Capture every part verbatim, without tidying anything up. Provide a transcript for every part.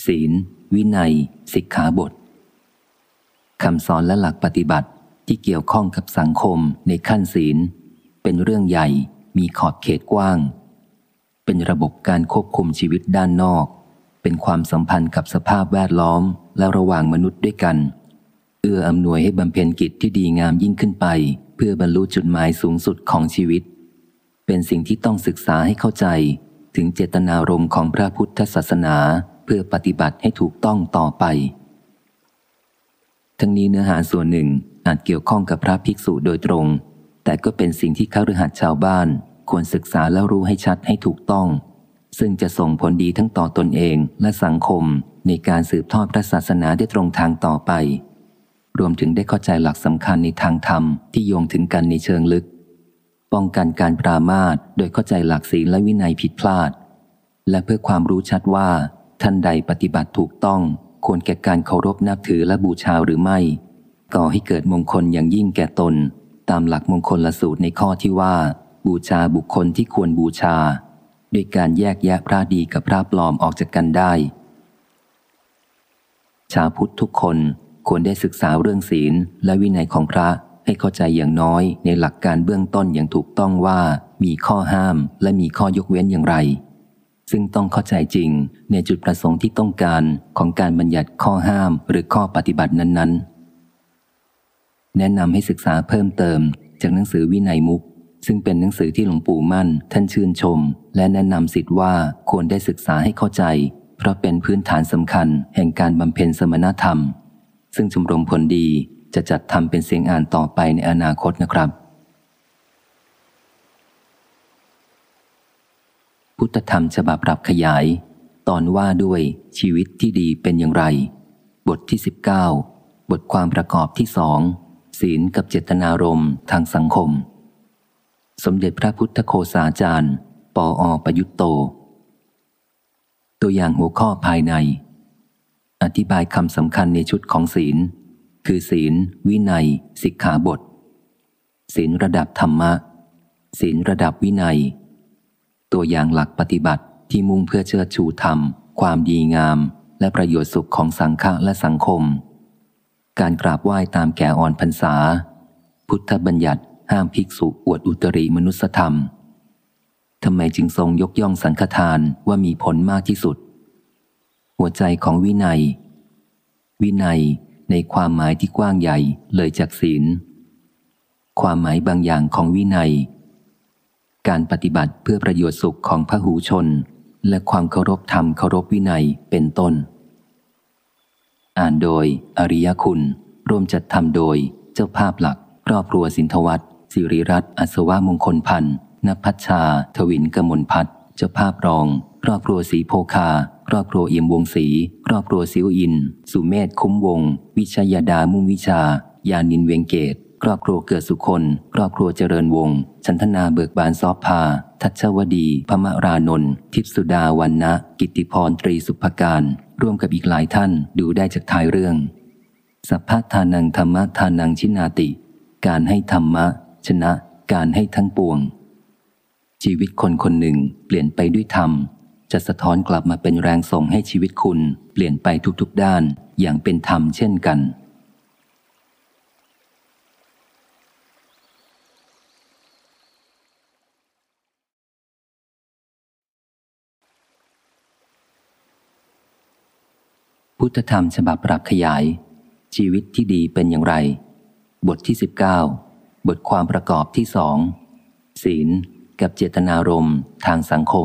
ศีลวินัยสิกขาบทคำสอนและหลักปฏิบัติที่เกี่ยวข้องกับสังคมในขั้นศีลเป็นเรื่องใหญ่มีขอบเขตกว้างเป็นระบบการควบคุมชีวิตด้านนอกเป็นความสัมพันธ์กับสภาพแวดล้อมและระหว่างมนุษย์ด้วยกันเอื้ออำนวยให้บำเพ็ญกิจที่ดีงามยิ่งขึ้นไปเพื่อบรรลุจุดหมายสูงสุดของชีวิตเป็นสิ่งที่ต้องศึกษาให้เข้าใจถึงเจตนารมณ์ของพระพุทธศาสนาเพื่อปฏิบัติให้ถูกต้องต่อไปทั้งนี้เนื้อหาส่วนหนึ่งอาจเกี่ยวข้องกับพระภิกษุโดยตรงแต่ก็เป็นสิ่งที่คฤหัสถ์ชาวบ้านควรศึกษาและรู้ให้ชัดให้ถูกต้องซึ่งจะส่งผลดีทั้งต่อตนเองและสังคมในการสืบทอดพระศาสนาได้ตรงทางต่อไปรวมถึงได้เข้าใจหลักสำคัญในทางธรรมที่โยงถึงกันในเชิงลึกป้องกันการปรามาสโดยเข้าใจหลักศีลและวินัยผิดพลาดและเพื่อความรู้ชัดว่าท่านใดปฏิบัติถูกต้องควรแก่การเคารพนับถือและบูชาหรือไม่ก่อให้เกิดมงคลอย่างยิ่งแก่ตนตามหลักมงคลละสูตรในข้อที่ว่าบูชาบุคคลที่ควรบูชาด้วยการแยกแยะพระดีกับพระปลอมออกจากกันได้ชาวพุทธทุกคนควรได้ศึกษาเรื่องศีลและวินัยของพระให้เข้าใจอย่างน้อยในหลักการเบื้องต้นอย่างถูกต้องว่ามีข้อห้ามและมีข้อยกเว้นอย่างไรซึ่งต้องเข้าใจจริงในจุดประสงค์ที่ต้องการของการบัญญัติข้อห้ามหรือข้อปฏิบัตินั้นๆแนะนำให้ศึกษาเพิ่มเติมจากหนังสือวินัยมุขซึ่งเป็นหนังสือที่หลวงปู่มั่นท่านชื่นชมและแนะนำศิษย์ว่าควรได้ศึกษาให้เข้าใจเพราะเป็นพื้นฐานสำคัญแห่งการบำเพ็ญสมณธรรมซึ่งชมรมผลดีจะจัดทำเป็นเสียงอ่านต่อไปในอนาคตนะครับพุทธธรรมฉบับปรับขยายตอนว่าด้วยชีวิตที่ดีเป็นอย่างไรบทที่สิบเก้าบทความประกอบที่สองศีลกับเจตนารมณ์ทางสังคมสมเด็จพระพุทธโฆษาจารย์ปออประยุตโตตัวอย่างหัวข้อภายในอธิบายคำสำคัญในชุดของศีลคือศีลวินัยสิกขาบทศีลระดับธรรมะศีลระดับวินัยตัวอย่างหลักปฏิบัติที่มุ่งเพื่อเชิดชูธรรมความดีงามและประโยชน์สุขของสังฆะและสังคมการกราบไหว้ตามแก่อ่อนพรรษาพุทธบัญญัติห้ามภิกษุอวดอุตริมนุสธรรมทำไมจึงทรงยกย่องสังฆทานว่ามีผลมากที่สุดหัวใจของวินัยวินัยในความหมายที่กว้างใหญ่เลยจากศีลความหมายบางอย่างของวินัยการปฏิบัติเพื่อประโยชน์สุขของพหูชนและความเคารพธรรมเคารพวินัยเป็นต้นอ่านโดยอริยคุณร่วมจัดทำโดยเจ้าภาพหลักครอบครัวสินทวัฒน์สิริรัตน์อัศวมงคลพันธ์ณพัชชาทวินกมลพัฒน์เจ้าภาพรองครอบครัวศรีโพคาครอบครัวเอี่ยมวงศรีครอบครัวซิวอินสุเมธคุ้มวงวิชยดามุ่งวิชายานินเวงเกตครอบครัวเกิดสุคนครอบครัวเจริญวงศ์ชันธนาเบิกบานซอพาทัชวดีพมรานนท์ทิพสุดาวันนะกิตติพรตรีสุภการร่วมกับอีกหลายท่านดูได้จากท้ายเรื่องสัพพทานังธรรมทานังชินาติการให้ธรรมะชนะการให้ทั้งปวงชีวิตคนคนหนึ่งเปลี่ยนไปด้วยธรรมจะสะท้อนกลับมาเป็นแรงส่งให้ชีวิตคุณเปลี่ยนไปทุกๆด้านอย่างเป็นธรรมเช่นกันพุทธธรรมฉบับปรับขยายชีวิตที่ดีเป็นอย่างไรบทที่สิบเก้าบทความประกอบที่สองศีลกับเจตนารมณ์ทางสังคม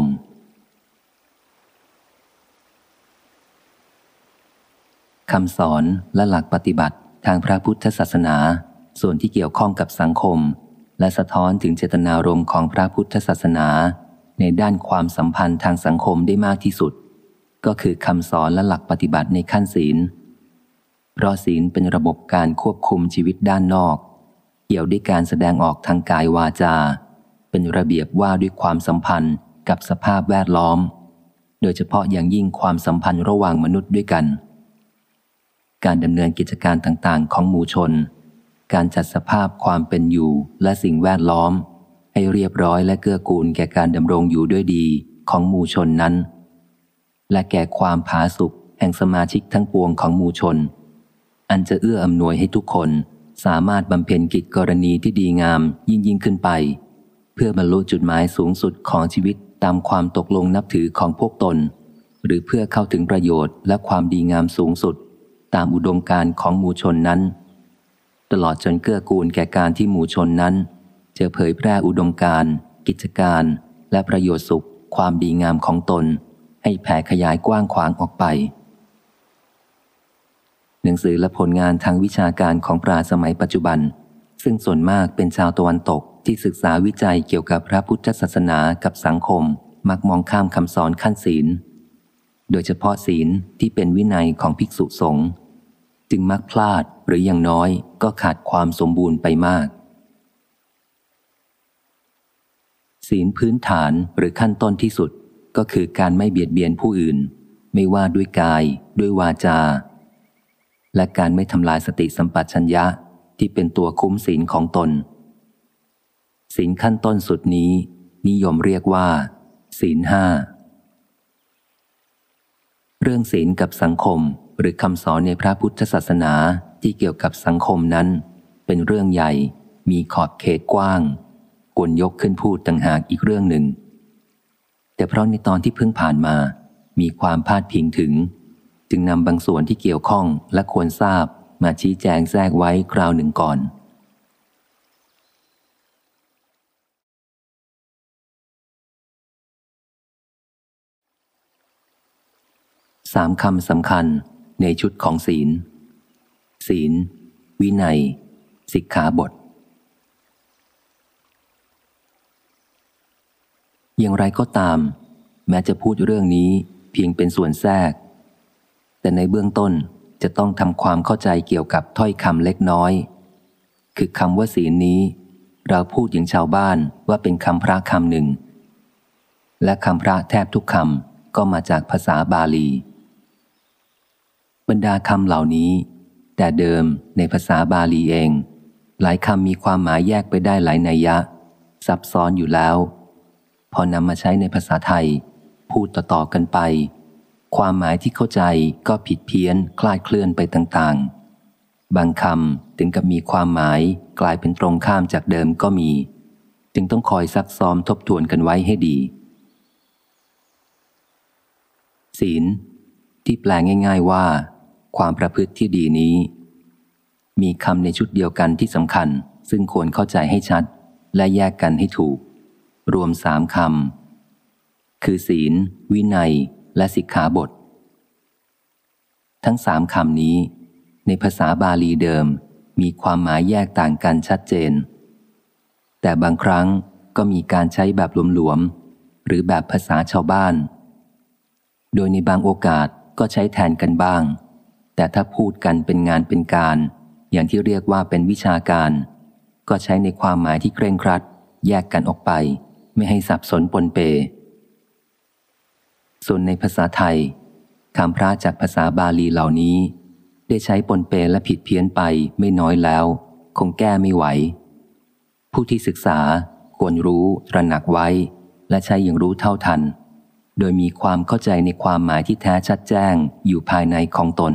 คำสอนและหลักปฏิบัติทางพระพุทธศาสนาส่วนที่เกี่ยวข้องกับสังคมและสะท้อนถึงเจตนารมณ์ของพระพุทธศาสนาในด้านความสัมพันธ์ทางสังคมได้มากที่สุดก็คือคำสอนและหลักปฏิบัติในขั้นศีลเพราะศีลเป็นระบบการควบคุมชีวิตด้านนอกเกี่ยวด้วยการแสดงออกทางกายวาจาเป็นระเบียบว่าด้วยความสัมพันธ์กับสภาพแวดล้อมโดยเฉพาะอย่างยิ่งความสัมพันธ์ระหว่างมนุษย์ด้วยกันการดำเนินกิจการต่างๆของหมู่ชนการจัดสภาพความเป็นอยู่และสิ่งแวดล้อมให้เรียบร้อยและเกื้อกูลแก่การดำรงอยู่ด้วยดีของหมู่ชนนั้นและแก่ความผาสุกแห่งสมาชิกทั้งปวงของหมู่ชนอันจะเอื้ออำนวยให้ทุกคนสามารถบำเพ็ญกิจกรณีที่ดีงามยิ่งยิ่งขึ้นไปเพื่อบรรลุจุดหมายสูงสุดของชีวิตตามความตกลงนับถือของพวกตนหรือเพื่อเข้าถึงประโยชน์และความดีงามสูงสุดตามอุดมการณ์ของหมู่ชนนั้นตลอดจนเกื้อกูลแก่การที่หมู่ชนนั้นจะเผยแพร่อุดมการณ์กิจการและประโยชน์สุขความดีงามของตนให้แผ่ขยายกว้างขวางออกไปหนังสือและผลงานทางวิชาการของปราชญ์สมัยปัจจุบันซึ่งส่วนมากเป็นชาวตะวันตกที่ศึกษาวิจัยเกี่ยวกับพระพุทธศาสนากับสังคมมักมองข้ามคำสอนขั้นศีลโดยเฉพาะศีลที่เป็นวินัยของภิกษุสงฆ์จึงมักพลาดหรืออย่างน้อยก็ขาดความสมบูรณ์ไปมากศีลพื้นฐานหรือขั้นต้นที่สุดก็คือการไม่เบียดเบียนผู้อื่นไม่ว่าด้วยกายด้วยวาจาและการไม่ทำลายสติสัมปชัญญะที่เป็นตัวคุ้มศีลของตนศีลขั้นต้นสุดนี้นิยมเรียกว่าศีลห้าเรื่องศีลกับสังคมหรือคำสอนในพระพุทธศาสนาที่เกี่ยวกับสังคมนั้นเป็นเรื่องใหญ่มีขอบเขตกว้างควรยกขึ้นพูดต่างหากอีกเรื่องหนึ่งแต่เพราะในตอนที่เพิ่งผ่านมามีความพาดพิงถึงจึงนำบางส่วนที่เกี่ยวข้องและควรทราบมาชี้แจงแทรกไว้คราวหนึ่งก่อนสามคำสำคัญในชุดของศีลศีลวินัยสิกขาบทอย่างไรก็ตามแม้จะพูดเรื่องนี้เพียงเป็นส่วนแทรกแต่ในเบื้องต้นจะต้องทำความเข้าใจเกี่ยวกับถ้อยคำเล็กน้อยคือคำว่าศีลนี้เราพูดอย่างชาวบ้านว่าเป็นคำพระคำหนึ่งและคำพระแทบทุกคำก็มาจากภาษาบาลีบรรดาคำเหล่านี้แต่เดิมในภาษาบาลีเองหลายคำมีความหมายแยกไปได้หลายนัยยะซับซ้อนอยู่แล้วพอนำมาใช้ในภาษาไทยพูดต่อๆกันไปความหมายที่เข้าใจก็ผิดเพี้ยนคลาดเคลื่อนไปต่างๆบางคำถึงกับมีความหมายกลายเป็นตรงข้ามจากเดิมก็มีจึงต้องคอยซักซ้อมทบทวนกันไว้ให้ดีศีลที่แปลง่ายๆว่าความประพฤติที่ดีนี้มีคำในชุดเดียวกันที่สำคัญซึ่งควรเข้าใจให้ชัดและแยกกันให้ถูกรวมสามคำคือศีลวินัยและสิกขาบททั้งสามคำนี้ในภาษาบาลีเดิมมีความหมายแยกต่างกันชัดเจนแต่บางครั้งก็มีการใช้แบบหลวมๆหรือแบบภาษาชาวบ้านโดยในบางโอกาสก็ใช้แทนกันบ้างแต่ถ้าพูดกันเป็นงานเป็นการอย่างที่เรียกว่าเป็นวิชาการก็ใช้ในความหมายที่เคร่งครัดแยกกันออกไปไม่ให้สับสนปนเปส่วนในภาษาไทยคำพระจากภาษาบาลีเหล่านี้ได้ใช้ปนเปและผิดเพี้ยนไปไม่น้อยแล้วคงแก้ไม่ไหวผู้ที่ศึกษาควรรู้ตระหนักไว้และใช้อย่างรู้เท่าทันโดยมีความเข้าใจในความหมายที่แท้ชัดแจ้งอยู่ภายในของตน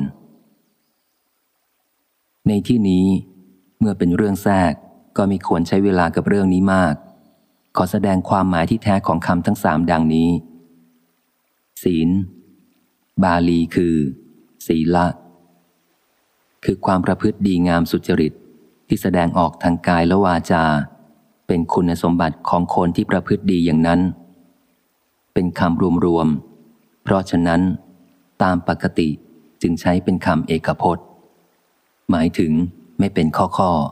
ในที่นี้เมื่อเป็นเรื่องแทรกก็ไม่ควรใช้เวลากับเรื่องนี้มากขอแสดงความหมายที่แท้ของคำทั้งสามดังนี้ศีลบาลีคือศีละคือความประพฤติดีงามสุจริตที่แสดงออกทางกายและวาจาเป็นคุณสมบัติของคนที่ประพฤติดีอย่างนั้นเป็นคำรวมๆเพราะฉะนั้นตามปกติจึงใช้เป็นคำเอกพจน์หมายถึงไม่เป็นข้อ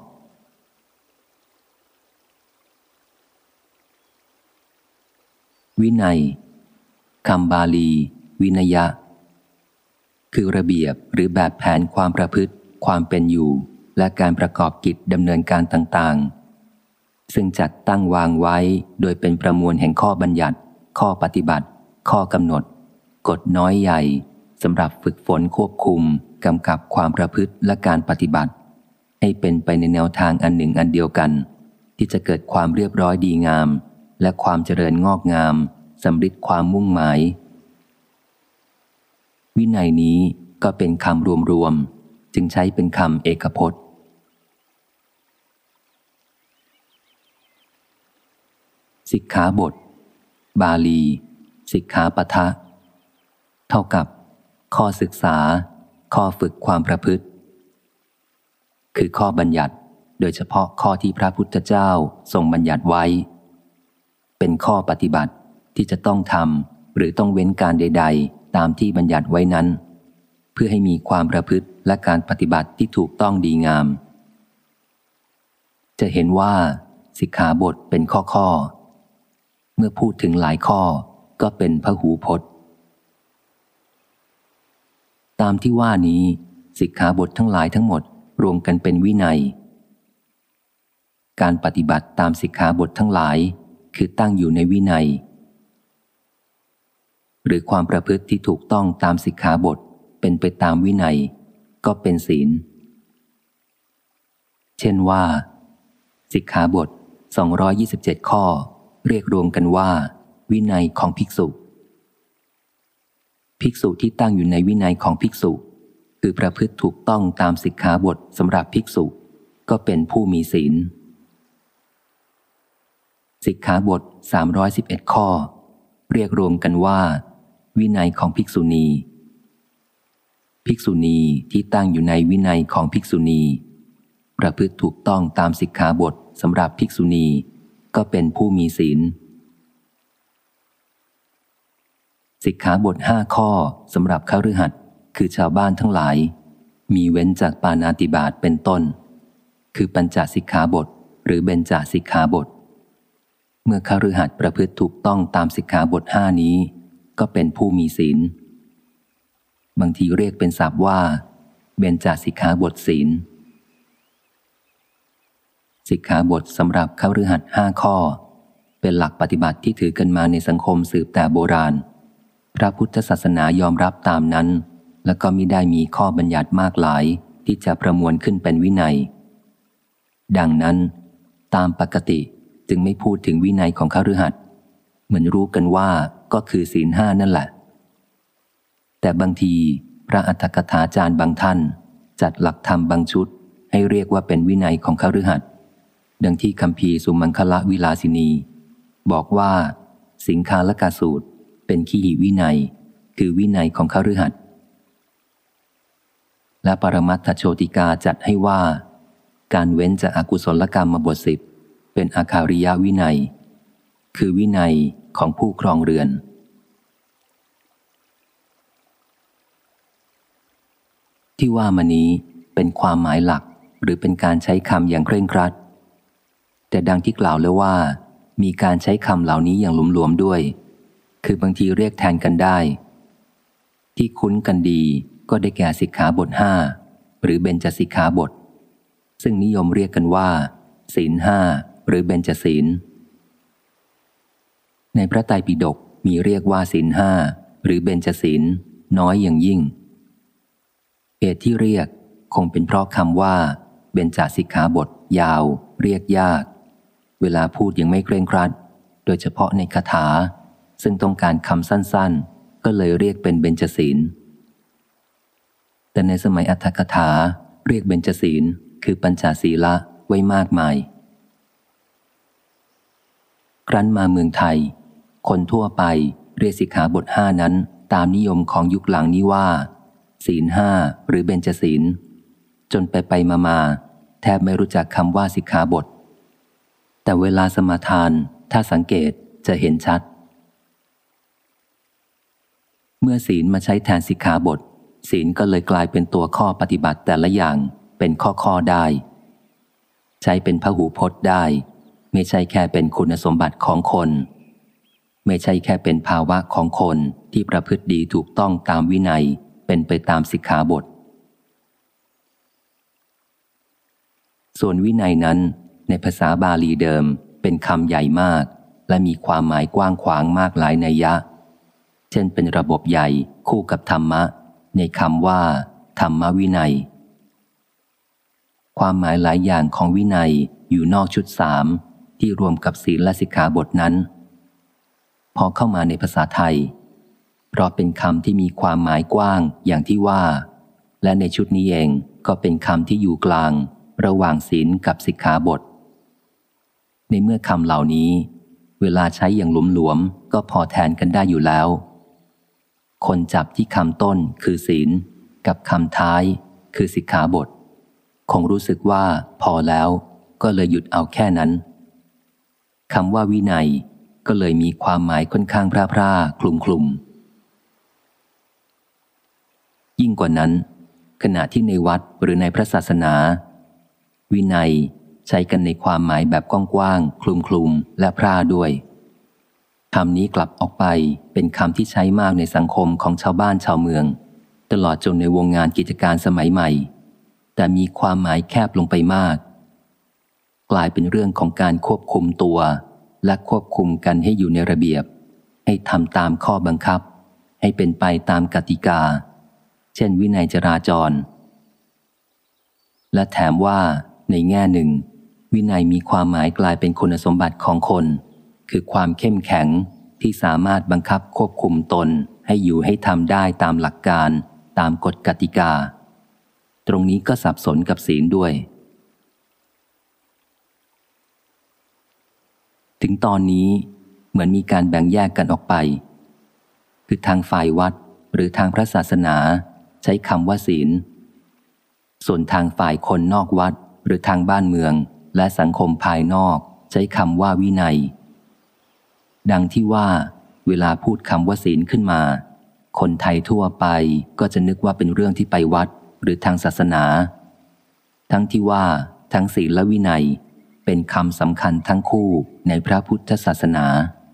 ๆวินัยคำบาลีวินัยะคือระเบียบหรือแบบแผนความประพฤติความเป็นอยู่และการประกอบกิจดำเนินการต่างๆซึ่งจัดตั้งวางไว้โดยเป็นประมวลแห่งข้อบัญญัติข้อปฏิบัติข้อกำหนดกฎน้อยใหญ่สำหรับฝึกฝนควบคุมกำกับความประพฤติและการปฏิบัติให้เป็นไปในแนวทางอันหนึ่งอันเดียวกันที่จะเกิดความเรียบร้อยดีงามและความเจริญงอกงามสำเร็จความมุ่งหมายวินัยนี้ก็เป็นคำรวมๆจึงใช้เป็นคำเอกพจน์สิกขาบทบาลีสิกขาปทะเท่ากับข้อศึกษาข้อฝึกความประพฤติคือข้อบัญญัติโดยเฉพาะข้อที่พระพุทธเจ้าทรงบัญญัติไว้เป็นข้อปฏิบัติที่จะต้องทำหรือต้องเว้นการใดๆตามที่บัญญัติไว้นั้นเพื่อให้มีความประพฤติและการปฏิบัติที่ถูกต้องดีงามจะเห็นว่าสิกขาบทเป็นข้อๆเมื่อพูดถึงหลายข้อก็เป็นพหูพจน์ตามที่ว่านี้สิกขาบททั้งหลายทั้งหมดรวมกันเป็นวินัยการปฏิบัติตามสิกขาบททั้งหลายคือตั้งอยู่ในวินัยหรือความประพฤติที่ถูกต้องตามสิกขาบทเป็นไปตามวินัยก็เป็นศีลเช่นว่าสิกขาบทสองร้อยยี่สิบเจ็ดข้อเรียกรวมกันว่าวินัยของภิกษุภิกษุที่ตั้งอยู่ในวินัยของภิกษุคือประพฤติถูกต้องตามสิกขาบทสำหรับภิกษุก็เป็นผู้มีศีลสิกขาบทสามร้อยสิบเอ็ดข้อเรียกรวมกันว่าวินัยของภิกษุณีภิกษุณีที่ตั้งอยู่ในวินัยของภิกษุณีประพฤติถูกต้องตามสิกขาบทสำหรับภิกษุณีก็เป็นผู้มีศีลสิกขาบทห้าข้อสำหรับคฤหัสถ์คือชาวบ้านทั้งหลายมีเว้นจากปาณาติบาตเป็นต้นคือปัญจสิกขาบทหรือเบญจสิกขาบทเมื่อคฤหัสถ์ประพฤติถูกต้องตามสิกขาบทห้านี้ก็เป็นผู้มีศีลบางทีเรียกเป็นศัพท์ว่าเบญจสิกขาบทศีลสิกขาบทสำหรับคฤหัสถ์ห้าข้อเป็นหลักปฏิบัติที่ถือกันมาในสังคมสืบแต่โบราณพระพุทธศาสนายอมรับตามนั้นและก็มิได้มีข้อบัญญัติมากหลายที่จะประมวลขึ้นเป็นวินัยดังนั้นตามปกติจึงไม่พูดถึงวินัยของคฤหัสถ์เหมือนรู้กันว่าก็คือศีลห้านั่นแหละแต่บางทีพระอรรถกถาจารย์บางท่านจัดหลักธรรมบางชุดให้เรียกว่าเป็นวินัยของคฤหัสถ์ดังที่คัมภีร์สุมังคละวิลาสินีบอกว่าสิงคาลกสูตรเป็นขีหิวินัยคือวินัยของคฤหัสถ์และปรมัตถโชติกาจัดให้ว่าการเว้นจากอากุศลกรรมมาบทสิบเป็นอาคาริยวินัยคือวินัยของผู้ครองเรือนที่ว่ามานี้เป็นความหมายหลักหรือเป็นการใช้คำอย่างเคร่งครัดแต่ดังที่กล่าวแล้วว่ามีการใช้คำเหล่านี้อย่างหลวมๆด้วยคือบางทีเรียกแทนกันได้ที่คุ้นกันดีก็ได้แก่สิกขาบทห้าหรือเบญจสิกขาบทซึ่งนิยมเรียกกันว่าศีลห้าหรือเบญจศีลในพระไตรปิฎกมีเรียกว่าศีลห้าหรือเบญจศีลน้อยอย่างยิ่งเหตุที่เรียกคงเป็นเพราะคำว่าเบญจสิกขาบทยาวเรียกยากเวลาพูดยังไม่เคร่งครัดโดยเฉพาะในคาถาซึ่งต้องการคำสั้นๆก็เลยเรียกเป็นเบญจศีลแต่ในสมัยอรรถกถาเรียกเบญจศีลคือปัญจศีละไว้มากมายครั้นมาเมืองไทยคนทั่วไปเรียกสิกขาบทห้านั้นตามนิยมของยุคหลังนี้ว่าศีลห้าหรือเบญจศีลจนไปไปมามาแทบไม่รู้จักคำว่าสิกขาบทแต่เวลาสมาทานถ้าสังเกตจะเห็นชัดเมื่อศีลมาใช้แทนสิกขาบทศีลก็เลยกลายเป็นตัวข้อปฏิบัติแต่ละอย่างเป็นข้อข้อได้ใช้เป็นพหูพจน์ได้ไม่ใช่แค่เป็นคุณสมบัติของคนไม่ใช่แค่เป็นภาวะของคนที่ประพฤติดีถูกต้องตามวินัยเป็นไปตามสิกขาบทส่วนวินัยนั้นในภาษาบาลีเดิมเป็นคำใหญ่มากและมีความหมายกว้างขวางมากหลายนัยยะเช่นเป็นระบบใหญ่คู่กับธรรมะในคำว่าธรรมวินัยความหมายหลายอย่างของวินัยอยู่นอกชุดสามที่รวมกับศีลและสิกขาบทนั้นพอเข้ามาในภาษาไทยเพราะเป็นคำที่มีความหมายกว้างอย่างที่ว่าและในชุดนี้เองก็เป็นคำที่อยู่กลางระหว่างศีลกับสิกขาบทในเมื่อคำเหล่านี้เวลาใช้อย่างหลวมๆก็พอแทนกันได้อยู่แล้วคนจับที่คำต้นคือศีลกับคำท้ายคือสิกขาบทคงรู้สึกว่าพอแล้วก็เลยหยุดเอาแค่นั้นคำว่าวินัยก็เลยมีความหมายค่อนข้างพร่าพร่าคลุมคลุมยิ่งกว่านั้นขณะที่ในวัดหรือในพระศาสนาวินัยใช้กันในความหมายแบบกว้างๆคลุมคลุมและพร่าด้วยคำนี้กลับออกไปเป็นคำที่ใช้มากในสังคมของชาวบ้านชาวเมืองตลอดจนในวงงานกิจการสมัยใหม่แต่มีความหมายแคบลงไปมากกลายเป็นเรื่องของการควบคุมตัวและควบคุมกันให้อยู่ในระเบียบให้ทำตามข้อบังคับให้เป็นไปตามกติกาเช่นวินัยจราจรและแถมว่าในแง่หนึ่งวินัยมีความหมายกลายเป็นคุณสมบัติของคนคือความเข้มแข็งที่สามารถบังคับควบคุมตนให้อยู่ให้ทำได้ตามหลักการตามกฎกติกาตรงนี้ก็สับสนกับศีลด้วยถึงตอนนี้เหมือนมีการแบ่งแยกกันออกไปคือทางฝ่ายวัดหรือทางพระศาสนาใช้คำว่าศีลส่วนทางฝ่ายคนนอกวัดหรือทางบ้านเมืองและสังคมภายนอกใช้คำว่าวินัยดังที่ว่าเวลาพูดคำว่าศีลขึ้นมาคนไทยทั่วไปก็จะนึกว่าเป็นเรื่องที่ไปวัดหรือทางศาสนาทั้งที่ว่าทั้งศีลและวินัยเป็นคำสำคัญทั้งคู่ในพระพุทธศาสนา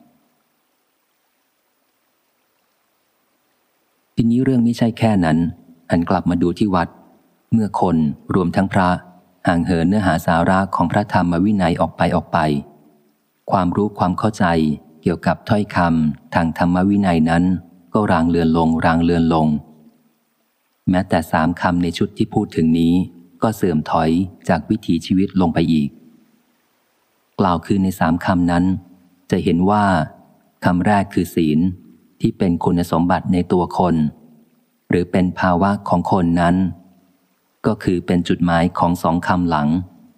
ทีนี้เรื่องไม่ใช่แค่นั้นหันกลับมาดูที่วัดเมื่อคนรวมทั้งพระห่างเหินเนื้อหาสาระของพระธรรมวินัยออกไปออกไปความรู้ความเข้าใจเกี่ยวกับถ้อยคำทางธรรมวินัยนั้นก็รางเลือนลงรางเลือนลงแม้แต่สามคำในชุดที่พูดถึงนี้ก็เสื่อมถอยจากวิถีชีวิตลงไปอีกกล่าวคือในสามคำนั้นจะเห็นว่าคำแรกคือศีลที่เป็นคุณสมบัติในตัวคนหรือเป็นภาวะของคนนั้นก็คือเป็นจุดหมายของสองคำหลัง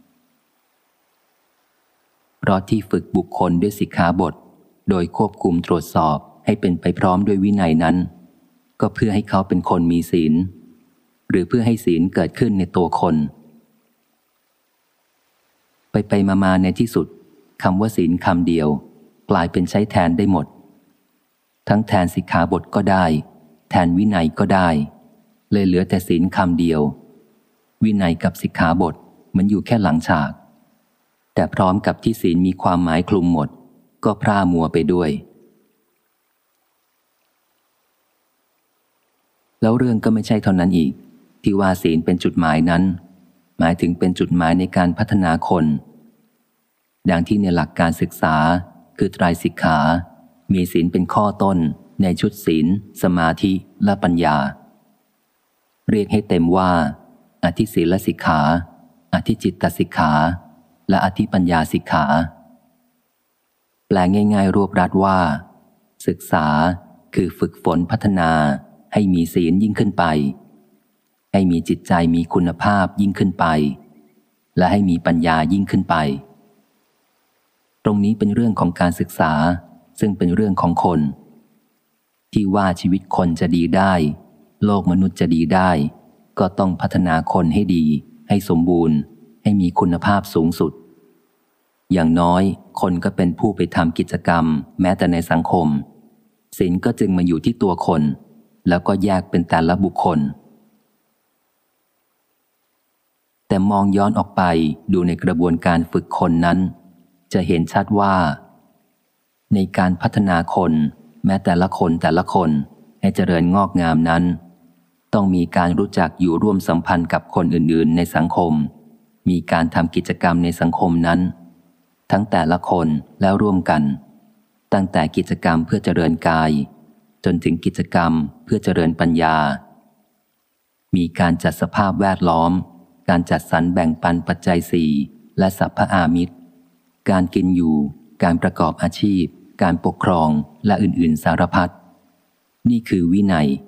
เพราะที่ฝึกบุคคลด้วยสิกขาบทโดยควบคุมตรวจสอบให้เป็นไปพร้อมด้วยวินัยนั้นก็เพื่อให้เขาเป็นคนมีศีลหรือเพื่อให้ศีลเกิดขึ้นในตัวคนไปไปมาๆในที่สุดคำว่าศีลคำเดียวกลายเป็นใช้แทนได้หมดทั้งแทนสิกขาบทก็ได้แทนวินัยก็ได้เลยเหลือแต่ศีลคำเดียววินัยกับสิกขาบทมันอยู่แค่หลังฉากแต่พร้อมกับที่ศีลมีความหมายคลุมหมดก็พร่ามัวไปด้วยแล้วเรื่องก็ไม่ใช่เท่านั้นอีกที่ว่าศีลเป็นจุดหมายนั้นหมายถึงเป็นจุดหมายในการพัฒนาคนดังที่ในหลักการศึกษาคือไตรสิกขามีศีลเป็นข้อต้นในชุดศีลสมาธิและปัญญาเรียกให้เต็มว่าอธิศีลสิกขาอธิจิตตสิกขาและอธิปัญญาสิกขาแปลง่ายๆรวบรัดว่าศึกษาคือฝึกฝนพัฒนาให้มีศีลยิ่งขึ้นไปให้มีจิตใจมีคุณภาพยิ่งขึ้นไปและให้มีปัญญายิ่งขึ้นไปตรงนี้เป็นเรื่องของการศึกษาซึ่งเป็นเรื่องของคนที่ว่าชีวิตคนจะดีได้โลกมนุษย์จะดีได้ก็ต้องพัฒนาคนให้ดีให้สมบูรณ์ให้มีคุณภาพสูงสุดอย่างน้อยคนก็เป็นผู้ไปทำกิจกรรมแม้แต่ในสังคมศีลก็จึงมาอยู่ที่ตัวคนแล้วก็แยกเป็นแต่ละบุคคลแต่มองย้อนออกไปดูในกระบวนการฝึกคนนั้นจะเห็นชัดว่าในการพัฒนาคนแม้แต่ละคนแต่ละคนให้เจริญงอกงามนั้นต้องมีการรู้จักอยู่ร่วมสัมพันธ์กับคนอื่นๆในสังคมมีการทำกิจกรรมในสังคมนั้นทั้งแต่ละคนแล้วร่วมกันตั้งแต่กิจกรรมเพื่อเจริญกายจนถึงกิจกรรมเพื่อเจริญปัญญามีการจัดสภาพแวดล้อมการจัดสรรแบ่งปันปัจจัยสี่และสัพพอามิตรการกินอยู่การประกอบอาชีพการปกครองและอื่นๆสารพัดนี่คือวินัย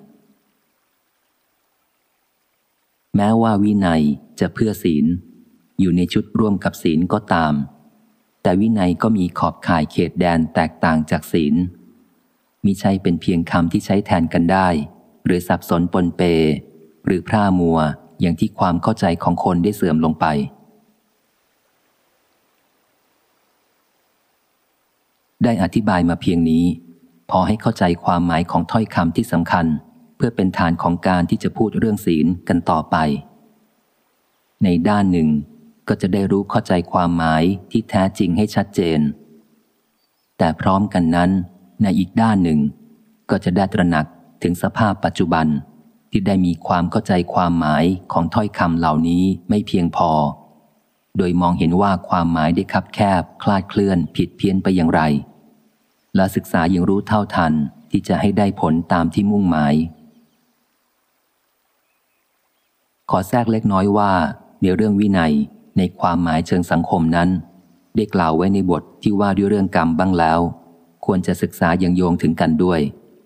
แม้ว่าวินัยจะเพื่อศีลอยู่ในชุดร่วมกับศีลก็ตามแต่วินัยก็มีขอบข่ายเขตแดนแตกต่างจากศีลมิใช่เป็นเพียงคำที่ใช้แทนกันได้หรือสับสนปนเปหรือพร่ามัวอย่างที่ความเข้าใจของคนได้เสื่อมลงไปได้อธิบายมาเพียงนี้พอให้เข้าใจความหมายของถ้อยคำที่สำคัญเพื่อเป็นฐานของการที่จะพูดเรื่องศีลกันต่อไปในด้านหนึ่งก็จะได้รู้เข้าใจความหมายที่แท้จริงให้ชัดเจนแต่พร้อมกันนั้นในอีกด้านหนึ่งก็จะได้ตระหนักถึงสภาพปัจจุบันที่ได้มีความเข้าใจความหมายของถ้อยคำเหล่านี้ไม่เพียงพอโดยมองเห็นว่าความหมายได้คับแคบคลาดเคลื่อนผิดเพี้ยนไปอย่างไรและศึกษาอย่างรู้เท่าทันที่จะให้ได้ผลตามที่มุ่งหมายขอแทรกเล็กน้อยว่าในเรื่องวินัยในความหมายเชิงสังคมนั้นได้กล่าวไว้ในบทที่ว่าด้วยเรื่องกรรมบ้างแล้วควรจะศึกษาอย่างโยงถึงกันด้วย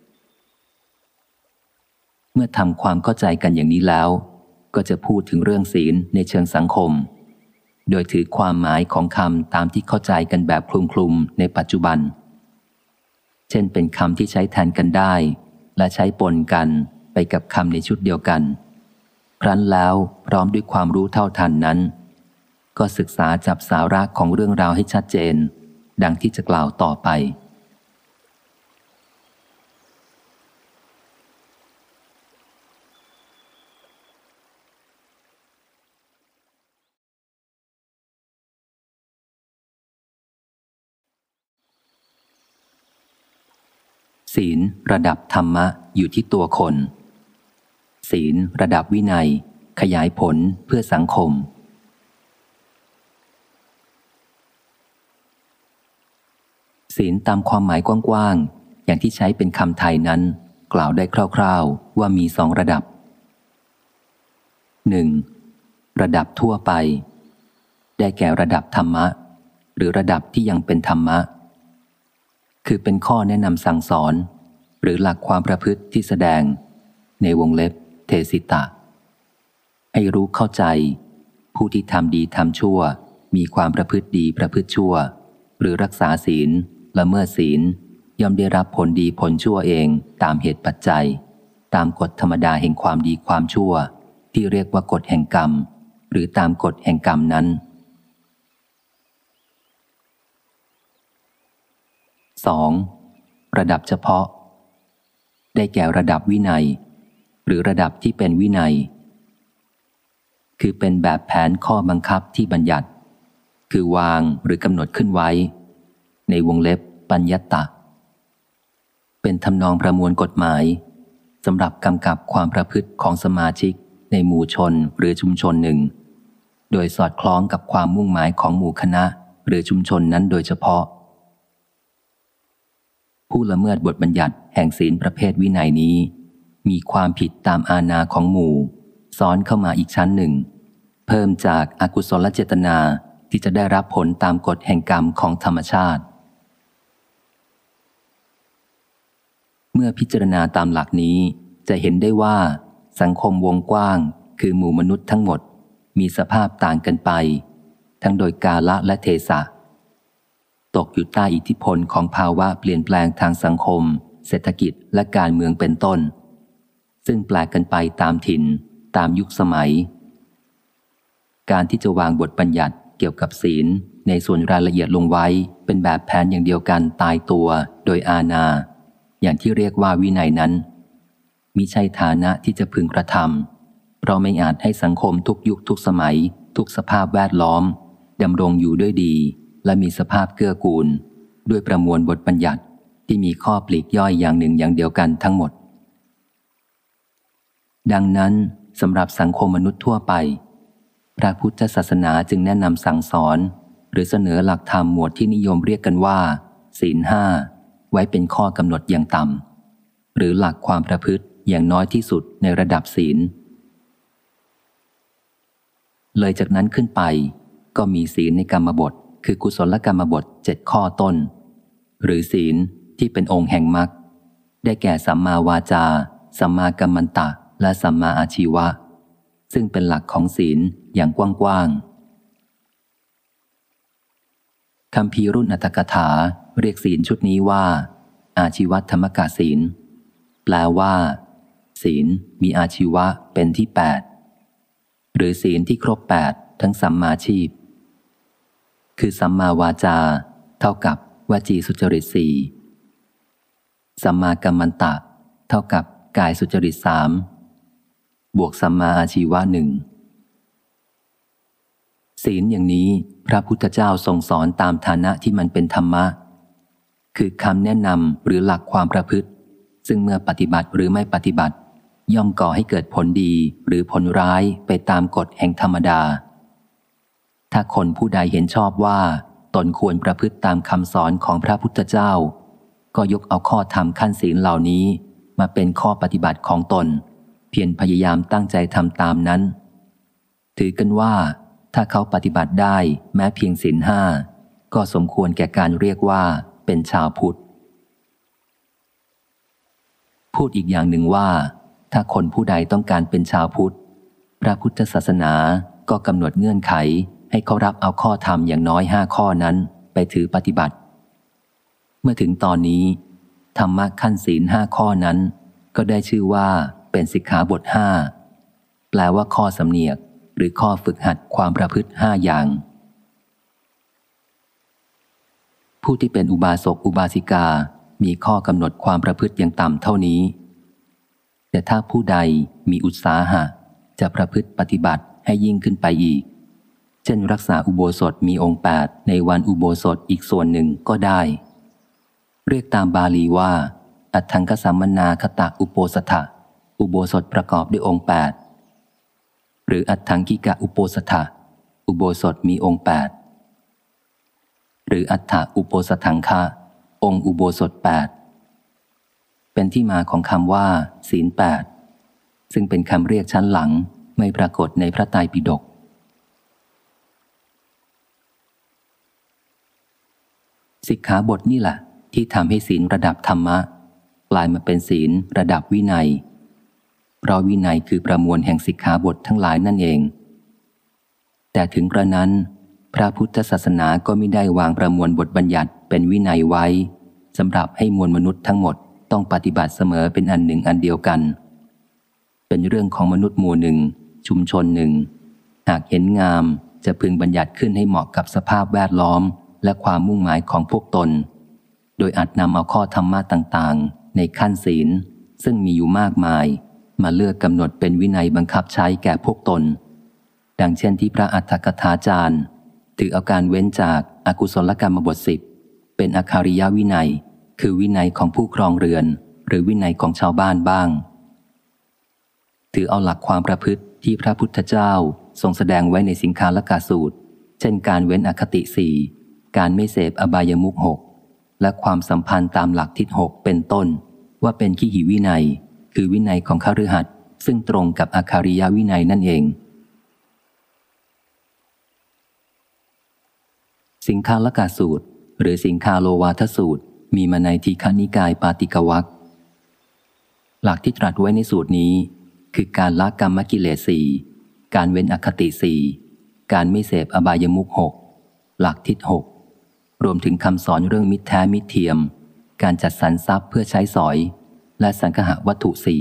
เมื่อทำความเข้าใจกันอย่างนี้แล้วก็จะพูดถึงเรื่องศีลในเชิงสังคมโดยถือความหมายของคำตามที่เข้าใจกันแบบคลุมๆในปัจจุบันเช่นเป็นคำที่ใช้แทนกันได้และใช้ปนกันไปกับคำในชุดเดียวกันครั้นแล้วพร้อมด้วยความรู้เท่าทันนั้นก็ศึกษาจับสาระของเรื่องราวให้ชัดเจนดังที่จะกล่าวต่อไปศีลระดับธรรมะอยู่ที่ตัวคนศีลระดับวินัยขยายผลเพื่อสังคมศีลตามความหมายกว้างๆอย่างที่ใช้เป็นคำไทยนั้นกล่าวได้คร่าวๆว่ามีสองระดับ หนึ่ง. ระดับทั่วไปได้แก่ระดับธรรมะหรือระดับที่ยังเป็นธรรมะคือเป็นข้อแนะนำสั่งสอนหรือหลักความประพฤติที่แสดงในวงเล็บเทสิตะให้รู้เข้าใจผู้ที่ทำดีทำชั่วมีความประพฤติดีประพฤติชั่วหรือรักษาศีลละเมิดศีลย่อมได้รับผลดีผลชั่วเองตามเหตุปัจจัยตามกฎธรรมดาแห่งความดีความชั่วที่เรียกว่ากฎแห่งกรรมหรือตามกฎแห่งกรรมนั้น สอง. ระดับเฉพาะได้แก่ระดับวินัยหรือระดับที่เป็นวินัยคือเป็นแบบแผนข้อบังคับที่บัญญัติคือวางหรือกำหนดขึ้นไว้ในวงเล็บปัญญัตตะเป็นทำนองประมวลกฎหมายสำหรับกำกับความประพฤติของสมาชิกในหมู่ชนหรือชุมชนหนึ่งโดยสอดคล้องกับความมุ่งหมายของหมู่คณะหรือชุมชนนั้นโดยเฉพาะผู้ละเมิดบทบัญญัติแห่งศีลประเภทวินัยนี้มีความผิดตามอาญาของหมู่ซ้อนเข้ามาอีกชั้นหนึ่งเพิ่มจากอกุศลเจตนาที่จะได้รับผลตามกฎแห่งกรรมของธรรมชาติเมื่อพิจารณาตามหลักนี้จะเห็นได้ว่าสังคมวงกว้างคือหมู่มนุษย์ทั้งหมดมีสภาพต่างกันไปทั้งโดยกาลและเทศะตกอยู่ใต้อิทธิพลของภาวะเปลี่ยนแปลงทางสังคมเศรษฐกิจและการเมืองเป็นต้นซึ่งแปลกกันไปตามถิ่นตามยุคสมัยการที่จะวางบทบัญญัติเกี่ยวกับศีลในส่วนรายละเอียดลงไว้เป็นแบบแผนอย่างเดียวกันตายตัวโดยอาณาอย่างที่เรียกว่าวินัยนั้นมิใช่ฐานะที่จะพึงกระทำเพราะไม่อาจให้สังคมทุกยุคทุกสมัยทุกสภาพแวดล้อมดำรงอยู่ด้วยดีและมีสภาพเกื้อกูลด้วยประมวลบทบัญญัติที่มีข้อปลีกย่อยอย่างหนึ่งอย่างเดียวกันทั้งหมดดังนั้นสำหรับสังคมมนุษย์ทั่วไปพระพุทธศาสนาจึงแนะนำสั่งสอนหรือเสนอหลักธรรมหมวดที่นิยมเรียกกันว่าศีลห้าไว้เป็นข้อกำหนดอย่างต่ำหรือหลักความประพฤติอย่างน้อยที่สุดในระดับศีลเลยจากนั้นขึ้นไปก็มีศีลในกรรมบทคือกุศลกรรมบทเจ็ดข้อต้นหรือศีลที่เป็นองค์แห่งมรรคได้แก่สัมมาวาจาสัมมากัมมันตะและสัมมาอาชีวะซึ่งเป็นหลักของศีลอย่างกว้างๆคำพีรุ่นอัตถกถาเรียกศีลชุดนี้ว่าอาชีวธรรมกศีลแปลว่าศีลมีอาชีวะเป็นที่แปดหรือศีลที่ครบแปดทั้งสัมมาชีพคือสัมมาวาจาเท่ากับวจีสุจริตสี่สัมมากัมมันตะเท่ากับกายสุจริตสามบวกสัมมาอาชีวะหนึ่งศีลอย่างนี้พระพุทธเจ้าทรงสอนตามฐานะที่มันเป็นธรรมะคือคำแนะนำหรือหลักความประพฤติซึ่งเมื่อปฏิบัติหรือไม่ปฏิบัติย่อมก่อให้เกิดผลดีหรือผลร้ายไปตามกฎแห่งธรรมดาถ้าคนผู้ใดเห็นชอบว่าตนควรประพฤติตามคำสอนของพระพุทธเจ้าก็ยกเอาข้อธรรมขั้นศีลเหล่านี้มาเป็นข้อปฏิบัติของตนเพียรพยายามตั้งใจทำตามนั้นถือกันว่าถ้าเขาปฏิบัติได้แม้เพียงศีลห้าก็สมควรแก่การเรียกว่าเป็นชาวพุทธพูดอีกอย่างหนึ่งว่าถ้าคนผู้ใดต้องการเป็นชาวพุทธพระพุทธศาสนาก็กำหนดเงื่อนไขให้เขารับเอาข้อธรรมอย่างน้อยห้าข้อนั้นไปถือปฏิบัติเมื่อถึงตอนนี้ธรรมะขั้นศีลห้าข้อนั้นก็ได้ชื่อว่าเป็นสิกขาบทห้าแปลว่าข้อสำเนียกหรือข้อฝึกหัดความประพฤติห้าอย่างผู้ที่เป็นอุบาสกอุบาสิกามีข้อกำหนดความประพฤติอย่างต่ำเท่านี้แต่ถ้าผู้ใดมีอุตสาหะจะประพฤติปฏิบัติให้ยิ่งขึ้นไปอีกเช่นรักษาอุโบสถมีองค์แปดในวันอุโบสถอีกส่วนหนึ่งก็ได้เรียกตามบาลีว่าอัตถังคสัมมนาคตะอุโปสถะอุโบสถประกอบด้วยองค์แปดหรืออัตถังกิกะอุโปสถะอุโบสถมีองค์แปดหรืออัตถะอุโปสถังคะองค์อุโบสถแปดเป็นที่มาของคำว่าศีลแปดซึ่งเป็นคำเรียกชั้นหลังไม่ปรากฏในพระไตรปิฎกสิกขาบทนี่แหละที่ทำให้ศีลระดับธรรมะกลายมาเป็นศีลระดับวินัยเพราะวินัยคือประมวลแห่งสิกขาบททั้งหลายนั่นเองแต่ถึงกระนั้นพระพุทธศาสนาก็ไม่ได้วางประมวลบทบัญญัติเป็นวินัยไว้สำหรับให้มวลมนุษย์ทั้งหมดต้องปฏิบัติเสมอเป็นอันหนึ่งอันเดียวกันเป็นเรื่องของมนุษย์หมู่หนึ่งชุมชนหนึ่งหากเห็นงามจะพึงบัญญัติขึ้นให้เหมาะกับสภาพแวดล้อมและความมุ่งหมายของพวกตนโดยอาจนำเอาข้อธรรมะต่างๆในขั้นศีลซึ่งมีอยู่มากมายมาเลือกกำหนดเป็นวินัยบังคับใช้แก่พวกตนดังเช่นที่พระอัฏฐกถาจารย์ถือเอาการเว้นจากอากุศลกรรมบทสิบเป็นอาคาริยวินัยคือวินัยของผู้ครองเรือนหรือวินัยของชาวบ้านบ้างถือเอาหลักความประพฤติที่พระพุทธเจ้าทรงแสดงไว้ในสิงคาลกสูตรเช่นการเว้นอคติสี่การไม่เสพอบายมุขหกและความสัมพันธ์ตามหลักทิศหกเป็นต้นว่าเป็นขีหิวินัยคือวินัยของคฤหัสถ์ซึ่งตรงกับอาคาริยวินัยนั่นเองสิงคาลกสูตรหรือสิงคาโลวาทสูตรมีมาในทีฆนิกายปาติกวรรคหลักที่ตรัสไว้ในสูตรนี้คือการละกรรมกิเลสสี่การเว้นอคติสี่การไม่เสพอบายมุขหกหลักทิศหกรวมถึงคำสอนเรื่องมิตรแท้มิตรเทียมการจัดสรรทรัพย์เพื่อใช้สอยและสังคหวัตถุสี่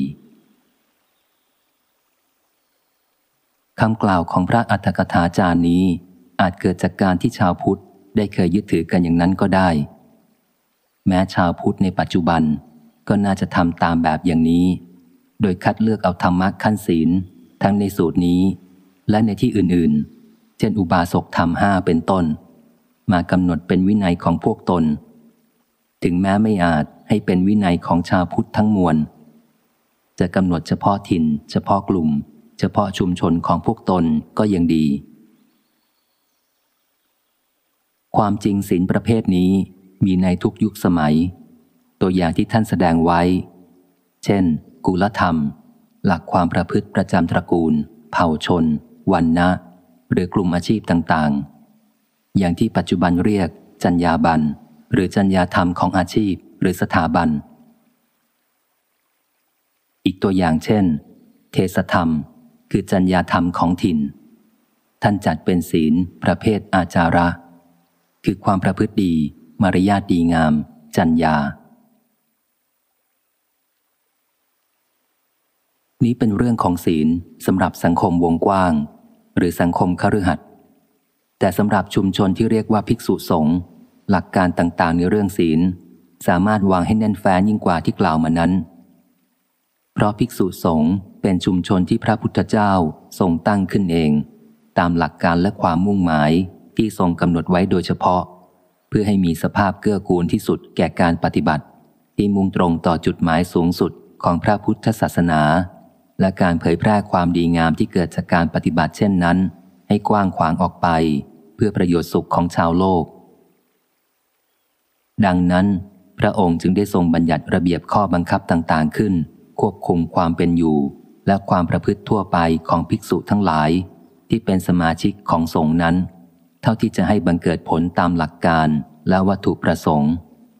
คำกล่าวของพระอัฏฐกถาจารย์นี้อาจเกิดจากการที่ชาวพุทธได้เคยยึดถือกันอย่างนั้นก็ได้แม้ชาวพุทธในปัจจุบันก็น่าจะทำตามแบบอย่างนี้โดยคัดเลือกเอาธรรมะขั้นศีลทั้งในสูตรนี้และในที่อื่นๆเช่นอุบาสกธรรมห้าเป็นต้นมากำหนดเป็นวินัยของพวกตนถึงแม้ไม่อาจให้เป็นวินัยของชาวพุทธทั้งมวลจะกำหนดเฉพาะถิ่นเฉพาะกลุ่มเฉพาะชุมชนของพวกตนก็ยังดีความจริงศีลประเภทนี้มีในทุกยุคสมัยตัวอย่างที่ท่านแสดงไว้เช่นกุลธรรมหลักความประพฤติประจำตระกูลเผ่าชนวรรณะหรือกลุ่มอาชีพต่างๆอย่างที่ปัจจุบันเรียกจรรยาบรรณหรือจรรยาธรรมของอาชีพหรือสถาบันอีกตัวอย่างเช่นเทศธรรมคือจรรยาธรรมของถิ่นท่านจัดเป็นศีลประเภทอาจาระคือความประพฤติดีมารยาทดีงามจรรยานี้เป็นเรื่องของศีลสำหรับสังคมวงกว้างหรือสังคมคฤหัสถ์แต่สำหรับชุมชนที่เรียกว่าภิกษุสงฆ์หลักการต่างๆในเรื่องศีลสามารถวางให้แน่นแฟ้นยิ่งกว่าที่กล่าวมานั้นเพราะภิกษุสงฆ์เป็นชุมชนที่พระพุทธเจ้าทรงตั้งขึ้นเองตามหลักการและความมุ่งหมายที่ทรงกำหนดไว้โดยเฉพาะเพื่อให้มีสภาพเกื้อกูลที่สุดแก่การปฏิบัติที่มุ่งตรงต่อจุดหมายสูงสุดของพระพุทธศาสนาและการเผยแพร่ความดีงามที่เกิดจากการปฏิบัติเช่นนั้นให้กว้างขวางออกไปเพื่อประโยชน์สุขของชาวโลกดังนั้นพระองค์จึงได้ทรงบัญญัติระเบียบข้อบังคับต่างๆขึ้นควบคุมความเป็นอยู่และความประพฤติทั่วไปของภิกษุทั้งหลายที่เป็นสมาชิกของสงฆ์นั้นเท่าที่จะให้บังเกิดผลตามหลักการและวัตถุประสงค์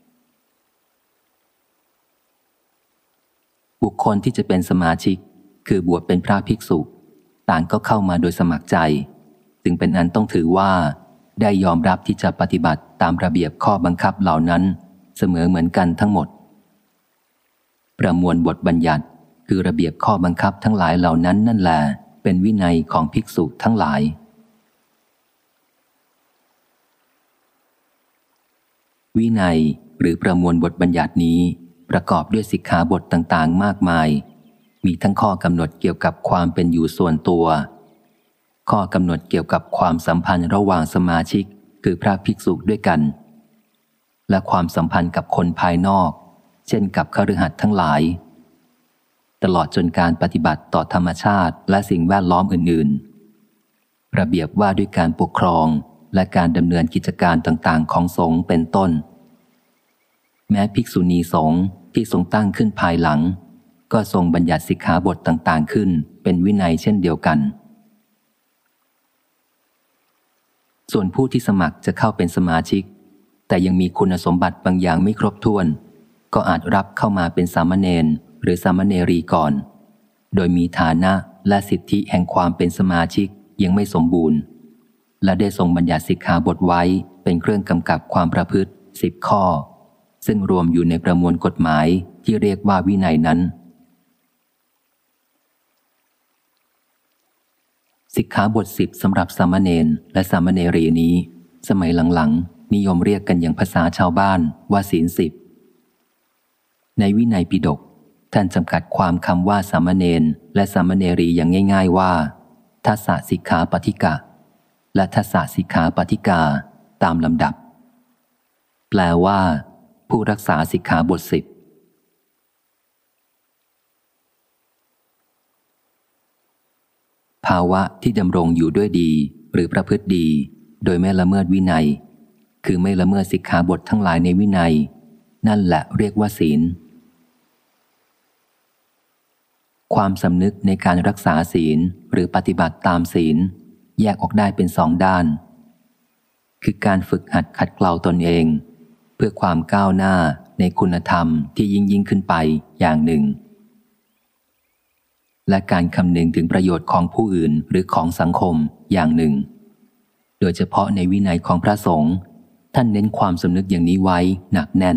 บุคคลที่จะเป็นสมาชิกคือบวชเป็นพระภิกษุต่างก็เข้ามาโดยสมัครใจจึงเป็นอันต้องถือว่าได้ยอมรับที่จะปฏิบัติตามระเบียบข้อบังคับเหล่านั้นเสมอเหมือนกันทั้งหมดประมวลบทบัญญัติคือระเบียบข้อบังคับทั้งหลายเหล่านั้นนั่นแหละเป็นวินัยของภิกษุทั้งหลายวินัยหรือประมวลบทบัญญัตินี้ประกอบด้วยสิกขาบทต่างๆมากมายมีทั้งข้อกำหนดเกี่ยวกับความเป็นอยู่ส่วนตัวข้อกำหนดเกี่ยวกับความสัมพันธ์ระหว่างสมาชิกคือพระภิกษุด้วยกันและความสัมพันธ์กับคนภายนอกเช่นกับคฤหัสถ์ทั้งหลายตลอดจนการปฏิบัติต่อธรรมชาติและสิ่งแวดล้อมอื่นๆระเบียบว่าด้วยการปกครองและการดำเนินกิจการต่างๆของสงฆ์เป็นต้นแม้ภิกษุณีสงฆ์ที่ทรงตั้งขึ้นภายหลังก็ทรงบัญญัติสิกขาบทต่างๆขึ้นเป็นวินัยเช่นเดียวกันส่วนผู้ที่สมัครจะเข้าเป็นสมาชิกแต่ยังมีคุณสมบัติบางอย่างไม่ครบถ้วนก็อาจรับเข้ามาเป็นสามเณรหรือสามเณรีก่อนโดยมีฐานะและสิทธิแห่งความเป็นสมาชิกยังไม่สมบูรณ์และได้ทรงบัญญัติสิกขาบทไว้เป็นเครื่องกำกับความประพฤติสิบข้อซึ่งรวมอยู่ในประมวลกฎหมายที่เรียกว่าวินัยนั้นสิกขาบทสิบสำหรับสามเณรและสามเณรีนี้สมัยหลังๆนิยมเรียกกันอย่างภาษาชาวบ้านว่าศีลสิบในวินัยปิฎกท่านจำกัดความคำว่าสามเณรและสามเณรีอย่างง่ายๆว่าทัสสะสิกขาปฏิกะและทัสสะสิกขาปฏิกาตามลำดับแปลว่าผู้รักษาสิกขาบทสิบภาวะที่ดำรงอยู่ด้วยดีหรือประพฤติดีโดยไม่ละเมิดวินัยคือไม่ละเมิดสิกขาบททั้งหลายในวินัยนั่นแหละเรียกว่าศีลความสำนึกในการรักษาศีลหรือปฏิบัติตามศีลแยกออกได้เป็นสองด้านคือการฝึกหัดขัดเกลาตนเองเพื่อความก้าวหน้าในคุณธรรมที่ยิ่งยิ่งขึ้นไปอย่างหนึ่งและการคำนึงถึงประโยชน์ของผู้อื่นหรือของสังคมอย่างหนึ่งโดยเฉพาะในวินัยของพระสงฆ์ท่านเน้นความสำนึกอย่างนี้ไว้หนักแน่น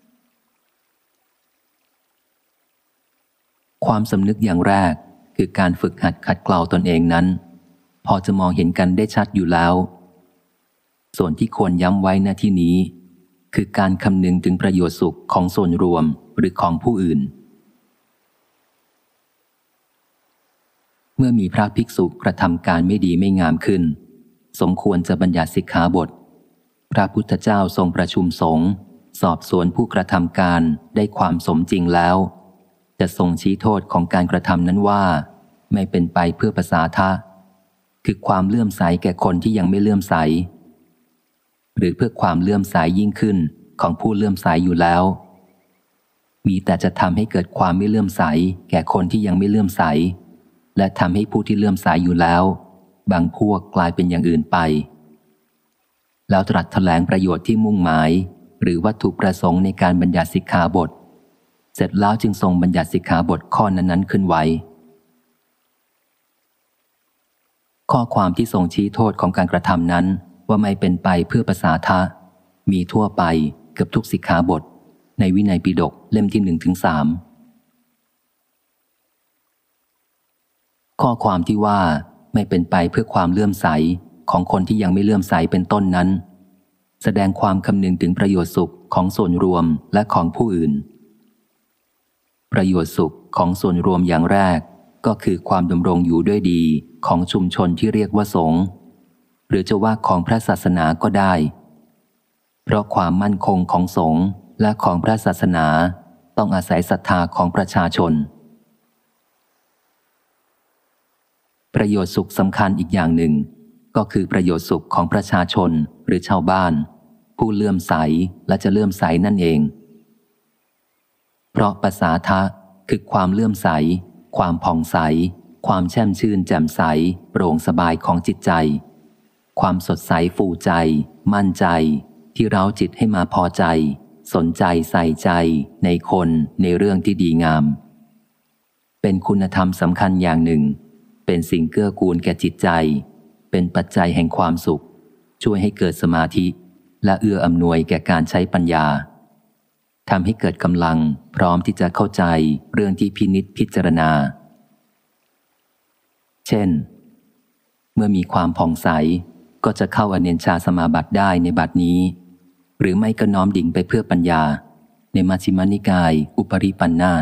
ความสำนึกอย่างแรกคือการฝึกหัดขัดเกลาตนเองนั้นพอจะมองเห็นกันได้ชัดอยู่แล้วส่วนที่ควรย้ำไว้ณที่นี้คือการคำนึงถึงประโยชน์สุขของส่วนรวมหรือของผู้อื่นเมื่อมีพระภิกษุกระทำการไม่ดีไม่งามขึ้นสมควรจะบัญญัติสิกขาบทพระพุทธเจ้าทรงประชุมสงฆ์สอบสวนผู้กระทำการได้ความสมจริงแล้วจะทรงชี้โทษของการกระทำนั้นว่าไม่เป็นไปเพื่อประสาทะคือความเลื่อมใสแก่คนที่ยังไม่เลื่อมใสหรือเพื่อความเลื่อมใสยิ่งขึ้นของผู้เลื่อมใสอยู่แล้วมีแต่จะทำให้เกิดความไม่เลื่อมใสแก่คนที่ยังไม่เลื่อมใสและทำให้ผู้ที่เลื่อมใสอยู่แล้วบางพวกกลายเป็นอย่างอื่นไปแล้วตรัสแถลงประโยชน์ที่มุ่งหมายหรือวัตถุประสงค์ในการบัญญัติสิกขาบทเสร็จแล้วจึงทรงบัญญัติสิกขาบทข้อนั้นๆขึ้นไว้ข้อความที่ทรงชี้โทษของการกระทำนั้นว่าไม่เป็นไปเพื่อประสาทะมีทั่วไปเกือบทุกสิกขาบทในวินัยปิฎกเล่มที่หนึ่งถึงสามข้อความที่ว่าไม่เป็นไปเพื่อความเลื่อมใสของคนที่ยังไม่เลื่อมใสเป็นต้นนั้นแสดงความคำนึงถึงประโยชน์สุขของส่วนรวมและของผู้อื่นประโยชน์สุขของส่วนรวมอย่างแรกก็คือความดำรงอยู่ด้วยดีของชุมชนที่เรียกว่าสงฆ์หรือจะว่าของพระศาสนาก็ได้เพราะความมั่นคงของสงฆ์และของพระศาสนาต้องอาศัยศรัทธาของประชาชนประโยชน์สุขสำคัญอีกอย่างหนึ่งก็คือประโยชน์สุขของประชาชนหรือชาวบ้านผู้เลื่อมใสและจะเลื่อมใสนั่นเองเพราะประสาทะคือความเลื่อมใสความผ่องใสความแช่มชื่นแจ่มใสโปร่งสบายของจิตใจความสดใสฟูใจมั่นใจที่เร้าจิตให้มาพอใจสนใจใส่ใจในคนในเรื่องที่ดีงามเป็นคุณธรรมสำคัญอย่างหนึ่งเป็นสิ่งเกื้อกูลแก่จิตใจเป็นปัจจัยแห่งความสุขช่วยให้เกิดสมาธิและเอื้ออำนวยแก่การใช้ปัญญาทำให้เกิดกำลังพร้อมที่จะเข้าใจเรื่องที่พินิจพิจารณาเช่นเมื่อมีความผ่องใสก็จะเข้าอเนญชาสมาบัติได้ในบัดนี้หรือไม่ก็น้อมดิ่งไปเพื่อปัญญาในมัชฌิมนิกายอุปริปันธาส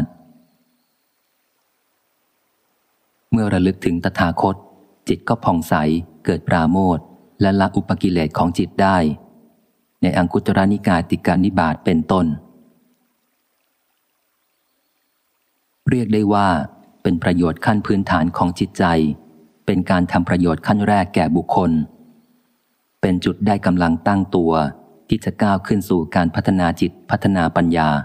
เมื่อระลึกถึงตถาคตจิตก็ผ่องใสเกิดปราโมทย์และละอุปกิเลสของจิตได้ในอังคุตรนิกายติกานิบาตเป็นต้นเรียกได้ว่าเป็นประโยชน์ขั้นพื้นฐานของจิตใจเป็นการทำประโยชน์ขั้นแรกแก่บุคคลเป็นจุดได้กำลังตั้งตัวที่จะก้าวขึ้นสู่การพัฒนาจิตพัฒนาปัญญา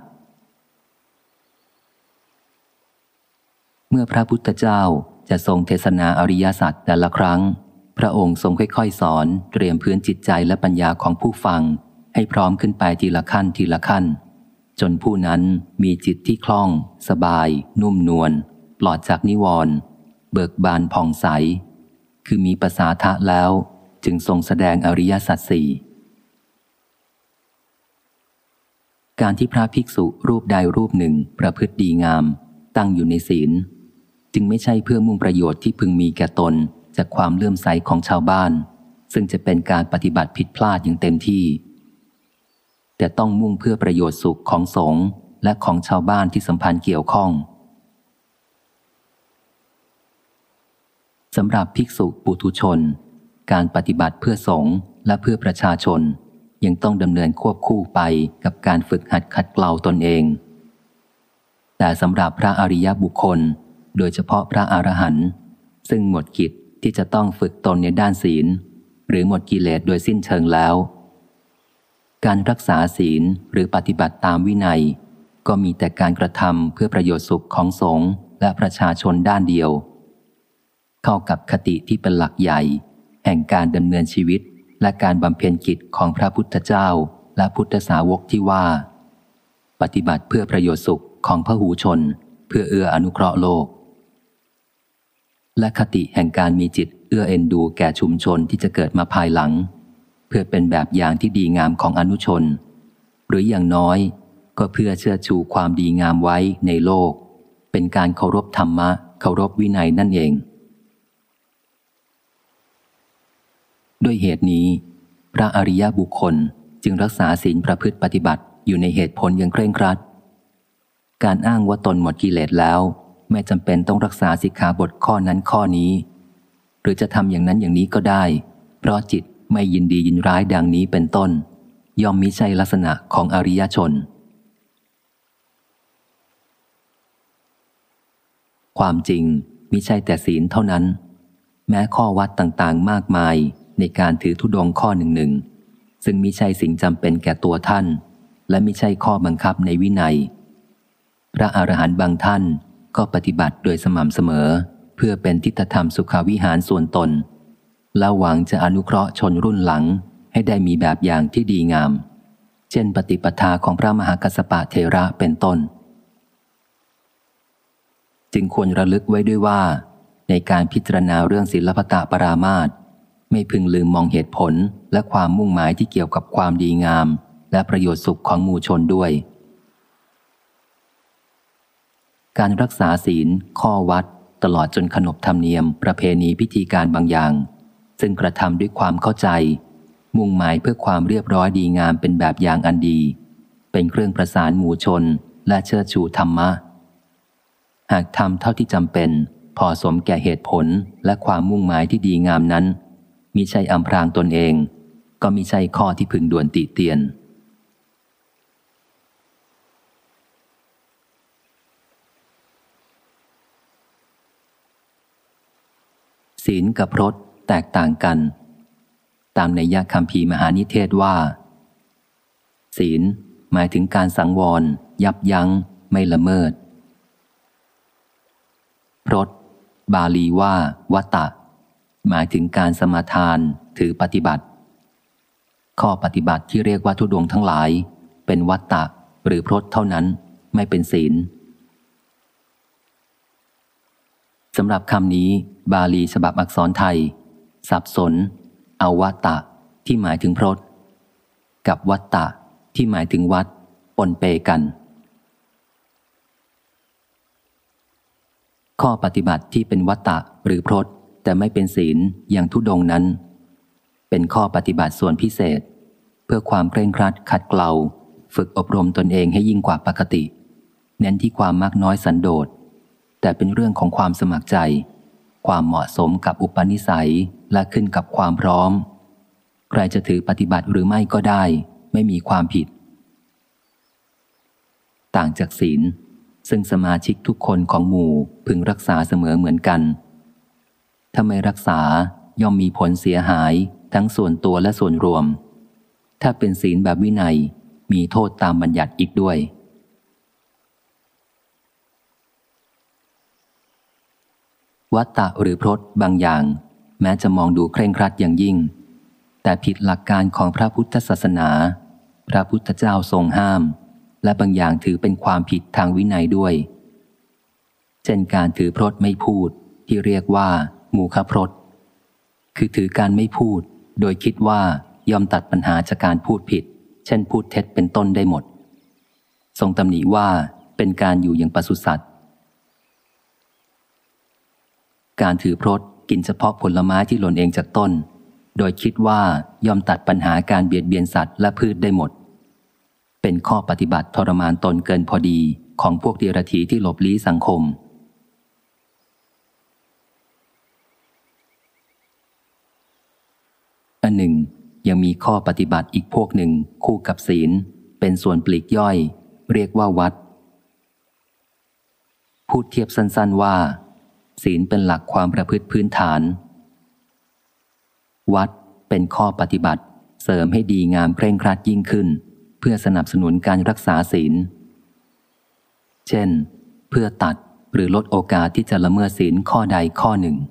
เมื่อพระพุทธเจ้าจะทรงเทศนาอริยสัจแต่ละครั้งพระองค์ทรงค่อยๆสอนเตรียมพื้นจิตใจและปัญญาของผู้ฟังให้พร้อมขึ้นไปทีละขั้นทีละขั้นจนผู้นั้นมีจิตที่คล่องสบายนุ่มนวลปลอดจากนิวรณ์เบิกบานผ่องใสคือมีประสาทะแล้วจึงทรงแสดงอริยสัจสี่การที่พระภิกษุรูปใดรูปหนึ่งประพฤติดีงามตั้งอยู่ในศีลจึงไม่ใช่เพื่อมุ่งประโยชน์ที่พึงมีแก่ตนจากความเลื่อมใสของชาวบ้านซึ่งจะเป็นการปฏิบัติผิดพลาดอย่างเต็มที่แต่ต้องมุ่งเพื่อประโยชน์สุขของสงฆ์และของชาวบ้านที่สัมพันธ์เกี่ยวข้องสำหรับภิกษุปุถุชนการปฏิบัติเพื่อสงฆ์และเพื่อประชาชนยังต้องดำเนินควบคู่ไปกับการฝึกหัดขัดเกลาตนเองแต่สำหรับพระอริยบุคคลโดยเฉพาะพระอรหันต์ซึ่งหมดกิจที่จะต้องฝึกตนในด้านศีลหรือหมดกิเลสโดยสิ้นเชิงแล้วการรักษาศีลหรือปฏิบัติตามวินัยก็มีแต่การกระทำเพื่อประโยชน์สุขของสงฆ์และประชาชนด้านเดียวเข้ากับคติที่เป็นหลักใหญ่แห่งการดำเนินชีวิตและการบำเพ็ญกิจของพระพุทธเจ้าและพุทธสาวกที่ว่าปฏิบัติเพื่อประโยชน์สุขของพหูชนเพื่อเอื้ออนุเคราะห์โลกและคติแห่งการมีจิตเอื้อเอ็นดูแก่ชุมชนที่จะเกิดมาภายหลังเพื่อเป็นแบบอย่างที่ดีงามของอนุชนหรืออย่างน้อยก็เพื่อเชื่อชูความดีงามไว้ในโลกเป็นการเคารพธรรมะเคารพวินัยนั่นเองด้วยเหตุนี้พระอริยบุคคลจึงรักษาศีลประพฤติปฏิบัติอยู่ในเหตุผลอย่างเคร่งครัดการอ้างว่าตนหมดกิเลสแล้วไม่จำเป็นต้องรักษาสิกขาบทข้อนั้นข้อนี้หรือจะทำอย่างนั้นอย่างนี้ก็ได้เพราะจิตไม่ยินดียินร้ายดังนี้เป็นต้นย่อมมิใช่ลักษณะของอริยชนความจริงมิใช่แต่ศีลเท่านั้นแม้ข้อวัดต่างๆมากมายในการถือธุดงค์ข้อหนึ่งหนึ่งซึ่งมิใช่สิ่งจำเป็นแก่ตัวท่านและมิใช่ข้อบังคับในวินัยพระอรหันต์บางท่านก็ปฏิบัติโดยสม่ำเสมอเพื่อเป็นทิฏฐธรรมสุขาวิหารส่วนตนและหวังจะอนุเคราะห์ชนรุ่นหลังให้ได้มีแบบอย่างที่ดีงามเช่นปฏิปทาของพระมหากัสสปะเถระเป็นต้นจึงควรระลึกไว้ด้วยว่าในการพิจารณาเรื่องศีลปตปรามาสไม่พึงลืมมองเหตุผลและความมุ่งหมายที่เกี่ยวกับความดีงามและประโยชน์สุขของหมู่ชนด้วยการรักษาศีลข้อวัดตลอดจนขนบธรรมเนียมประเพณีพิธีการบางอย่างซึ่งกระทำด้วยความเข้าใจมุ่งหมายเพื่อความเรียบร้อยดีงามเป็นแบบอย่างอันดีเป็นเครื่องประสานหมู่ชนและเชิดชูธรรมะหากทำเท่าที่จำเป็นพอสมแก่เหตุผลและความมุ่งหมายที่ดีงามนั้นมิใช่อำพรางตนเองก็มิใช่ข้อที่พึงด่วนติเตียนศีลกับพรตแตกต่างกันตามนัยยะคัมภีร์มหานิเทศว่าศีลหมายถึงการสังวรยับยั้งไม่ละเมิดพรตบาลีว่าวัตตะหมายถึงการสมาทานถือปฏิบัติข้อปฏิบัติที่เรียกว่าธุดงค์ทั้งหลายเป็นวัตตะหรือพรตเท่านั้นไม่เป็นศีลสำหรับคำนี้บาลีฉบับอักษรไทยสับสนเอาวัตตะที่หมายถึงพรตกับวัตตะที่หมายถึงวัดปนเปกันข้อปฏิบัติที่เป็นวัตตะหรือพรตแต่ไม่เป็นศีลอย่างธุดงค์นั้นเป็นข้อปฏิบัติส่วนพิเศษเพื่อความเคร่งครัดขัดเกลาฝึกอบรมตนเองให้ยิ่งกว่าปกติเน้นที่ความมากน้อยสันโดษแต่เป็นเรื่องของความสมัครใจความเหมาะสมกับอุปนิสัยและขึ้นกับความพร้อมใครจะถือปฏิบัติหรือไม่ก็ได้ไม่มีความผิดต่างจากศีลซึ่งสมาชิกทุกคนของหมู่พึงรักษาเสมอเหมือนกันถ้าไม่รักษาย่อมมีผลเสียหายทั้งส่วนตัวและส่วนรวมถ้าเป็นศีลแบบวินัยมีโทษตามบัญญัติอีกด้วยวัตตะหรือพรตบางอย่างแม้จะมองดูเคร่งครัดอย่างยิ่งแต่ผิดหลักการของพระพุทธศาสนาพระพุทธเจ้าทรงห้ามและบางอย่างถือเป็นความผิดทางวินัยด้วยเช่นการถือพรตไม่พูดที่เรียกว่ามูฆพรตคือถือการไม่พูดโดยคิดว่ายอมตัดปัญหาจากการพูดผิดเช่นพูดเท็จเป็นต้นได้หมดทรงตำหนิว่าเป็นการอยู่อย่างปศุสัตว์การถือพรตกินเฉพาะผลไม้ที่หล่นเองจากต้นโดยคิดว่ายอมตัดปัญหาการเบียดเบียนสัตว์และพืชได้หมดเป็นข้อปฏิบัติทรมานตนเกินพอดีของพวกเดรัจฉีที่หลบลี้สังคมอันหนึ่งยังมีข้อปฏิบัติอีกพวกหนึ่งคู่กับศีลเป็นส่วนปลีกย่อยเรียกว่าวัดพูดเทียบสั้นๆว่าศีลเป็นหลักความประพฤติพื้นฐานวัดเป็นข้อปฏิบัติเสริมให้ดีงามเคร่งครัดยิ่งขึ้นเพื่อสนับสนุนการรักษาศีลเช่นเพื่อตัดหรือลดโอกาสที่จะละเมิดศีลข้อใดข้อหนึ่ง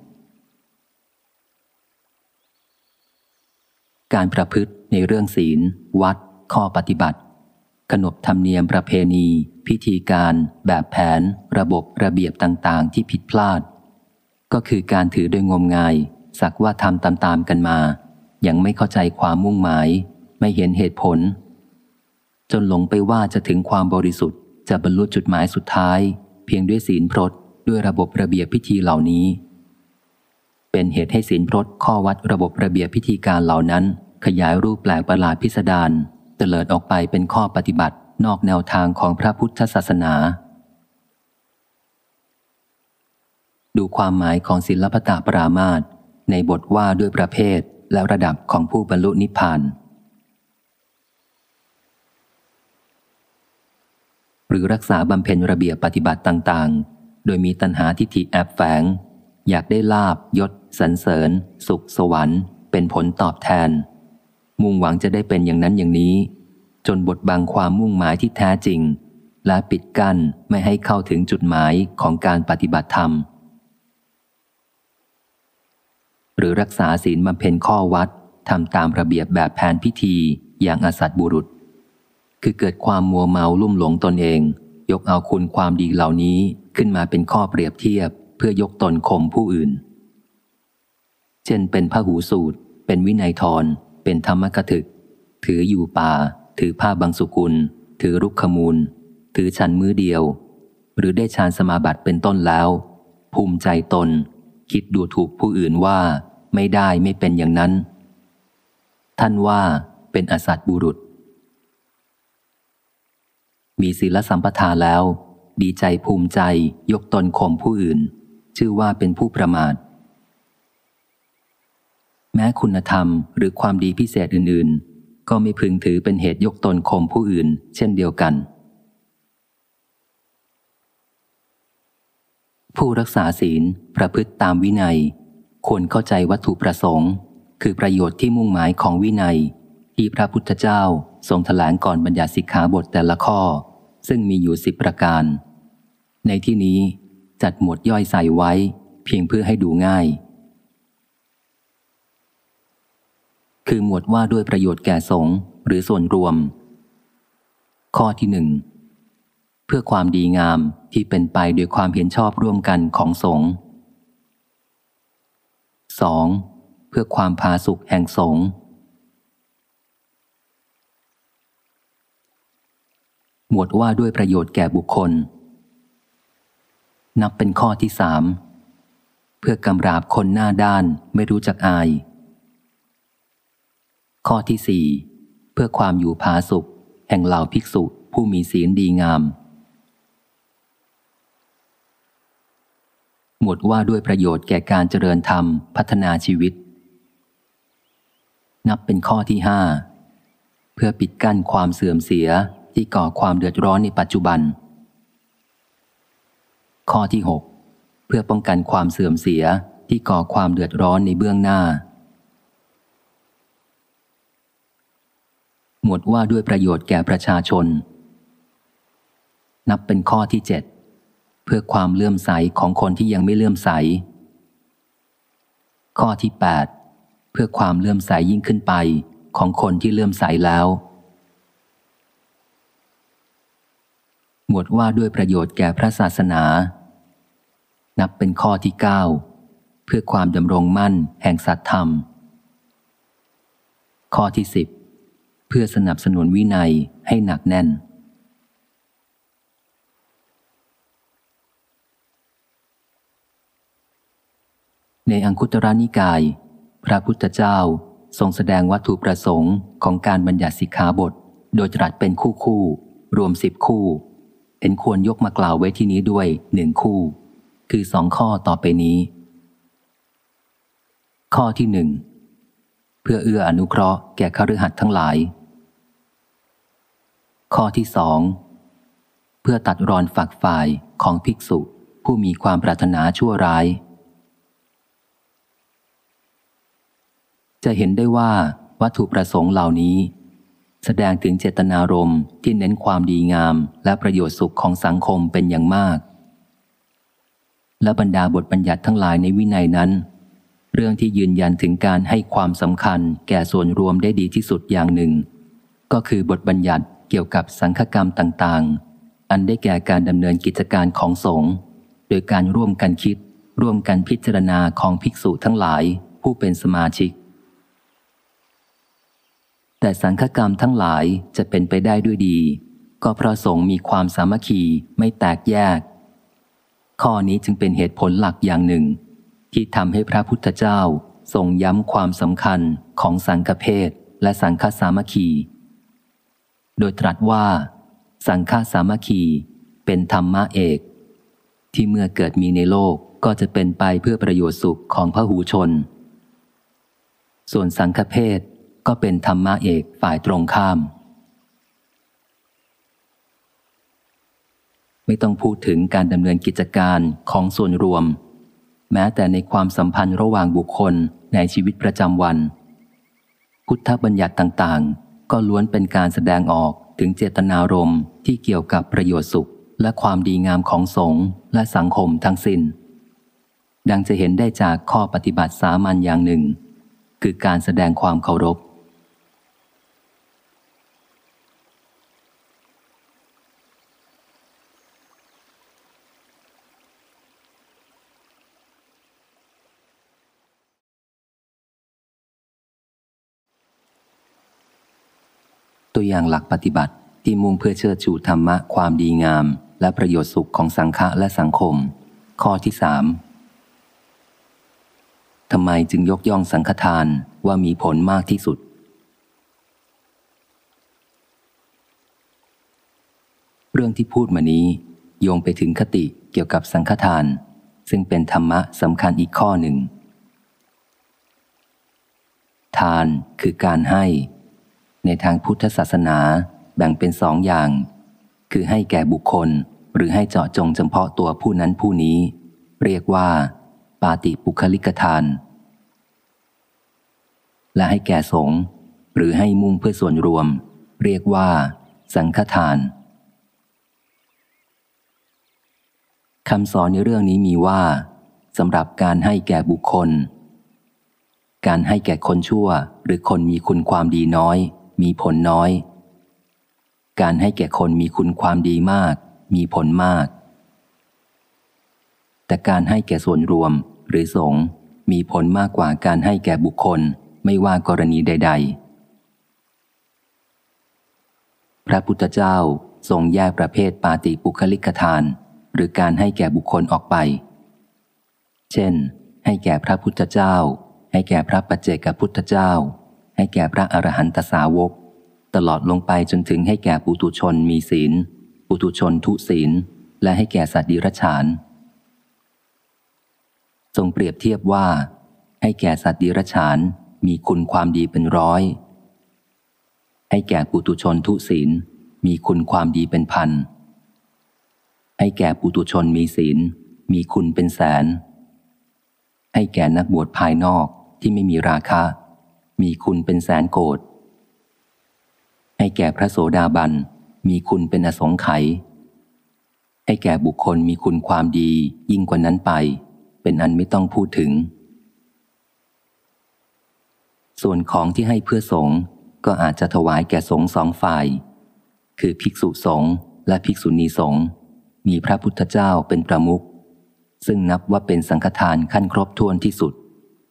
การประพฤติในเรื่องศีลวัดข้อปฏิบัติขนบธรรมเนียมประเพณีพิธีการแบบแผนระบบระเบียบต่างๆที่ผิดพลาดก็คือการถือโดยงมงายสักว่าทำตามๆกันมายังไม่เข้าใจความมุ่งหมายไม่เห็นเหตุผลจนหลงไปว่าจะถึงความบริสุทธิ์จะบรรลุจุดหมายสุดท้ายเพียงด้วยศีลพรตด้วยระบบระเบียบพิธีเหล่านี้เป็นเหตุให้ศีลพรตข้อวัดระบบระเบียบพิธีการเหล่านั้นขยายรูปแปลกประหลาดพิสดารเตลิดออกไปเป็นข้อปฏิบัตินอกแนวทางของพระพุทธศาสนาดูความหมายของศีลปตปรามาสในบทว่าด้วยประเภทและระดับของผู้บรรลุนิพพานหรือรักษาบำเพ็ญระเบียบปฏิบัติต่างๆโดยมีตัณหาทิฏฐิแอบแฝงอยากได้ลาภยศสรรเสริญสุขสวรรค์เป็นผลตอบแทนมุ่งหวังจะได้เป็นอย่างนั้นอย่างนี้จนบดบังความมุ่งหมายที่แท้จริงและปิดกั้นไม่ให้เข้าถึงจุดหมายของการปฏิบัติธรรมหรือรักษาศีลบำเพ็ญข้อวัดทำตามระเบียบแบบแผนพิธีอย่างอสัตบุรุษคือเกิดความมัวเมาลุ่มหลงตนเองยกเอาคุณความดีเหล่านี้ขึ้นมาเป็นข้อเปรียบเทียบเพื่อยกตนข่มผู้อื่นเช่นเป็นพหูสูตรเป็นวินัยทรเป็นธรรมกถึกถืออยู่ป่าถือผ้าบางสุกุลถือรุกขมูลถือฉันมื้อเดียวหรือได้ฌานสมาบัติเป็นต้นแล้วภูมิใจตนคิดดูถูกผู้อื่นว่าไม่ได้ไม่เป็นอย่างนั้นท่านว่าเป็นอสัตบุรุษมีศีลสัมปทาแล้วดีใจภูมิใจยกตนข่มผู้อื่นชื่อว่าเป็นผู้ประมาทแม้คุณธรรมหรือความดีพิเศษอื่นๆก็ไม่พึงถือเป็นเหตุยกตนข่มผู้อื่นเช่นเดียวกันผู้รักษาศีลประพฤติตามวินัยควรเข้าใจวัตถุประสงค์คือประโยชน์ที่มุ่งหมายของวินัยที่พระพุทธเจ้าทรงแถลงก่อนบัญญัติสิกขาบทแต่ละข้อซึ่งมีอยู่สิบประการในที่นี้จัดหมวดย่อยใส่ไว้เพียงเพื่อให้ดูง่ายคือหมวดว่าด้วยประโยชน์แก่สงฆ์หรือส่วนรวมข้อที่หนึ่งเพื่อความดีงามที่เป็นไปโดยความเห็นชอบร่วมกันของสงฆ์ สอง. เพื่อความผาสุกแห่งสงฆ์หมวดว่าด้วยประโยชน์แก่บุคคลนับเป็นข้อที่สามเพื่อกำราบคนหน้าด้านไม่รู้จักอายข้อที่สี่เพื่อความอยู่ผาสุกแห่งเหล่าภิกษุผู้มีศีลดีงามหมวดว่าด้วยประโยชน์แก่การเจริญธรรมพัฒนาชีวิตนับเป็นข้อที่ห้าเพื่อปิดกั้นความเสื่อมเสียที่ก่อความเดือดร้อนในปัจจุบันข้อที่หกเพื่อป้องกันความเสื่อมเสียที่ก่อความเดือดร้อนในเบื้องหน้าหมวดว่าด้วยประโยชน์แก่ประชาชนนับเป็นข้อที่เจ็ดเพื่อความเลื่อมใสของคนที่ยังไม่เลื่อมใสข้อที่แปดเพื่อความเลื่อมใสยิ่งขึ้นไปของคนที่เลื่อมใสแล้วหมวดว่าด้วยประโยชน์แก่พระศาสนานับเป็นข้อที่เก้าเพื่อความดำรงมั่นแห่งสัตธรรมข้อที่สิบเพื่อสนับสนุนวินัยให้หนักแน่นในอังคุตรนิกายพระพุทธเจ้าทรงแสดงวัตถุประสงค์ของการบัญญัติสิกขาบทโดยตรัสเป็นคู่คู่รวมสิบคู่เห็นควรยกมากล่าวไว้ที่นี้ด้วยหนึ่งคู่คือสองข้อต่อไปนี้ข้อที่หนึ่งเพื่อเอื้ออนุเคราะห์แก่คฤหัสถ์ทั้งหลายข้อที่สองเพื่อตัดรอนฝักฝ่ายของภิกษุผู้มีความปรารถนาชั่วร้ายจะเห็นได้ว่าวัตถุประสงค์เหล่านี้แสดงถึงเจตนารมณ์ที่เน้นความดีงามและประโยชน์สุขของสังคมเป็นอย่างมากและบรรดาบทบัญญัติทั้งหลายในวินัยนั้นเรื่องที่ยืนยันถึงการให้ความสำคัญแก่ส่วนรวมได้ดีที่สุดอย่างหนึ่งก็คือบทบัญญัติเกี่ยวกับสังฆกรรมต่างๆอันได้แก่การดำเนินกิจการของสงฆ์โดยการร่วมกันคิดร่วมกันพิจารณาของภิกษุทั้งหลายผู้เป็นสมาชิกแต่สังฆกรรมทั้งหลายจะเป็นไปได้ด้วยดีก็เพราะสงฆ์มีความสามัคคีไม่แตกแยกข้อนี้จึงเป็นเหตุผลหลักอย่างหนึ่งที่ทำให้พระพุทธเจ้าทรงย้ำความสำคัญของสังฆเพศและสังฆสามัคคีโดยตรัสว่าสังฆสามัคคีเป็นธรรมะเอกที่เมื่อเกิดมีในโลกก็จะเป็นไปเพื่อประโยชน์สุขของพหูชนส่วนสังฆเพศก็เป็นธรรมะเอกฝ่ายตรงข้ามไม่ต้องพูดถึงการดำเนินกิจการของส่วนรวมแม้แต่ในความสัมพันธ์ระหว่างบุคคลในชีวิตประจำวันพุทธบัญญัติต่างๆก็ล้วนเป็นการแสดงออกถึงเจตนารมณ์ที่เกี่ยวกับประโยชน์สุขและความดีงามของสงฆ์และสังคมทั้งสิ้นดังจะเห็นได้จากข้อปฏิบัติสามัญอย่างหนึ่งคือการแสดงความเคารพตัวอย่างหลักปฏิบัติที่มุ่งเพื่อเชิดชูธรรมะความดีงามและประโยชน์สุขของสังฆะและสังคมข้อที่สามทำไมจึงยกย่องสังฆทานว่ามีผลมากที่สุดเรื่องที่พูดมานี้โยงไปถึงคติเกี่ยวกับสังฆทานซึ่งเป็นธรรมะสำคัญอีกข้อหนึ่งทานคือการให้ในทางพุทธศาสนาแบ่งเป็นสองอย่างคือให้แก่บุคคลหรือให้เจาะจงเฉพาะตัวผู้นั้นผู้นี้เรียกว่าปาติปุคลิกทานและให้แก่สงฆ์หรือให้มุ่งเพื่อส่วนรวมเรียกว่าสังฆทานคำสอนในเรื่องนี้มีว่าสำหรับการให้แก่บุคคลการให้แก่คนชั่วหรือคนมีคุณความดีน้อยมีผลน้อยการให้แก่คนมีคุณความดีมากมีผลมากแต่การให้แก่ส่วนรวมหรือสงฆ์มีผลมากกว่าการให้แก่บุคคลไม่ว่ากรณีใดๆพระพุทธเจ้าทรงแยกประเภทปาติปุคลิกทานหรือการให้แก่บุคคลออกไปเช่นให้แก่พระพุทธเจ้าให้แก่พระปัจเจกพุทธเจ้าให้แก่พระอรหันตสาวกตลอดลงไปจนถึงให้แก่ปุถุชนมีศีลปุถุชนทุศีลและให้แก่สัตว์ดิรัจฉานทรงเปรียบเทียบว่าให้แก่สัตว์ดิรัจฉานมีคุณความดีเป็นร้อยให้แก่ปุถุชนทุศีลมีคุณความดีเป็นพันให้แก่ปุถุชนมีศีลมีคุณเป็นแสนให้แก่นักบวชภายนอกที่ไม่มีราคะมีคุณเป็นแสนโกฏให้แก่พระโสดาบันมีคุณเป็นอสงไขยให้แก่บุคคลมีคุณความดียิ่งกว่านั้นไปเป็นอันไม่ต้องพูดถึงส่วนของที่ให้เพื่อสงฆ์ก็อาจจะถวายแก่สงฆ์สองฝ่ายคือภิกษุสงฆ์และภิกษุณีสงฆ์มีพระพุทธเจ้าเป็นประมุขซึ่งนับว่าเป็นสังฆทานขั้นครบถ้วนที่สุด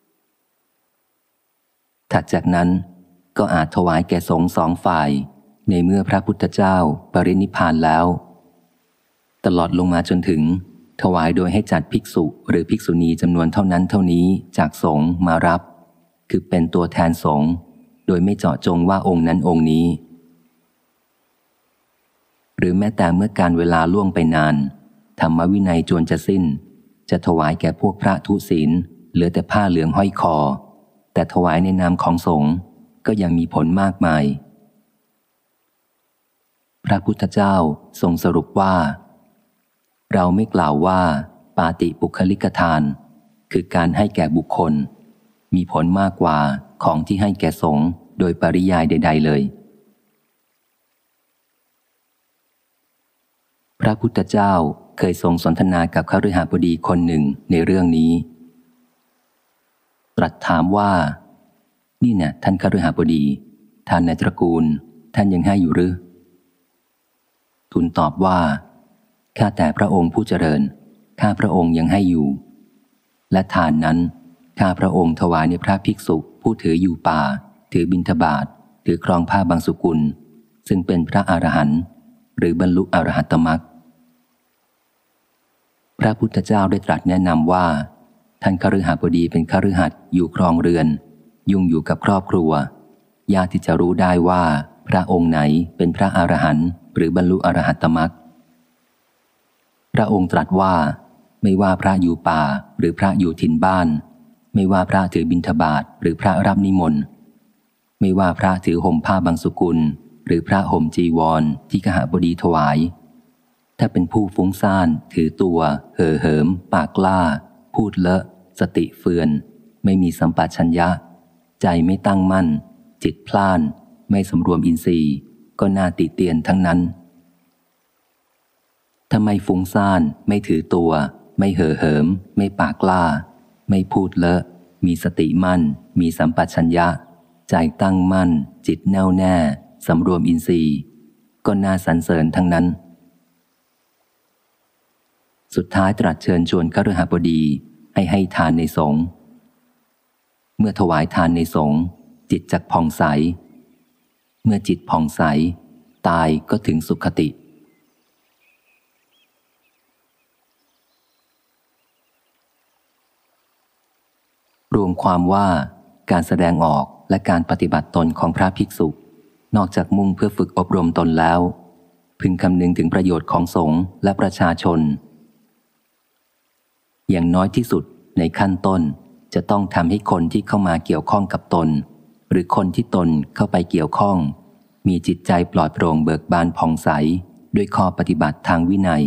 ถัดจากนั้นก็อาจถวายแก่สงฆ์สองฝ่ายในเมื่อพระพุทธเจ้าปรินิพพานแล้วตลอดลงมาจนถึงถวายโดยให้จัดภิกษุหรือภิกษุณีจำนวนเท่านั้นเท่านี้จากสงฆ์มารับคือเป็นตัวแทนสงฆ์โดยไม่เจาะจงว่าองค์นั้นองค์นี้หรือแม้แต่เมื่อการเวลาล่วงไปนานธรรมวินัยจวนจะสิ้นจะถวายแก่พวกพระทุศีลเหลือแต่ผ้าเหลืองห้อยคอแต่ถวายในนามของสงฆ์ก็ยังมีผลมากมายพระพุทธเจ้าทรงสรุปว่าเราไม่กล่าวว่าปาติปุคลิกทานคือการให้แก่บุคคลมีผลมากกว่าของที่ให้แก่สงฆ์โดยปริยายใดๆเลยพระพุทธเจ้าเคยทรงสนทนากับคฤหบดีคนหนึ่งในเรื่องนี้ตรัสถามว่านี่เนี่ยท่านคฤหบดีทานในตระกูลท่านยังให้อยู่หรือทูลตอบว่าข้าแต่พระองค์ผู้เจริญข้าพระองค์ยังให้อยู่และทานนั้นข้าพระองค์ถวายในพระภิกษุผู้ถืออยู่ป่าถือบิณฑบาตถือครองผ้าบางสุกุลซึ่งเป็นพระอรหันต์หรือบรรลุอรหัตตมรรคพระพุทธเจ้าได้ตรัสแนะนำว่าท่านคฤหบดีเป็นคฤหัสถ์อยู่ครองเรือนยุ่งอยู่กับครอบครัวยากที่จะรู้ได้ว่าพระองค์ไหนเป็นพระอรหันต์หรือบรรลุอรหัตตมรรคพระองค์ตรัสว่าไม่ว่าพระอยู่ป่าหรือพระอยู่ถิ่นบ้านไม่ว่าพระถือบิณฑบาตหรือพระรับนิมนต์ไม่ว่าพระถือห่มผ้าบางสุกุลหรือพระห่มจีวรที่คหบดีถวายถ้าเป็นผู้ฟุ้งซ่านถือตัวเห่อเหิมปากกล้าพูดเลอะสติเฟือนไม่มีสัมปชัญญะใจไม่ตั้งมั่นจิตพล่านไม่สำรวมอินทรีย์ก็น่าติเตียนทั้งนั้นถ้าไม่ฟุ้งซ่านไม่ถือตัวไม่เห่อเหิมไม่ปากกล้าไม่พูดเลอะมีสติมั่นมีสัมปชัญญะใจตั้งมั่นจิตแน่วแน่สำรวมอินทรีย์ก็น่าสรรเสริญทั้งนั้นสุดท้ายตรัสเชิญชวนคฤหบดีให้ให้ทานในสงฆ์เมื่อถวายทานในสงฆ์จิตจักผ่องใสเมื่อจิตผ่องใสตายก็ถึงสุคติรวมความว่าการแสดงออกและการปฏิบัติตนของพระภิกษุนอกจากมุ่งเพื่อฝึกอบรมตนแล้วพึงคำนึงถึงประโยชน์ของสงฆ์และประชาชนอย่างน้อยที่สุดในขั้นต้นจะต้องทำให้คนที่เข้ามาเกี่ยวข้องกับตนหรือคนที่ตนเข้าไปเกี่ยวข้องมีจิตใจปลอดโปร่งเบิกบานผ่องใสด้วยข้อปฏิบัติทางวินัย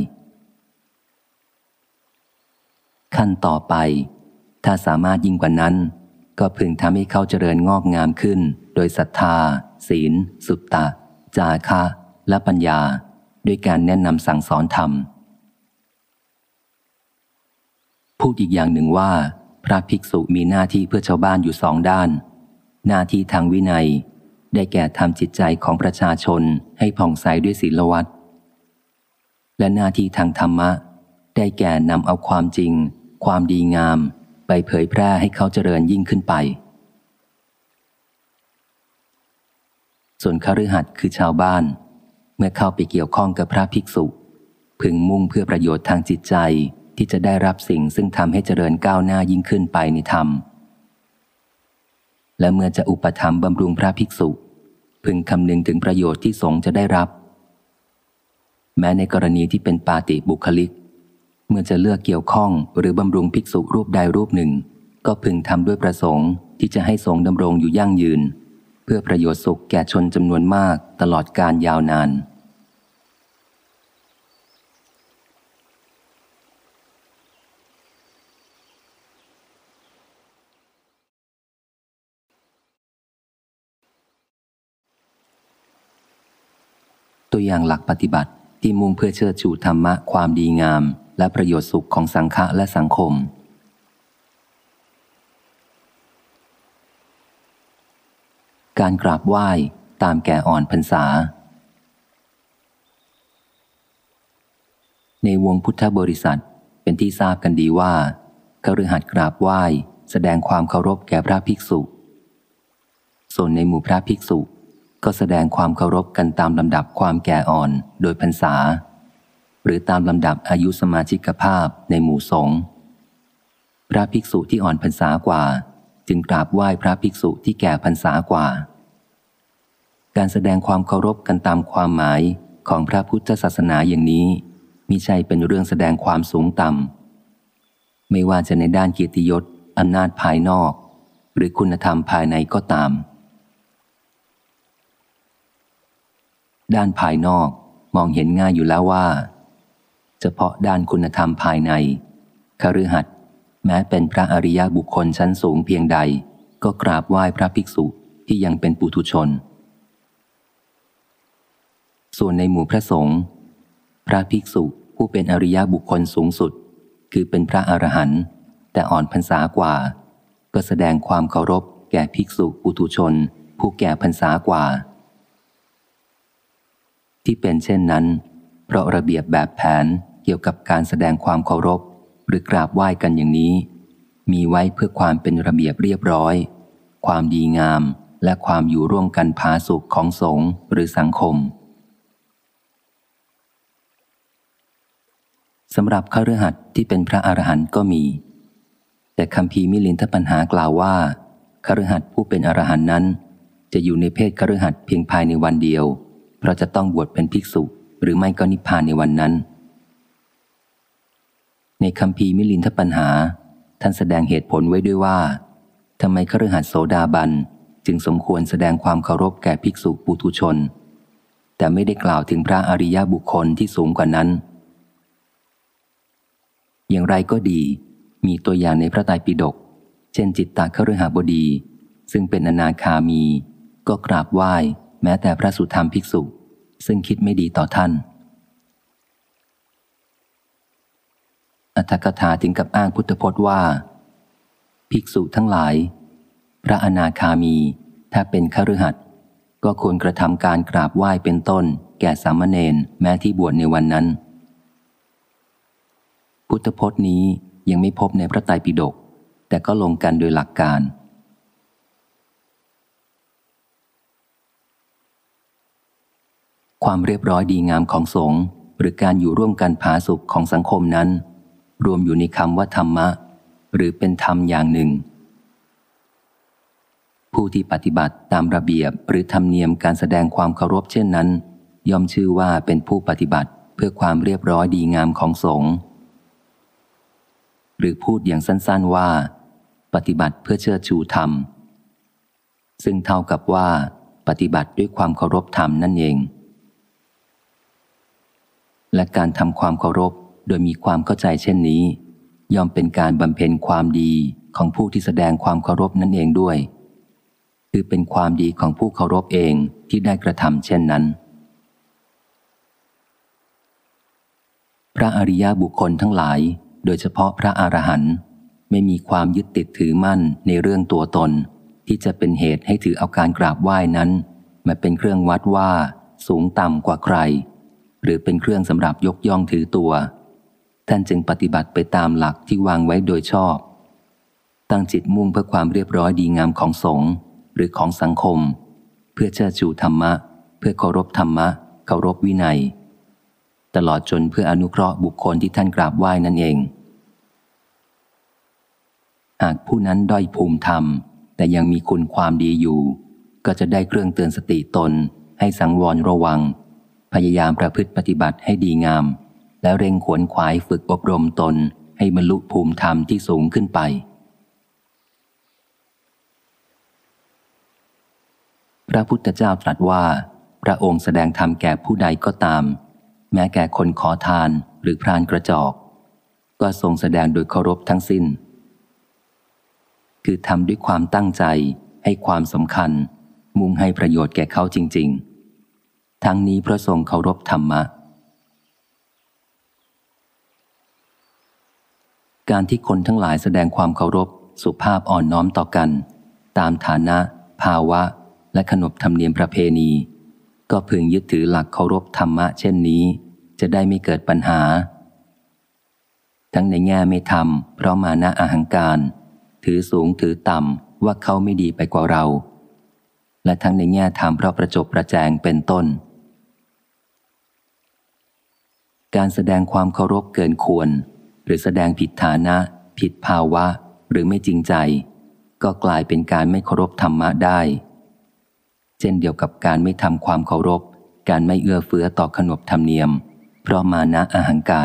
ขั้นต่อไปถ้าสามารถยิ่งกว่านั้นก็พึงทำให้เขาเจริญงอกงามขึ้นโดยศรัทธาศีลสุตตะจาคะและปัญญาด้วยการแนะนำสั่งสอนธรรมพูดอีกอย่างหนึ่งว่าพระภิกษุมีหน้าที่เพื่อชาวบ้านอยู่สองด้านหน้าที่ทางวินัยได้แก่ทำจิตใจของประชาชนให้ผ่องใสด้วยศีลวัตรและหน้าที่ทางธรรมะได้แก่นำเอาความจริงความดีงามไปเผยแพร่ให้เขาเจริญยิ่งขึ้นไปส่วนคฤหัสถ์คือชาวบ้านเมื่อเข้าไปเกี่ยวข้องกับพระภิกษุพึงมุ่งเพื่อประโยชน์ทางจิตใจที่จะได้รับสิ่งซึ่งทำให้เจริญก้าวหน้ายิ่งขึ้นไปในธรรมและเมื่อจะอุปถัมภ์บำรุงพระภิกษุพึงคำนึงถึงประโยชน์ที่สงฆ์จะได้รับแม้ในกรณีที่เป็นปาติบุคลิกเมื่อจะเลือกเกี่ยวข้องหรือบำรุงภิกษุรูปใดรูปหนึ่งก็พึงทำด้วยประสงค์ที่จะให้สงฆ์ดำรงอยู่ยั่งยืนเพื่อประโยชน์สุขแก่ชนจำนวนมากตลอดกาลยาวนานตัวอย่างหลักปฏิบัติที่มุ่งเพื่อเชิดชูธรรมะความดีงามและประโยชน์สุขของสังฆะและสังคมการกราบไหว้ตามแก่อ่อนพรรษาในวงพุทธบริษัทเป็นที่ทราบกันดีว่าคฤหัสถ์กราบไหว้แสดงความเคารพแก่พระภิกษุส่วนในหมู่พระภิกษุก็แสดงความเคารพกันตามลำดับความแก่อ่อนโดยพรรษาหรือตามลำดับอายุสมาชิกภาพในหมู่สงฆ์พระภิกษุที่อ่อนพรรษากว่าจึงกราบไหว้พระภิกษุที่แก่พรรษากว่าการแสดงความเคารพกันตามความหมายของพระพุทธศาสนาอย่างนี้มิใช่เป็นเรื่องแสดงความสูงต่ำไม่ว่าจะในด้านเกียรติยศอำนาจภายนอกหรือคุณธรรมภายในก็ตามด้านภายนอกมองเห็นง่ายอยู่แล้วว่าเฉพาะด้านคุณธรรมภายในคฤหัสถ์แม้เป็นพระอริยบุคคลชั้นสูงเพียงใดก็กราบไหว้พระภิกษุที่ยังเป็นปุถุชนส่วนในหมู่พระสงฆ์พระภิกษุผู้เป็นอริยบุคคลสูงสุดคือเป็นพระอรหันต์แต่อ่อนพรรษากว่าก็แสดงความเคารพแก่ภิกษุปุถุชนผู้แก่พรรษากว่าที่เป็นเช่นนั้นเพราะระเบียบแบบแผนเกี่ยวกับการแสดงความเคารพหรือกราบไหว้กันอย่างนี้มีไว้เพื่อความเป็นระเบียบเรียบร้อยความดีงามและความอยู่ร่วมกันผาสุกของสงฆ์หรือสังคมสำหรับคฤหัสถ์ที่เป็นพระอรหันต์ก็มีแต่คัมภีร์มิลินทปัญหากล่าวว่าคฤหัสถ์ผู้เป็นอรหันต์นั้นจะอยู่ในเพศคฤหัสถ์เพียงภายในวันเดียวเพราะจะต้องบวชเป็นภิกษุหรือไม่ก็นิพพานในวันนั้นในคัมภีร์มิลินทปัญหาท่านแสดงเหตุผลไว้ด้วยว่าทำไมคฤหัสถ์โสดาบันจึงสมควรแสดงความเคารพแก่ภิกษุปุถุชนแต่ไม่ได้กล่าวถึงพระอริยบุคคลที่สูงกว่านั้นอย่างไรก็ดีมีตัวอย่างในพระไตรปิฎกเช่นจิตตคฤหบดีซึ่งเป็นอนาคามีก็กราบไหว้แม้แต่พระสุธรรมภิกษุซึ่งคิดไม่ดีต่อท่านอรรถกถาถึงกับอ้างพุทธพจน์ว่าภิกษุทั้งหลายพระอนาคามีถ้าเป็นคฤหัสถ์ก็ควรกระทำการกราบไหว้เป็นต้นแก่สามเณรแม้ที่บวชในวันนั้นพุทธพจน์นี้ยังไม่พบในพระไตรปิฎกแต่ก็ลงกันโดยหลักการความเรียบร้อยดีงามของสงฆ์หรือการอยู่ร่วมกันผาสุกของสังคมนั้นรวมอยู่ในคำว่าธรรมะหรือเป็นธรรมอย่างหนึ่งผู้ที่ปฏิบัติตามระเบียบหรือธรรมเนียมการแสดงความเคารพเช่นนั้นย่อมชื่อว่าเป็นผู้ปฏิบัติเพื่อความเรียบร้อยดีงามของสงฆ์หรือพูดอย่างสั้นๆว่าปฏิบัติเพื่อเชิดชูธรรมซึ่งเท่ากับว่าปฏิบัติด้วยความเคารพธรรมนั่นเองและการทำความเคารพโดยมีความเข้าใจเช่นนี้ย่อมเป็นการบำเพ็ญความดีของผู้ที่แสดงความเคารพนั่นเองด้วยคือเป็นความดีของผู้เคารพเองที่ได้กระทำเช่นนั้นพระอริยบุคคลทั้งหลายโดยเฉพาะพระอรหันต์ไม่มีความยึดติดถือมั่นในเรื่องตัวตนที่จะเป็นเหตุให้ถือเอาการกราบไหว้นั้นมาเป็นเครื่องวัดว่าสูงต่ำกว่าใครหรือเป็นเครื่องสำหรับยกย่องถือตัวท่านจึงปฏิบัติไปตามหลักที่วางไว้โดยชอบตั้งจิตมุ่งเพื่อความเรียบร้อยดีงามของสงฆ์หรือของสังคมเพื่อเชิดชูธรรมะเพื่อเคารพธรรมะเคารพวินัยตลอดจนเพื่ออนุเคราะห์บุคคลที่ท่านกราบไหว้นั่นเองหากผู้นั้นด้อยภูมิธรรมแต่ยังมีคุณความดีอยู่ก็จะได้เครื่องเตือนสติตนให้สังวรระวังพยายามประพฤติปฏิบัติให้ดีงามและเร่งขวนขวายฝึกอบรมตนให้บรรลุภูมิธรรมที่สูงขึ้นไปพระพุทธเจ้าตรัสว่าพระองค์แสดงธรรมแก่ผู้ใดก็ตามแม้แก่คนขอทานหรือพรานกระจอกก็ทรงแสดงโดยเคารพทั้งสิ้นคือทำด้วยความตั้งใจให้ความสำคัญมุ่งให้ประโยชน์แก่เขาจริงๆทั้งนี้เพราะทรงเคารพธรรมะการที่คนทั้งหลายแสดงความเคารพสุภาพอ่อนน้อมต่อกันตามฐานะภาวะและขนบธรรมเนียมประเพณีก็พึงยึดถือหลักเคารพธรรมะเช่นนี้จะได้ไม่เกิดปัญหาทั้งในแง่ไม่ทำเพราะมานะอหังการถือสูงถือต่ำว่าเขาไม่ดีไปกว่าเราและทั้งในแง่ทำเพราะประจบประแจงเป็นต้นการแสดงความเคารพเกินควรหรือแสดงผิดฐานะผิดภาวะหรือไม่จริงใจก็กลายเป็นการไม่เคารพธรรมะได้เช่นเดียวกับการไม่ทำความเคารพการไม่เอื้อเฟื้อต่อขนบธรรมเนียมเพราะมานะอหังการ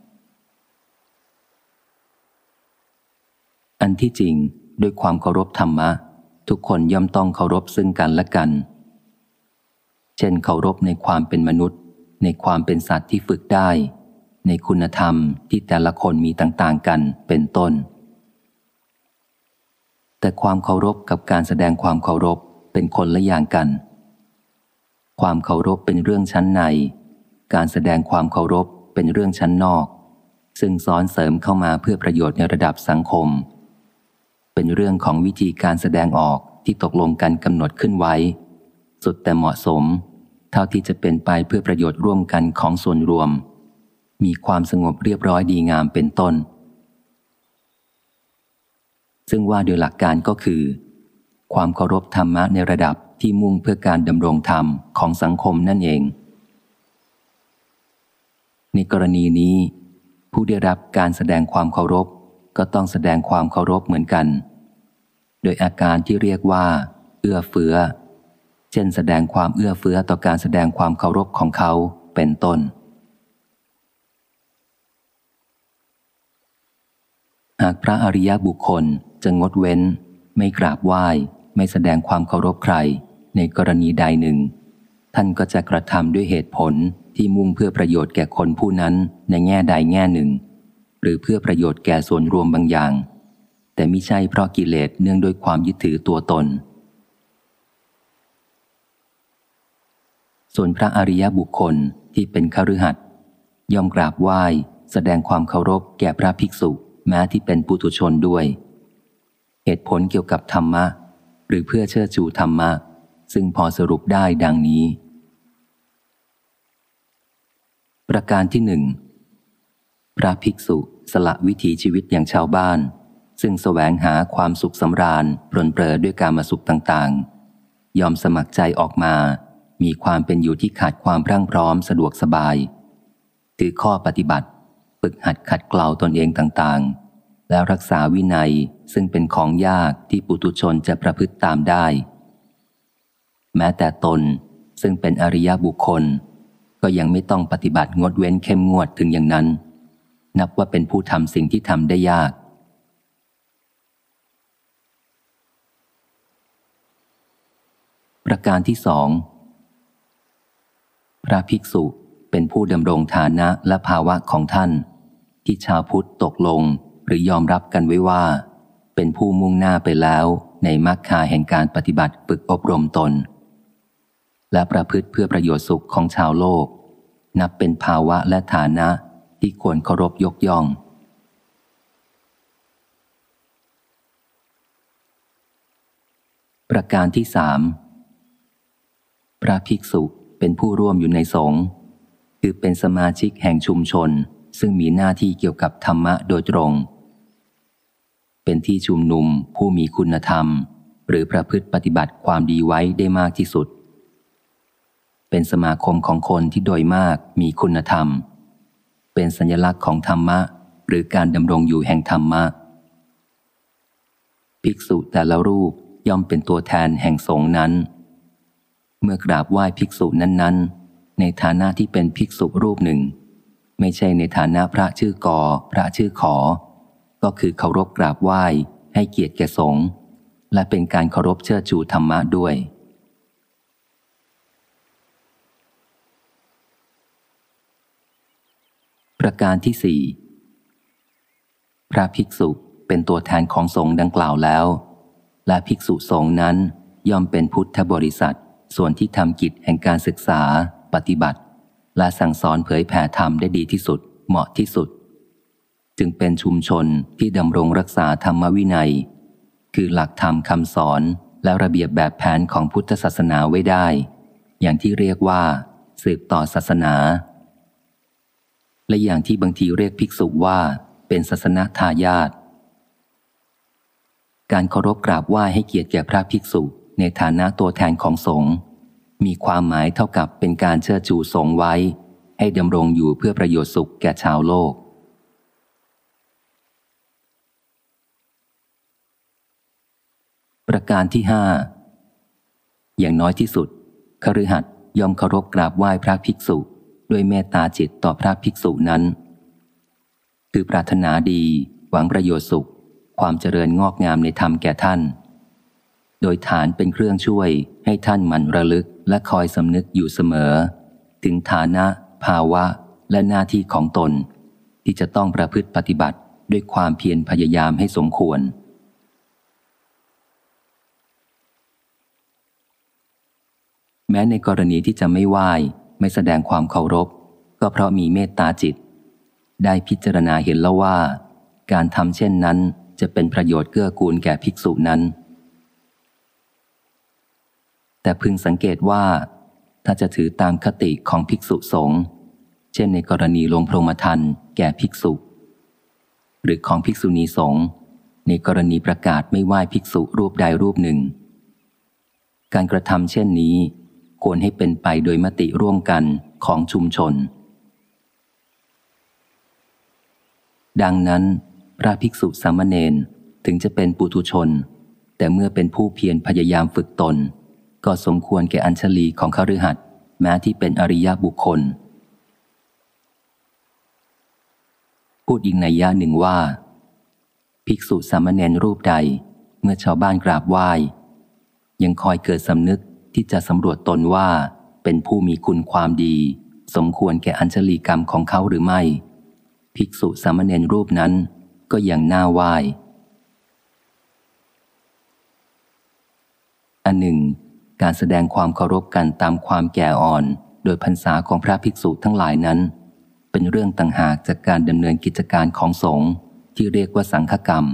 อันที่จริงด้วยความเคารพธรรมะทุกคนย่อมต้องเคารพซึ่งกันและกันเช่นเคารพในความเป็นมนุษย์ในความเป็นสัตว์ที่ฝึกได้ในคุณธรรมที่แต่ละคนมีต่างๆกันเป็นต้นแต่ความเคารพกับการแสดงความเคารพเป็นคนละอย่างกันความเคารพเป็นเรื่องชั้นในการแสดงความเคารพเป็นเรื่องชั้นนอกซึ่งซ้อนเสริมเข้ามาเพื่อประโยชน์ในระดับสังคมเป็นเรื่องของวิธีการแสดงออกที่ตกลงกันกำหนดขึ้นไว้สุดแต่เหมาะสมเท่าที่จะเป็นไปเพื่อประโยชน์ร่วมกันของส่วนรวมมีความสงบเรียบร้อยดีงามเป็นต้นซึ่งว่าโดยหลักการก็คือความเคารพธรรมะในระดับที่มุ่งเพื่อการดำรงธรรมของสังคมนั่นเองในกรณีนี้ผู้ได้รับการแสดงความเคารพก็ต้องแสดงความเคารพเหมือนกันโดยอาการที่เรียกว่าเอื้อเฟื้อเช่นแสดงความเอื้อเฟื้อต่อการแสดงความเคารพของเขาเป็นต้นหากพระอริยบุคคลจะงดเว้นไม่กราบไหว้ไม่แสดงความเคารพใครในกรณีใดหนึ่งท่านก็จะกระทำด้วยเหตุผลที่มุ่งเพื่อประโยชน์แก่คนผู้นั้นในแง่ใดแง่หนึ่งหรือเพื่อประโยชน์แก่ส่วนรวมบางอย่างแต่มิใช่เพราะกิเลสเนื่องด้วยความยึดถือตัวตนส่วนพระอริยบุคคลที่เป็นคฤหัสถ์ย่อมกราบไหว้แสดงความเคารพแก่พระภิกษุแม้ที่เป็นปุถุชนด้วยเหตุผลเกี่ยวกับธรรมะหรือเพื่อเชิดชูธรรมะซึ่งพอสรุปได้ดังนี้ประการที่หนึ่งพระภิกษุสละวิถีชีวิตอย่างชาวบ้านซึ่งแสวงหาความสุขสำราญปรนเปรอด้วยกามสุขต่างๆยอมสมัครใจออกมามีความเป็นอยู่ที่ขาดความพรั่งพร้อมสะดวกสบายถือข้อปฏิบัติฝึกหัดขัดเกลาตนเองต่างๆแล้วรักษาวินัยซึ่งเป็นของยากที่ปุถุชนจะประพฤติตามได้แม้แต่ตนซึ่งเป็นอริยบุคคลก็ยังไม่ต้องปฏิบัติงดเว้นเข้มงวดถึงอย่างนั้นนับว่าเป็นผู้ทำสิ่งที่ทำได้ยากประการที่สองพระภิกษุเป็นผู้ดำรงฐานะและภาวะของท่านที่ชาวพุทธตกลงหรือยอมรับกันไว้ว่าเป็นผู้มุ่งหน้าไปแล้วในมรรคาแห่งการปฏิบัติฝึกอบรมตนและประพฤติเพื่อประโยชน์สุขของชาวโลกนับเป็นภาวะและฐานะที่ควรเคารพยกย่องประการที่สามพระภิกษุเป็นผู้ร่วมอยู่ในสงฆ์คือเป็นสมาชิกแห่งชุมชนซึ่งมีหน้าที่เกี่ยวกับธรรมะโดยตรงเป็นที่ชุมนุมผู้มีคุณธรรมหรือประพฤติปฏิบัติความดีไว้ได้มากที่สุดเป็นสมาคมของคนที่โดยมากมีคุณธรรมเป็นสัญลักษณ์ของธรรมะหรือการดำรงอยู่แห่งธรรมะภิกษุแต่ละรูปย่อมเป็นตัวแทนแห่งสงฆ์นั้นเมื่อกราบไหว้ภิกษุนั้นๆในฐานะที่เป็นภิกษุรูปหนึ่งไม่ใช่ในฐานะพระชื่อกอพระชื่อขอก็คือเคารพกราบไหว้ให้เกียรติแก่สงฆ์และเป็นการเคารพเชิดชูธรรมะด้วยประการที่สี่พระภิกษุเป็นตัวแทนของสงฆ์ดังกล่าวแล้วและภิกษุสงฆ์นั้นย่อมเป็นพุทธบริษัทส่วนที่ทำกิจแห่งการศึกษาปฏิบัติและสั่งสอนเผยแผ่ธรรมได้ดีที่สุดเหมาะที่สุดจึงเป็นชุมชนที่ดำรงรักษาธรรมวินัยคือหลักธรรมคำสอนและระเบียบแบบแผนของพุทธศาสนาไว้ได้อย่างที่เรียกว่าสืบต่อศาสนาและอย่างที่บางทีเรียกภิกษุว่าเป็นศาสนทายาทการเคารพกราบไหว้ให้เกียรติแก่พระภิกษุในฐานะตัวแทนของสงฆ์มีความหมายเท่ากับเป็นการเชิดชูสงฆ์ไว้ให้ดำรงอยู่เพื่อประโยชน์สุขแก่ชาวโลกประการที่ห้าอย่างน้อยที่สุดคฤหัสถ์ย่อมเคารพกราบไหว้พระภิกษุด้วยเมตตาจิตต่อพระภิกษุนั้นคือปรารถนาดีหวังประโยชน์สุขความเจริญงอกงามในธรรมแก่ท่านโดยฐานเป็นเครื่องช่วยให้ท่านหมั่นระลึกและคอยสำนึกอยู่เสมอถึงฐานะภาวะและหน้าที่ของตนที่จะต้องประพฤติปฏิบัติด้วยความเพียรพยายามให้สมควรแม้ในกรณีที่จะไม่ไหว้ไม่แสดงความเคารพก็เพราะมีเมตตาจิตได้พิจารณาเห็นแล้วว่าการทำเช่นนั้นจะเป็นประโยชน์เกื้อกูลแก่ภิกษุนั้นแต่พึงสังเกตว่าถ้าจะถือตามคติของภิกษุสงฆ์เช่นในกรณีลงพรหมทานแก่ภิกษุหรือของภิกษุณีสงฆ์ในกรณีประกาศไม่ไหว้ภิกษุรูปใดรูปหนึ่งการกระทำเช่นนี้ควรให้เป็นไปโดยมติร่วมกันของชุมชนดังนั้นพระภิกษุสามเณรถึงจะเป็นปุถุชนแต่เมื่อเป็นผู้เพียรพยายามฝึกตนก็สมควรแก่อัญชลีของคฤหัสถ์แม้ที่เป็นอริยบุคคลพูดอีกนัยยะหนึ่งว่าภิกษุสามเณรรูปใดเมื่อชาวบ้านกราบไหว้ยังคอยเกิดสำนึกที่จะสำรวจตนว่าเป็นผู้มีคุณความดีสมควรแก่อัญชลีกรรมของเขาหรือไม่ภิกษุสามเณรรูปนั้นก็ยังน่าไหว้อันหนึ่งการแสดงความเคารพกันตามความแก่อ่อนโดยพรรษาของพระภิกษุทั้งหลายนั้นเป็นเรื่องต่างหากจากการดำเนินกิจการของสงฆ์ที่เรียกว่าสังฆกรรม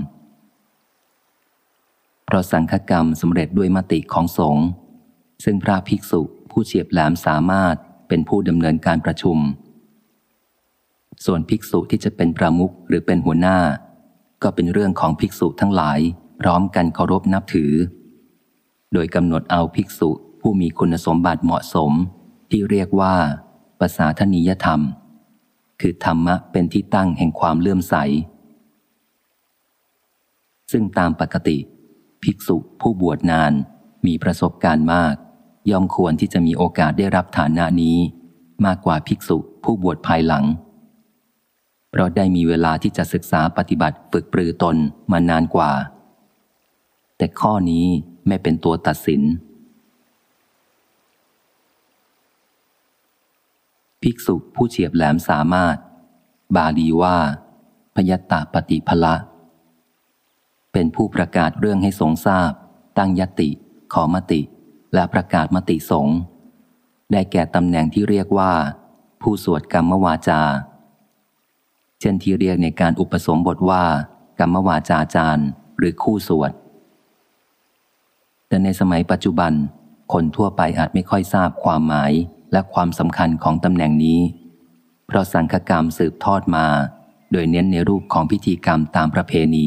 เพราะสังฆกรรมสำเร็จด้วยมติของสงฆ์ซึ่งพระภิกษุผู้เฉียบแหลมสามารถเป็นผู้ดำเนินการประชุมส่วนภิกษุที่จะเป็นประมุขหรือเป็นหัวหน้าก็เป็นเรื่องของภิกษุทั้งหลายพร้อมกันเคารพนับถือโดยกำหนดเอาภิกษุผู้มีคุณสมบัติเหมาะสมที่เรียกว่าปสาทนียธรรมคือธรรมะเป็นที่ตั้งแห่งความเลื่อมใสซึ่งตามปกติภิกษุผู้บวชนานมีประสบการณ์มากย่อมควรที่จะมีโอกาสได้รับฐานะนี้มากกว่าภิกษุผู้บวชภายหลังเพราะได้มีเวลาที่จะศึกษาปฏิบัติฝึกปรือตนมานานกว่าแต่ข้อนี้ไม่เป็นตัวตัดสินภิกษุผู้เฉียบแหลมสามารถบาลีว่าพยัตตปฏิภละเป็นผู้ประกาศเรื่องให้สงฆ์ทราบตั้งยติขอมติและประกาศมติสงฆ์ได้แก่ตำแหน่งที่เรียกว่าผู้สวดกรรมวาจาเช่นที่เรียกในการอุปสมบทว่ากรรมวาจาจารย์หรือคู่สวดแต่ในสมัยปัจจุบันคนทั่วไปอาจไม่ค่อยทราบความหมายและความสำคัญของตำแหน่งนี้เพราะสังฆกรรมสืบทอดมาโดยเน้นในรูปของพิธีกรรมตามประเพณี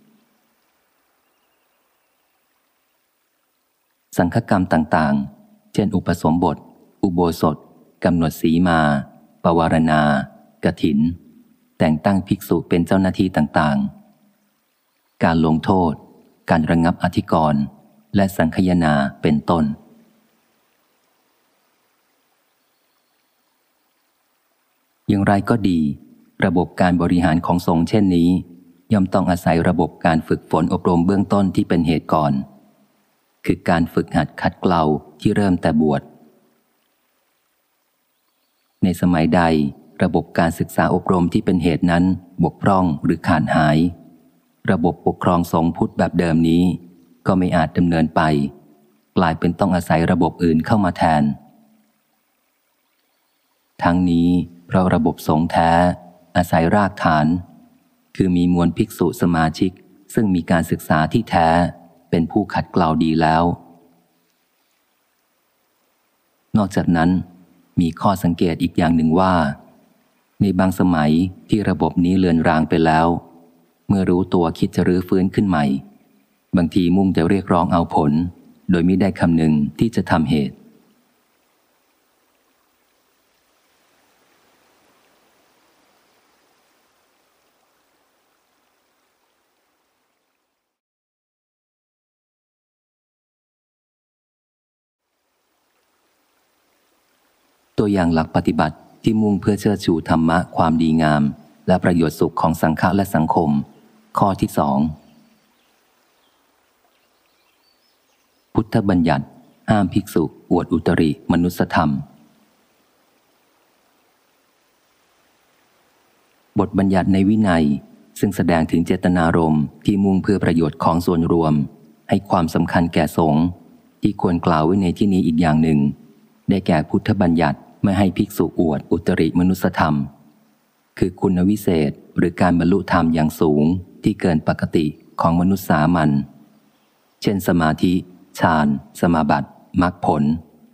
สังฆกรรมต่างๆเช่นอุปสมบทอุโบสถกำหนดสีมาปวารณากฐินแต่งตั้งภิกษุเป็นเจ้าหน้าที่ต่างๆการลงโทษการระงับอธิกรณ์และสังคายนาเป็นต้นอย่างไรก็ดีระบบการบริหารของสงฆ์เช่นนี้ย่อมต้องอาศัยระบบการฝึกฝนอบรมเบื้องต้นที่เป็นเหตุก่อนคือการฝึกหัดขัดเกลาที่เริ่มแต่บวชในสมัยใดระบบการศึกษาอบรมที่เป็นเหตุนั้นบกพร่องหรือขาดหายระบบปกครองสงฆ์พุทธแบบเดิมนี้ก็ไม่อาจดำเนินไปกลายเป็นต้องอาศัยระบบอื่นเข้ามาแทนทั้งนี้เพราะระบบสงฆ์แท้อาศัยรากฐานคือมีมวลภิกษุสมาชิกซึ่งมีการศึกษาที่แท้เป็นผู้ขัดเกลาดีแล้วนอกจากนั้นมีข้อสังเกตอีกอย่างหนึ่งว่าในบางสมัยที่ระบบนี้เลือนรางไปแล้วเมื่อรู้ตัวคิดจะรื้อฟื้นขึ้นใหม่บางทีมุ่งจะเรียกร้องเอาผลโดยไม่ได้คำนึงที่จะทำเหตุตัวอย่างหลักปฏิบัติที่มุ่งเพื่อเชิดชูธรรมะความดีงามและประโยชน์สุขของสังฆะและสังคมข้อที่สองพุทธบัญญัติห้ามภิกษุอวดอุตริมนุสธรรมบทบัญญัติในวินัยซึ่งแสดงถึงเจตนารมณ์ที่มุ่งเพื่อประโยชน์ของส่วนรวมให้ความสำคัญแก่สงฆ์ที่ควรกล่าวไว้ในที่นี้อีกอย่างหนึ่งได้แก่พุทธบัญญัติไม่ให้ภิกษุอวดอุตริมนุสธรรมคือคุณวิเศษหรือการบรรลุธรรมอย่างสูงที่เกินปกติของมนุษย์สามัญเช่นสมาธิฌานสมาบัติมรรคผล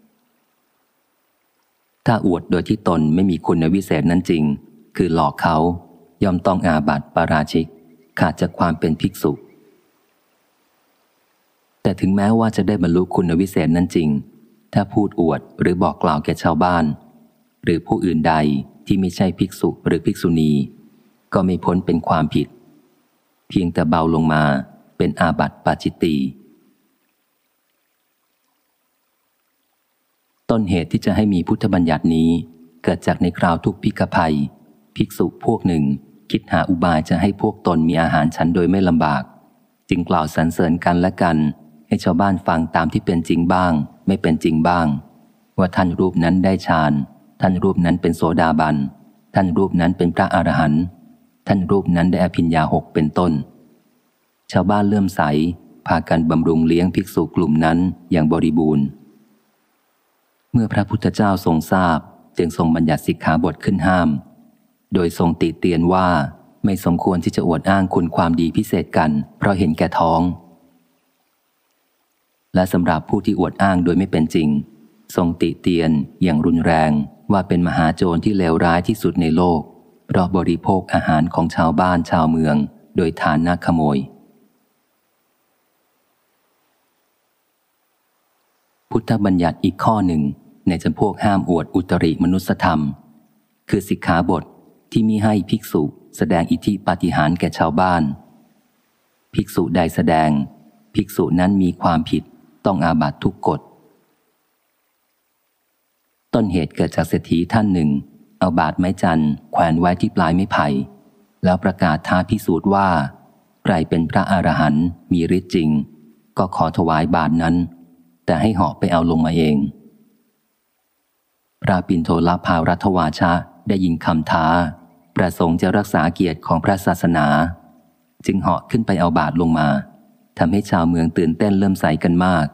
ถ้าอวดโดยที่ตนไม่มีคุณวิเศษนั้นจริงคือหลอกเขาย่อมต้องอาบัติปาราชิกขาดจากความเป็นภิกษุแต่ถึงแม้ว่าจะได้บรรลุคุณวิเศษนั้นจริงถ้าพูดอวดหรือบอกกล่าวแก่ชาวบ้านหรือผู้อื่นใดที่ไม่ใช่ภิกษุหรือภิกษุณีก็ไม่พ้นเป็นความผิดเพียงแต่เบาลงมาเป็นอาบัติปาจิตตีต้นเหตุที่จะให้มีพุทธบัญญัตินี้เกิดจากในคราวทุกภิกขภัยภิกษุพวกหนึ่งคิดหาอุบายจะให้พวกตนมีอาหารฉันโดยไม่ลำบากจึงกล่าวสรรเสริญกันและกันให้ชาวบ้านฟังตามที่เป็นจริงบ้างไม่เป็นจริงบ้างว่าท่านรูปนั้นได้ฌานท่านรูปนั้นเป็นโสดาบันท่านรูปนั้นเป็นพระอรหันต์ท่านรูปนั้นได้อภิญญาหกเป็นต้นชาวบ้านเลื่อมใสพากันบำรุงเลี้ยงภิกษุกลุ่มนั้นอย่างบริบูรณ์เมื่อพระพุทธเจ้าทรงทราบจึงทรงบัญญัติสิกขาบทขึ้นห้ามโดยทรงติเตียนว่าไม่สมควรที่จะอวดอ้างคุณความดีพิเศษกันเพราะเห็นแก่ท้องและสำหรับผู้ที่อวดอ้างโดยไม่เป็นจริงทรงติเตียนอย่างรุนแรงว่าเป็นมหาโจรที่เลวร้ายที่สุดในโลกเพราะบริโภคอาหารของชาวบ้านชาวเมืองโดยฐานะขโมยพุทธบัญญัติอีกข้อหนึ่งในจำพวกห้ามอวดอุตริมนุสธรรมคือสิกขาบทที่มิให้ภิกษุแสดงอิทธิปาฏิหาริย์แก่ชาวบ้านภิกษุใดแสดงภิกษุนั้นมีความผิดต้องอาบัติทุกกฎต้นเหตุเกิดจากเศรษฐีท่านหนึ่งเอาบาทไม้จันทร์แขวนไว้ที่ปลายไม้ไผ่แล้วประกาศท้าพิสูจน์ว่าใครเป็นพระอรหันต์มีฤทธิ์จริงก็ขอถวายบาทนั้นแต่ให้เหาะไปเอาลงมาเองพระปิณโทลภารัตวาชะได้ยินคำท้าประสงค์จะรักษาเกียรติของพระศาสนาจึงเหาะขึ้นไปเอาบาทลงมาทำให้ชาวเมืองตื่นเต้นเริ่มใสกันมาก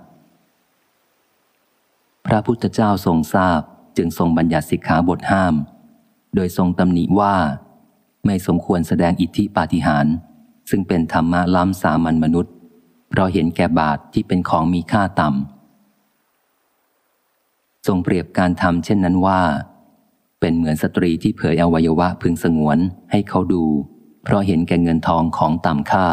พระพุทธเจ้าทรงทราบจึงทรงบัญญัติสิกขาบทห้ามโดยทรงตำหนิว่าไม่สมควรแสดงอิทธิปาฏิหาริย์ซึ่งเป็นธรรมะล้ำสามัญมนุษย์เพราะเห็นแก่บาทที่เป็นของมีค่าต่ำทรงเปรียบการทำเช่นนั้นว่าเป็นเหมือนสตรีที่เผยอวัยวะพึงสงวนให้เขาดูเพราะเห็นแก่เงินทองของต่ำค่า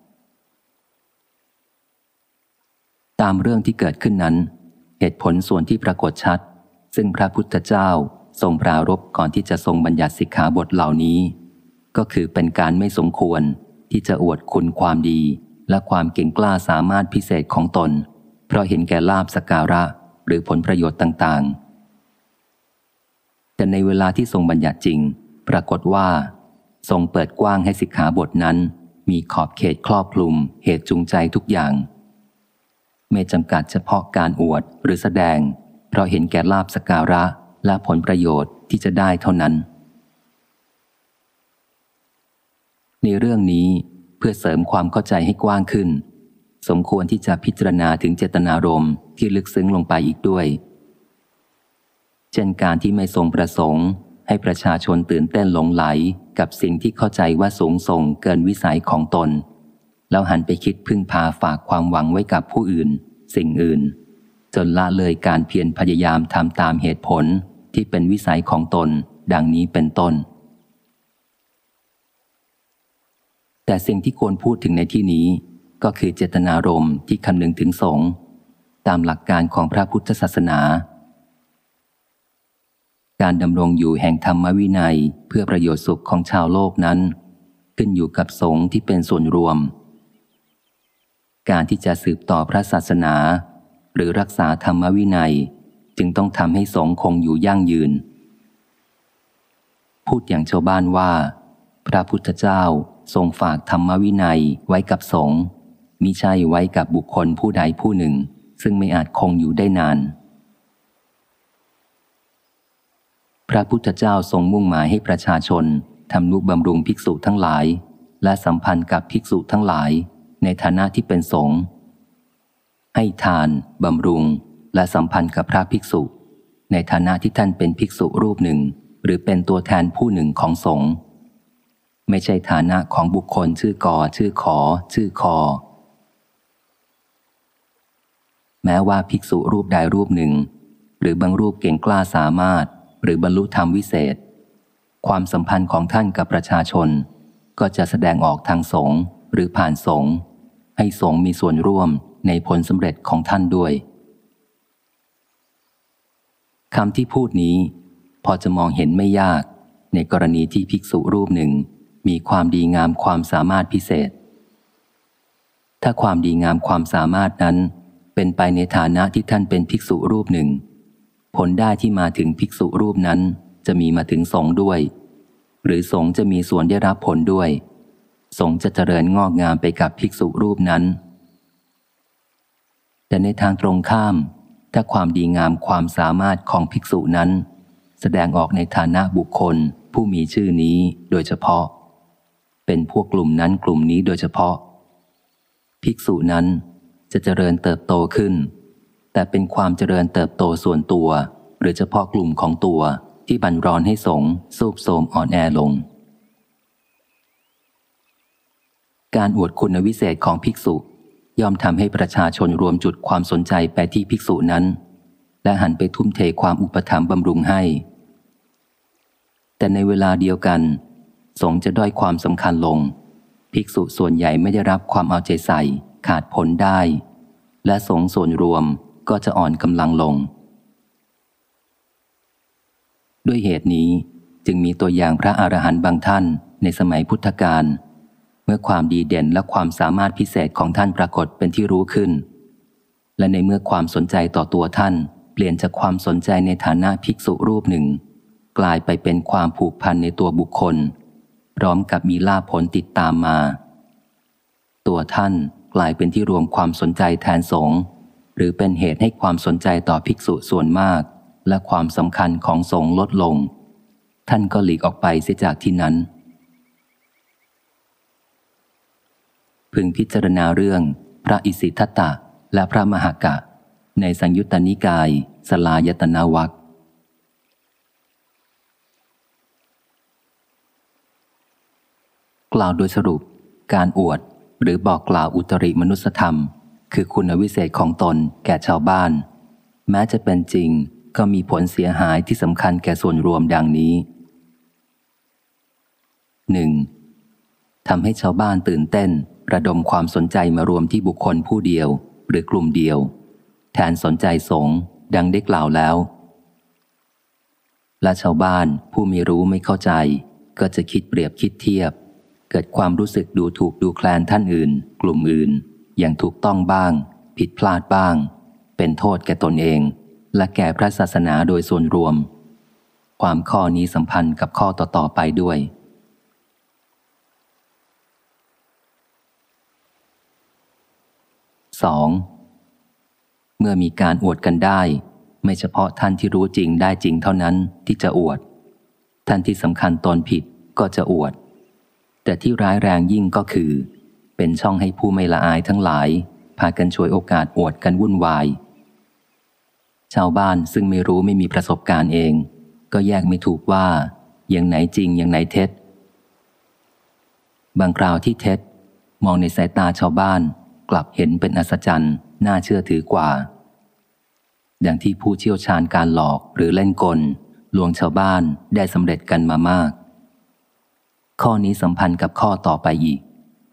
ตามเรื่องที่เกิดขึ้นนั้นเหตุผลส่วนที่ปรากฏชัดซึ่งพระพุทธเจ้าทรงปรารภก่อนที่จะทรงบัญญัติสิกขาบทเหล่านี้ก็คือเป็นการไม่สมควรที่จะอวดคุณความดีและความเก่งกล้าสามารถพิเศษของตนเพราะเห็นแก่ลาภสักการะหรือผลประโยชน์ต่างๆแต่ในเวลาที่ทรงบัญญัติจริงปรากฏว่าทรงเปิดกว้างให้สิกขาบทนั้นมีขอบเขตครอบคลุมเหตุจูงใจทุกอย่างไม่จำกัดเฉพาะการอวดหรือแสดงเพราะเห็นแก่ลาภสักการะและผลประโยชน์ที่จะได้เท่านั้นในเรื่องนี้เพื่อเสริมความเข้าใจให้กว้างขึ้นสมควรที่จะพิจารณาถึงเจตนารมณ์ที่ลึกซึ้งลงไปอีกด้วยเช่นการที่ไม่ทรงประสงค์ให้ประชาชนตื่นเต้นหลงไหลกับสิ่งที่เข้าใจว่าสูงส่งเกินวิสัยของตนแล้วหันไปคิดพึ่งพาฝากความหวังไว้กับผู้อื่นสิ่งอื่นจนละเลยการเพียรพยายามทำตามเหตุผลที่เป็นวิสัยของตนดังนี้เป็นต้นแต่สิ่งที่ควรพูดถึงในที่นี้ก็คือเจตนารมณ์ที่คำนึงถึงสงฆ์ตามหลักการของพระพุทธศาสนาการดำรงอยู่แห่งธรรมวินัยเพื่อประโยชน์สุขของชาวโลกนั้นขึ้นอยู่กับสงฆ์ที่เป็นส่วนรวมการที่จะสืบต่อพระศาสนาหรือรักษาธรรมวินัยจึงต้องทำให้สงฆ์คงอยู่ยั่งยืนพูดอย่างชาวบ้านว่าพระพุทธเจ้าทรงฝากธรรมวินัยไว้กับสงฆ์มิใช่ไว้กับบุคคลผู้ใดผู้หนึ่งซึ่งไม่อาจคงอยู่ได้นานพระพุทธเจ้าทรงมุ่งหมายให้ประชาชนทำนุบำรุงภิกษุทั้งหลายและสัมพันธ์กับภิกษุทั้งหลายในฐานะที่เป็นสงฆ์ให้ทานบำรุงและสัมพันธ์กับพระภิกษุในฐานะที่ท่านเป็นภิกษุรูปหนึ่งหรือเป็นตัวแทนผู้หนึ่งของสงฆ์ไม่ใช่ฐานะของบุคคลชื่อกอชื่อขอชื่อคอแม้ว่าภิกษุรูปใดรูปหนึ่งหรือบางรูปเก่งกล้าสามารถหรือบรรลุธรรมวิเศษความสัมพันธ์ของท่านกับประชาชนก็จะแสดงออกทางสงฆ์หรือผ่านสงฆ์ให้สงฆ์มีส่วนร่วมในผลสำเร็จของท่านด้วยคำที่พูดนี้พอจะมองเห็นไม่ยากในกรณีที่ภิกษุรูปหนึ่งมีความดีงามความสามารถพิเศษถ้าความดีงามความสามารถนั้นเป็นไปในฐานะที่ท่านเป็นภิกษุรูปหนึ่งผลได้ที่มาถึงภิกษุรูปนั้นจะมีมาถึงสงฆ์ด้วยหรือสงฆ์จะมีส่วนได้รับผลด้วยสงฆ์จะเจริญงอกงามไปกับภิกษุรูปนั้นแต่ในทางตรงข้ามถ้าความดีงามความสามารถของภิกษุนั้นแสดงออกในฐานะบุคคลผู้มีชื่อนี้โดยเฉพาะเป็นพวกกลุ่มนั้นกลุ่มนี้โดยเฉพาะภิกษุนั้นจะเจริญเติบโตขึ้นแต่เป็นความเจริญเติบโตส่วนตัวหรือเฉพาะกลุ่มของตัวที่บั่นรอนให้สงฆ์ทรุดโทรมอ่อนแอลงการอวดคุณวิเศษของภิกษุย่อมทำให้ประชาชนรวมจุดความสนใจไปที่ภิกษุนั้นและหันไปทุ่มเทความอุปถัมภ์บำรุงให้แต่ในเวลาเดียวกันสงฆ์จะด้อยความสำคัญลงภิกษุส่วนใหญ่ไม่ได้รับความเอาใจใส่ขาดผลได้และสงฆ์ส่วนรวมก็จะอ่อนกำลังลงด้วยเหตุนี้จึงมีตัวอย่างพระอรหันต์บางท่านในสมัยพุทธกาลเมื่อความดีเด่นและความสามารถพิเศษของท่านปรากฏเป็นที่รู้ขึ้นและในเมื่อความสนใจต่อตัวท่านเปลี่ยนจากความสนใจในฐานะภิกษุรูปหนึ่งกลายไปเป็นความผูกพันในตัวบุคคลพร้อมกับมีลาภผลติดตามมาตัวท่านกลายเป็นที่รวมความสนใจแทนสงฆ์หรือเป็นเหตุให้ความสนใจต่อภิกษุส่วนมากและความสำคัญของสงฆ์ลดลงท่านก็หลีกออกไปเสียจากที่นั้นพึงพิจารณาเรื่องพระอิสิทธัตถะและพระมหากะในสังยุตตนิกายสลายตนวรรคกล่าวโดยสรุปการอวดหรือบอกกล่าวอุตริมนุสธรรมคือคุณวิเศษของตนแก่ชาวบ้านแม้จะเป็นจริงก็มีผลเสียหายที่สำคัญแก่ส่วนรวมดังนี้ หนึ่ง. ทำให้ชาวบ้านตื่นเต้นระดมความสนใจมารวมที่บุคคลผู้เดียวหรือกลุ่มเดียวแทนสนใจสงฆ์ดังได้กล่าวแล้วและชาวบ้านผู้ไม่รู้ไม่เข้าใจก็จะคิดเปรียบคิดเทียบเกิดความรู้สึกดูถูกดูแคลนท่านอื่นกลุ่มอื่นอย่างถูกต้องบ้างผิดพลาดบ้างเป็นโทษแก่ตนเองและแก่พระศาสนาโดยส่วนรวมความข้อนี้สัมพันธ์กับข้อต่อๆไปด้วย สอง. เมื่อมีการอวดกันได้ไม่เฉพาะท่านที่รู้จริงได้จริงเท่านั้นที่จะอวดท่านที่สำคัญตนผิดก็จะอวดแต่ที่ร้ายแรงยิ่งก็คือเป็นช่องให้ผู้ไม่ละอายทั้งหลายพากันฉวยโอกาสอวดกันวุ่นวายชาวบ้านซึ่งไม่รู้ไม่มีประสบการณ์เองก็แยกไม่ถูกว่าอย่างไหนจริงอย่างไหนเท็จบางคราวที่เท็จมองในสายตาชาวบ้านกลับเห็นเป็นอัศจรรย์น่าเชื่อถือกว่าดังที่ผู้เชี่ยวชาญการหลอกหรือเล่นกลลวงชาวบ้านได้สำเร็จกันมามากข้อนี้สัมพันธ์กับข้อต่อไปอีก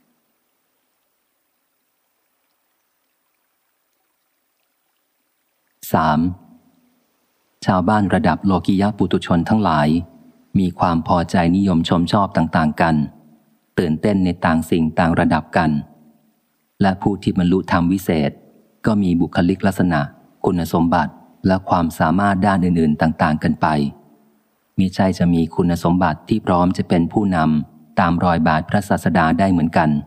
สาม. ชาวบ้านระดับโลกิยะปุถุชนทั้งหลายมีความพอใจนิยมชมชอบต่างๆกันตื่นเต้นในต่างสิ่งต่างระดับกันและผู้ที่บรรลุธรรมวิเศษก็มีบุคลิกลักษณะคุณสมบัติและความสามารถด้านอื่นๆต่างๆกันไปมิใช่จะมีคุณสมบัติที่พร้อมจะเป็นผู้นำตามรอยบาทพระศาสดาได้เหมือนกัน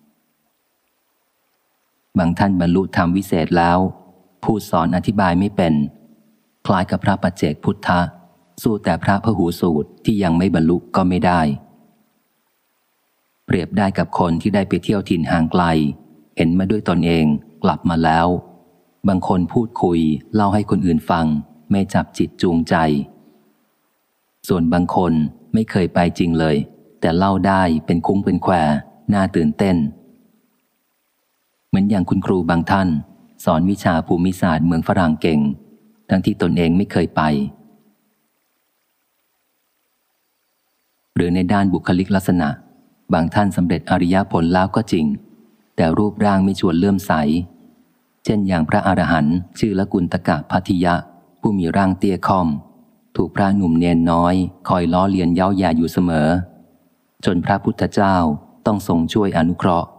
บางท่านบรรลุธรรมวิเศษแล้วพูดสอนอธิบายไม่เป็นคล้ายกับพระปัจเจกพุทธะสู้แต่พระพหูสูตรที่ยังไม่บรรลุก็ไม่ได้เปรียบได้กับคนที่ได้ไปเที่ยวถิ่นห่างไกลเห็นมาด้วยตนเองกลับมาแล้วบางคนพูดคุยเล่าให้คนอื่นฟังไม่จับจิตจูงใจส่วนบางคนไม่เคยไปจริงเลยแต่เล่าได้เป็นคุ้งเป็นแควน่าตื่นเต้นเหมือนอย่างคุณครูบางท่านสอนวิชาภูมิศาสตร์เมืองฝรั่งเก่งทั้งที่ตนเองไม่เคยไปหรือในด้านบุคลิกลักษณะบางท่านสำเร็จอริยผลแล้วก็จริงแต่รูปร่างไม่ชวนเลื่อมใสเช่นอย่างพระอรหันต์ชื่อละกุณตกะภัททิยะผู้มีร่างเตี้ยค่อมถูกพระหนุ่มเนียนน้อยคอยล้อเลียนเย้าแย่อยู่เสมอจนพระพุทธเจ้าต้องทรงช่วยอนุเคราะห์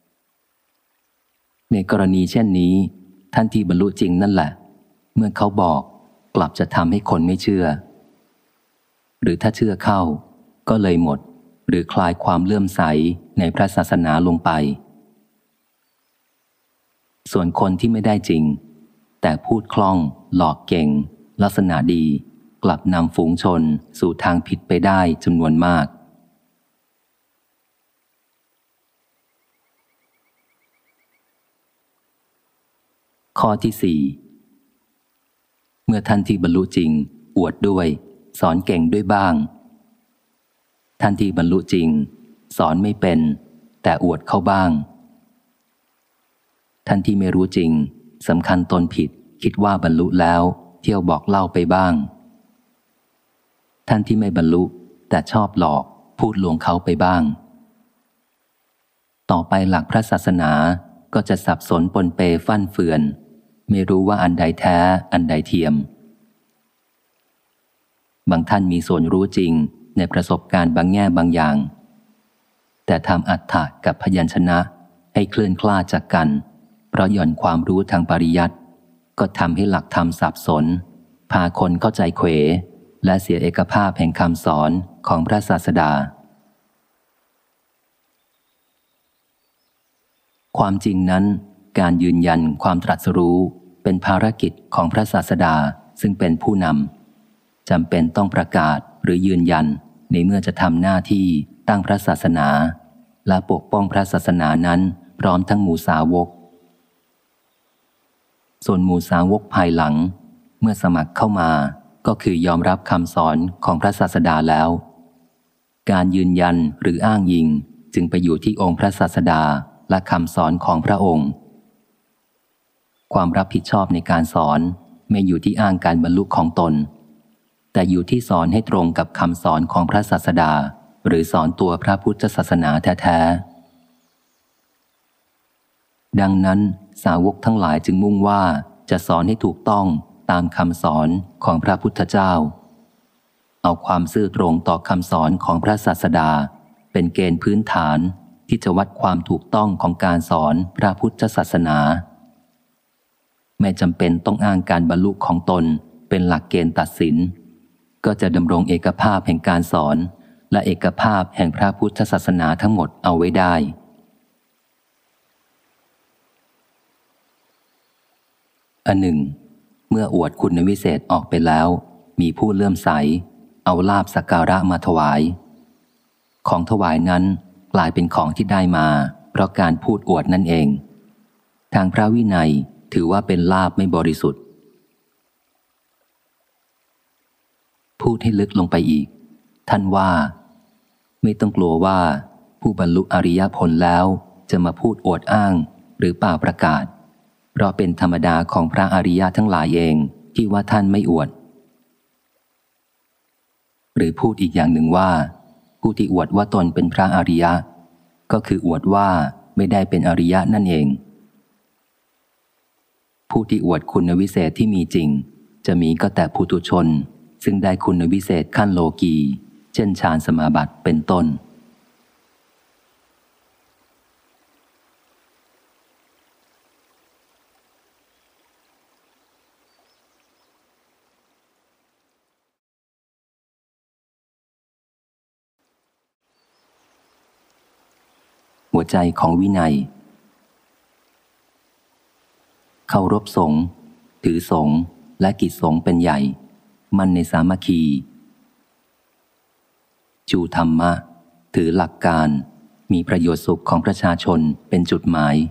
ในกรณีเช่นนี้ท่านที่บรรลุจริงนั่นแหละเมื่อเขาบอกกลับจะทำให้คนไม่เชื่อหรือถ้าเชื่อเข้าก็เลยหมดหรือคลายความเลื่อมใสในพระศาสนาลงไปส่วนคนที่ไม่ได้จริงแต่พูดคล่องหลอกเก่งลักษณะดีกลับนำฝูงชนสู่ทางผิดไปได้จำนวนมากข้อที่สี่เมื่อท่านที่บรรลุจริงอวดด้วยสอนเก่งด้วยบ้างท่านที่บรรลุจริงสอนไม่เป็นแต่อวดเข้าบ้างท่านที่ไม่รู้จริงสำคัญตนผิดคิดว่าบรรลุแล้วเที่ยวบอกเล่าไปบ้างท่านที่ไม่บรรลุแต่ชอบหลอกพูดลวงเขาไปบ้างต่อไปหลักพระศาสนาก็จะสับสนปนเปฟั่นเฟือนไม่รู้ว่าอันใดแท้อันใดเทียมบางท่านมีส่วนรู้จริงในประสบการณ์บางแง่บางอย่างแต่ทำอัฏฐะกับพยัญชนะให้เคลื่อนคลาดจากกันเพราะหย่อนความรู้ทางปริยัติก็ทำให้หลักธรรมสับสนพาคนเข้าใจเขวและเสียเอกภาพแห่งคำสอนของพระศาสดาความจริงนั้นการยืนยันความตรัสรู้เป็นภารกิจของพระศาสดาซึ่งเป็นผู้นำจำเป็นต้องประกาศหรือยืนยันในเมื่อจะทำหน้าที่ตั้งพระศาสนาและปกป้องพระศาสนานั้นพร้อมทั้งหมู่สาวกส่วนหมู่สาวกภายหลังเมื่อสมัครเข้ามาก็คือยอมรับคำสอนของพระศาสดาแล้วการยืนยันหรืออ้างอิงจึงไปอยู่ที่องค์พระศาสดาและคำสอนของพระองค์ความรับผิดชอบในการสอนไม่อยู่ที่อ้างการบรรลุของตนแต่อยู่ที่สอนให้ตรงกับคำสอนของพระศาสดาหรือสอนตัวพระพุทธศาสนาแท้ๆดังนั้นสาวกทั้งหลายจึงมุ่งว่าจะสอนให้ถูกต้องตามคำสอนของพระพุทธเจ้าเอาความซื่อตรงต่อคำสอนของพระศาสดาเป็นเกณฑ์พื้นฐานที่จะวัดความถูกต้องของการสอนพระพุทธศาสนาไม่จำเป็นต้องอ้างการบรรลุของตนเป็นหลักเกณฑ์ตัดสินก็จะดำรงเอกภาพแห่งการสอนและเอกภาพแห่งพระพุทธศาสนาทั้งหมดเอาไว้ได้อันหนึ่งเมื่ออวดคุณวิเศษออกไปแล้วมีผู้เลื่อมใสเอาลาภสักการะมาถวายของถวายนั้นกลายเป็นของที่ได้มาเพราะการพูดอวดนั่นเองทางพระวินัยถือว่าเป็นลาภไม่บริสุทธิ์พูดให้ลึกลงไปอีกท่านว่าไม่ต้องกลัวว่าผู้บรรลุอริยผลแล้วจะมาพูดอวดอ้างหรือป่าประกาศเพราะเป็นธรรมดาของพระอริยะทั้งหลายเองที่ว่าท่านไม่อวดหรือพูดอีกอย่างหนึ่งว่าผู้ที่อวดว่าตนเป็นพระอริยะก็คืออวดว่าไม่ได้เป็นอริยะนั่นเองผู้ที่อวดคุณวิเศษที่มีจริงจะมีก็แต่ปุถุชนซึ่งได้คุณวิเศษขั้นโลกีเช่นฌานสมาบัติเป็นต้นหัวใจของวินัยเคารพสงฆ์ถือสงฆ์และกิจสงฆ์เป็นใหญ่มั่นในสามัคคีจูธรรมะถือหลักการมีประโยชน์สุขของประชาชนเป็นจุดหมาย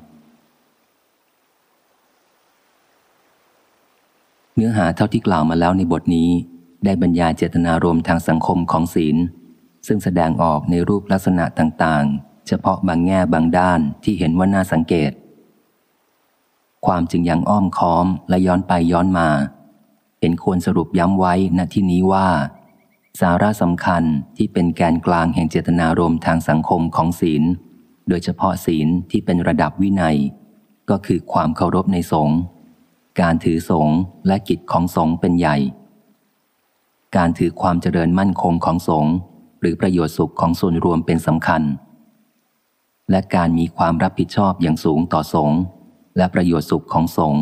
เนื้อหาเท่าที่กล่าวมาแล้วในบทนี้ได้บรรยายเจตนารมณ์ทางสังคมของศีลซึ่งแสดงออกในรูปลักษณะต่างๆเฉพาะบางแง่บางด้านที่เห็นว่าน่าสังเกตความจึงยังอ้อมค้อมและย้อนไปย้อนมาเห็นควรสรุปย้ำไว้ณที่นี้ว่าสาระสำคัญที่เป็นแกนกลางแห่งเจตนารมณ์ทางสังคมของศีลโดยเฉพาะศีลที่เป็นระดับวินัยก็คือความเคารพในสงฆ์การถือสงฆ์และกิจของสงฆ์เป็นใหญ่การถือความเจริญมั่นคงของสงฆ์หรือประโยชน์สุขของส่วนรวมเป็นสำคัญและการมีความรับผิดชอบอย่างสูงต่อสงฆ์และประโยชน์สุขของสงฆ์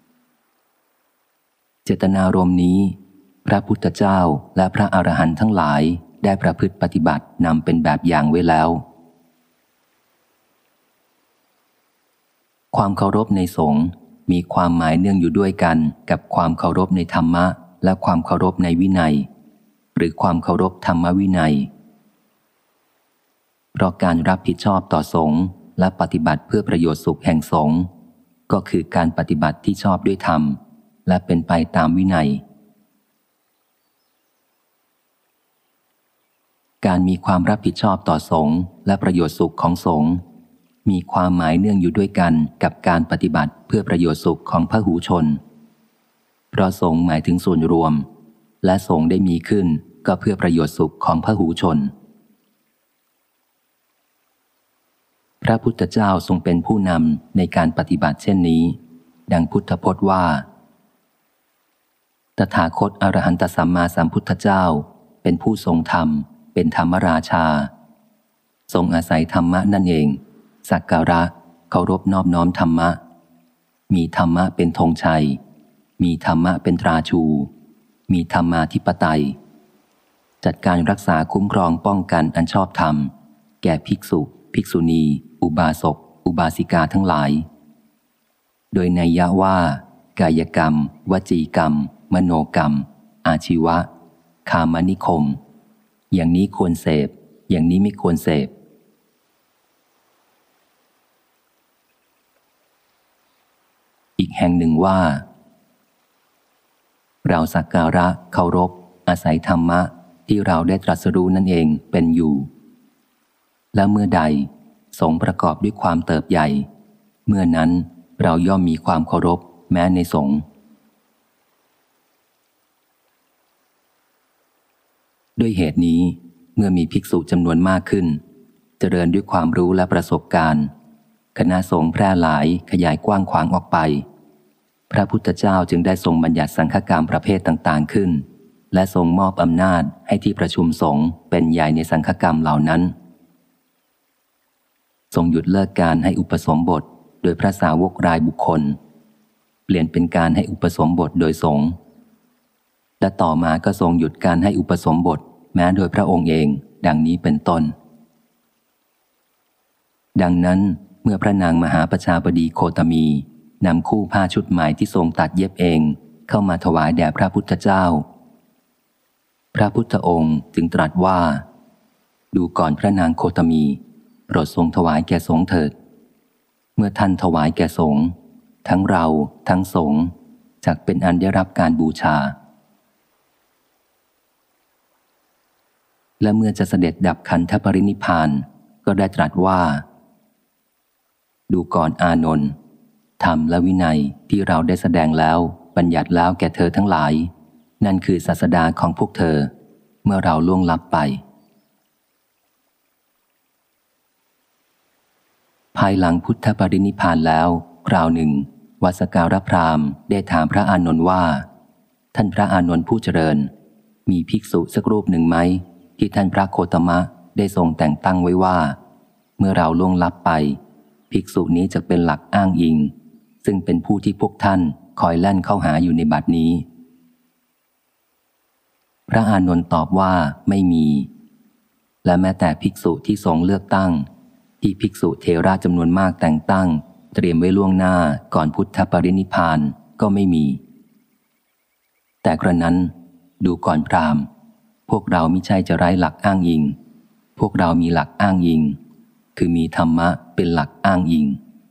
เจตนารมณ์นี้พระพุทธเจ้าและพระอรหันต์ทั้งหลายได้ประพฤติปฏิบัตินำเป็นแบบอย่างไว้แล้วความเคารพในสงฆ์มีความหมายเนื่องอยู่ด้วยกันกับความเคารพในธรรมะและความเคารพในวินัยหรือความเคารพธรรมวินัยเพราะการรับผิดชอบต่อสงฆ์และปฏิบัติเพื่อประโยชน์สุขแห่งสงฆ์ก็คือการปฏิบัติที่ชอบด้วยธรรมและเป็นไปตามวินัยการมีความรับผิดชอบต่อสงฆ์และประโยชน์สุขของสงฆ์มีความหมายเนื่องอยู่ด้วยกันกับการปฏิบัติเพื่อประโยชน์สุขของพหูชนเพราะสงฆ์หมายถึงส่วนรวมและสงฆ์ได้มีขึ้นก็เพื่อประโยชน์สุขของพหูชนพระพุทธเจ้าทรงเป็นผู้นำในการปฏิบัติเช่นนี้ดังพุทธพจน์ว่าตถาคตอรหันตสัมมาสัมพุทธเจ้าเป็นผู้ทรงธรรมเป็นธรรมราชาทรงอาศัยธรรมะนั่นเองสักการะเคารพนอบน้อมธรรมะมีธรรมะเป็นธงชัยมีธรรมะเป็นตราชูมีธรรมาธิปไตยจัดการรักษาคุ้มครองป้องกันอันชอบธรรมแก่ภิกษุภิกษุณีอุบาสกอุบาสิกาทั้งหลายโดยนัยยะว่ากายกรรมวจีกรรมมโนกรรมอาชีวะคามนิคมอย่างนี้ควรเสพอย่างนี้ไม่ควรเสพอีกแห่งหนึ่งว่าเราสักการะเคารพอาศัยธรรมะที่เราได้ตรัสรู้นั่นเองเป็นอยู่และเมื่อใดสงฆ์ประกอบด้วยความเติบใหญ่เมื่อนั้นเราย่อมมีความเคารพแม้ในสงฆ์ด้วยเหตุนี้เมื่อมีภิกษุจำนวนมากขึ้นเจริญด้วยความรู้และประสบการณ์คณะสงฆ์แพร่หลายขยายกว้างขวางออกไปพระพุทธเจ้าจึงได้ทรงบัญญัติสังฆกรรมประเภทต่างๆขึ้นและทรงมอบอำนาจให้ที่ประชุมสงฆ์เป็นใหญ่ในสังฆกรรมเหล่านั้นทรงหยุดเลิกการให้อุปสมบทโดยพระสาวกรายบุคคลเปลี่ยนเป็นการให้อุปสมบทโดยสงฆ์และต่อมาก็ทรงหยุดการให้อุปสมบทแม้โดยพระองค์เองดังนี้เป็นต้นดังนั้นเมื่อพระนางมหาประชาบดีโคตมีนำคู่ผ้าชุดใหม่ที่ทรงตัดเย็บเองเข้ามาถวายแด่พระพุทธเจ้าพระพุทธองค์จึงตรัสว่าดูก่อนพระนางโคตมีโปรดทรงถวายแก่สงฆ์เถิดเมื่อท่านถวายแก่สงฆ์ทั้งเราทั้งสงฆ์จักเป็นอันได้รับการบูชาและเมื่อจะเสด็จดับขันธปรินิพพานก็ได้ตรัสว่าดูก่อนอานนท์ธรรมและวินัยที่เราได้แสดงแล้วบัญญัติแล้วแก่เธอทั้งหลายนั่นคือศาสดาของพวกเธอเมื่อเราล่วงลับไปภายหลังพุทธปรินิพพานแล้วคราวหนึ่งวัสการพราหมณ์ได้ถามพระอานนท์ว่าท่านพระอานนท์ผู้เจริญมีภิกษุสักรูปหนึ่งไหมที่ท่านพระโคตมะได้ทรงแต่งตั้งไว้ว่าเมื่อเราล่วงลับไปภิกษุนี้จะเป็นหลักอ้างอิงซึ่งเป็นผู้ที่พวกท่านคอยแล่นเข้าหาอยู่ในบัดนี้พระอานนท์ตอบว่าไม่มีและแม้แต่ภิกษุที่ทรงเลือกตั้งที่ภิกษุเทระจำนวนมากแต่งตั้งเตรียมไว้ล่วงหน้าก่อนพุทธปรินิพพานก็ไม่มีแต่กระนั้นดูก่อนพราหมณ์พวกเรามิใช่จะไร้หลักอ้างอิงพวกเรามีหลักอ้างอิงคือมีธรรมะเป็นหลักอ้างอิง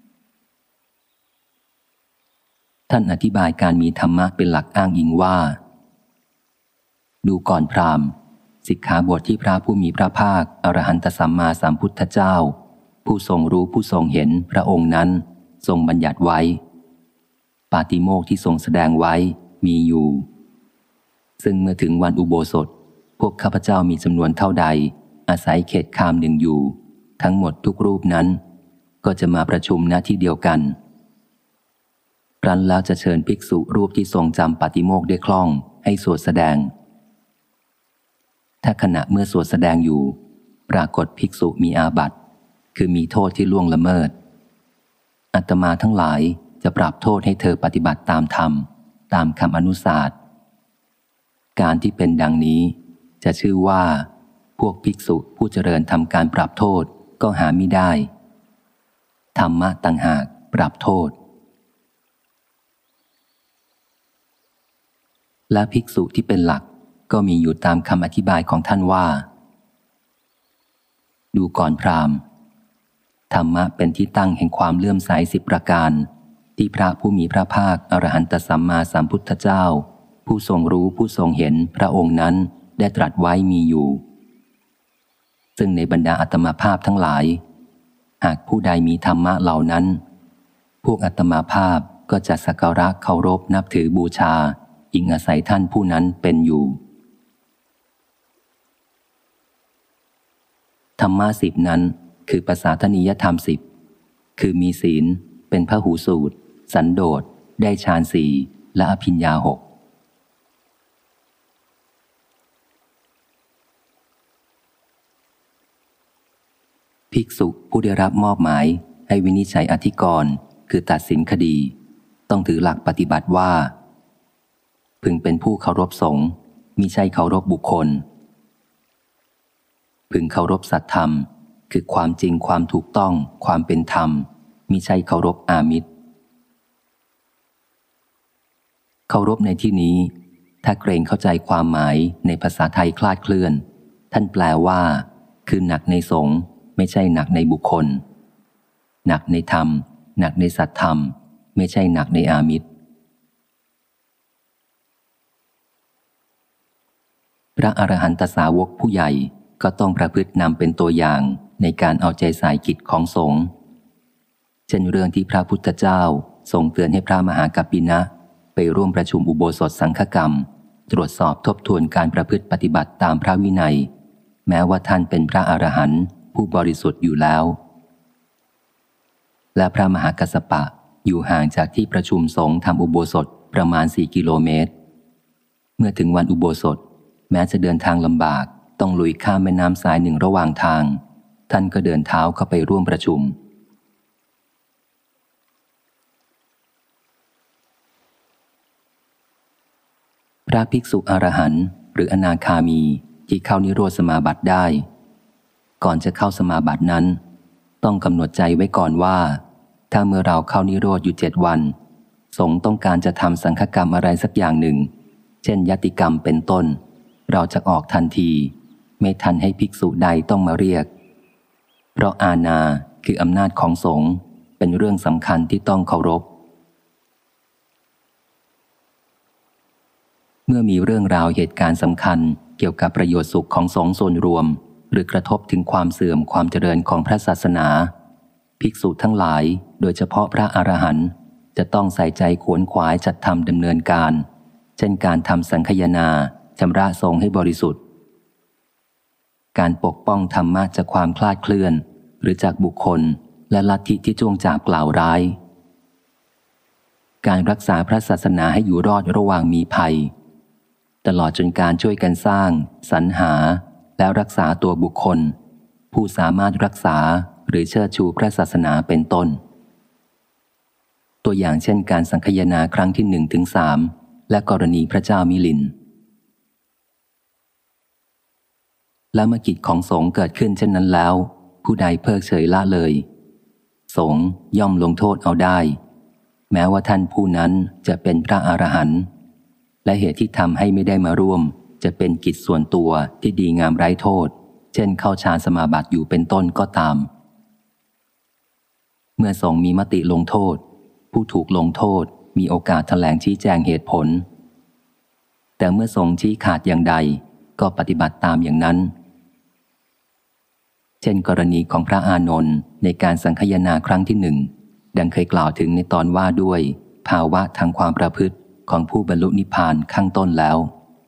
ท่านอธิบายการมีธรรมะเป็นหลักอ้างอิงว่าดูก่อนพราหมณ์สิกขาบทที่พระผู้มีพระภาคอรหันตสัมมาสัมพุทธเจ้าผู้ทรงรู้ผู้ทรงเห็นพระองค์นั้นทรงบัญญัติไว้ปาติโมกข์ที่ทรงแสดงไว้มีอยู่ซึ่งเมื่อถึงวันอุโบสถพวกข้าพเจ้ามีจำนวนเท่าใดอาศัยเขตคามหนึ่งอยู่ทั้งหมดทุกรูปนั้นก็จะมาประชุมณที่เดียวกันครั้นแล้วจะเชิญภิกษุรูปที่ทรงจำปาติโมกข์ได้คล่องให้สวดแสดงถ้าขณะเมื่อสวดแสดงอยู่ปรากฏภิกษุมีอาบัติคือมีโทษที่ล่วงละเมิดอาตมาทั้งหลายจะปรับโทษให้เธอปฏิบัติตามธรรมตามคำอนุสาสน์การที่เป็นดังนี้จะชื่อว่าพวกภิกษุผู้เจริญทำการปรับโทษก็หามิได้ธรรมะต่างหากปรับโทษและภิกษุที่เป็นหลักก็มีอยู่ตามคำอธิบายของท่านว่าดูก่อนพราหมณ์ธรรมะเป็นที่ตั้งแห่งความเลื่อมใสสิบประการที่พระผู้มีพระภาคอรหันตสัมมาสัมพุทธเจ้าผู้ทรงรู้ผู้ทรงเห็นพระองค์นั้นได้ตรัสไว้มีอยู่ซึ่งในบรรดาอัตมาภาพทั้งหลายหากผู้ใดมีธรรมะเหล่านั้นพวกอัตมาภาพก็จะสักการะเคารพนับถือบูชาอิงอาศัยท่านผู้นั้นเป็นอยู่ธรรมะสิบนั้นคือ ปสาทนียธรรมสิบคือมีศีลเป็นพหูสูตรสันโดษได้ฌานสี่และอภิญญาหกภิกษุผู้ได้รับมอบหมายให้วินิจฉัยอธิกรณ์คือตัดสินคดีต้องถือหลักปฏิบัติว่าพึงเป็นผู้เคารพสงฆ์มิใช่เคารพบุคคลพึงเคารพสัตธรรมคือความจริงความถูกต้องความเป็นธรรมมิใช่เคารพอามิตรเคารพในที่นี้ถ้าเกรงเข้าใจความหมายในภาษาไทยคลาดเคลื่อนท่านแปลว่าคือหนักในสงฆ์ไม่ใช่หนักในบุคคลหนักในธรรมหนักในสัตธรรมไม่ใช่หนักในอามิตรพระอรหันตสาวกผู้ใหญ่ก็ต้องประพฤตินำเป็นตัวอย่างในการเอาใจใส่กิจของสงฆ์เช่นเรื่องที่พระพุทธเจ้าทรงเตือนให้พระมหากัปปินะไปร่วมประชุมอุโบสถสังฆกรรมตรวจสอบทบทวนการประพฤติปฏิบัติตามพระวินัยแม้ว่าท่านเป็นพระอรหันต์ผู้บริสุทธิ์อยู่แล้วและพระมหากัสสปะอยู่ห่างจากที่ประชุมสงฆ์ทำอุโบสถประมาณสี่กิโลเมตรเมื่อถึงวันอุโบสถแม้จะเดินทางลำบากต้องลุยข้ามแม่น้ำสายหนึ่งระหว่างทางท่านก็เดินเท้าเข้าไปร่วมประชุมพระภิกษุอรหันต์หรืออนาคามีที่เข้านิโรธสมาบัติได้ก่อนจะเข้าสมาบัตินั้นต้องกำหนดใจไว้ก่อนว่าถ้าเมื่อเราเข้านิโรธอยู่เจ็ดวันสงฆ์ต้องการจะทำสังฆกรรมอะไรสักอย่างหนึ่งเช่นยติกรรมเป็นต้นเราจะออกทันทีไม่ทันให้ภิกษุใดต้องมาเรียกเพราะอาณาคืออำนาจของสงฆ์เป็นเรื่องสำคัญที่ต้องเคารพเมื่อมีเรื่องราวเหตุการณ์สำคัญเกี่ยวกับประโยชน์สุขของสงฆ์ส่วนรวมหรือกระทบถึงความเสื่อมความเจริญของพระศาสนาภิกษุทั้งหลายโดยเฉพาะพระอรหันต์จะต้องใส่ใจขวนขวายจัดทำดำเนินการเช่นการทำสังฆยนาชำระสงฆ์ให้บริสุทธิ์การปกป้องธรรมะจากความคลาดเคลื่อนหรือจากบุคคลและลัทธิที่จ้วงจาบกล่าวร้ายการรักษาพระศาสนาให้อยู่รอดระหว่างมีภัยตลอดจนการช่วยกันสร้างสรรหาและรักษาตัวบุคคลผู้สามารถรักษาหรือเชิดชูพระศาสนาเป็นต้นตัวอย่างเช่นการสังคายนาครั้งที่หนึ่งถึงสามและกรณีพระเจ้ามิลินและเมื่อกิจของสงฆ์เกิดขึ้นเช่นนั้นแล้วผู้ใดเพิกเฉยละเลยสงฆ์ย่อมลงโทษเอาได้แม้ว่าท่านผู้นั้นจะเป็นพระอรหันต์และเหตุที่ทำให้ไม่ได้มาร่วมจะเป็นกิจส่วนตัวที่ดีงามไร้โทษเช่นเข้าฌานสมาบัติอยู่เป็นต้นก็ตามเมื่อสงฆ์มีมติลงโทษผู้ถูกลงโทษมีโอกาสแถลงชี้แจงเหตุผลแต่เมื่อสงฆ์ชี้ขาดอย่างใดก็ปฏิบัติตามอย่างนั้นเช่นกรณีของพระอานนท์ในการสังคายนาครั้งที่หนึ่งดังเคยกล่าวถึงในตอนว่าด้วยภาวะทางความประพฤติของผู้บรรลุนิพพานข้างต้นแล้ว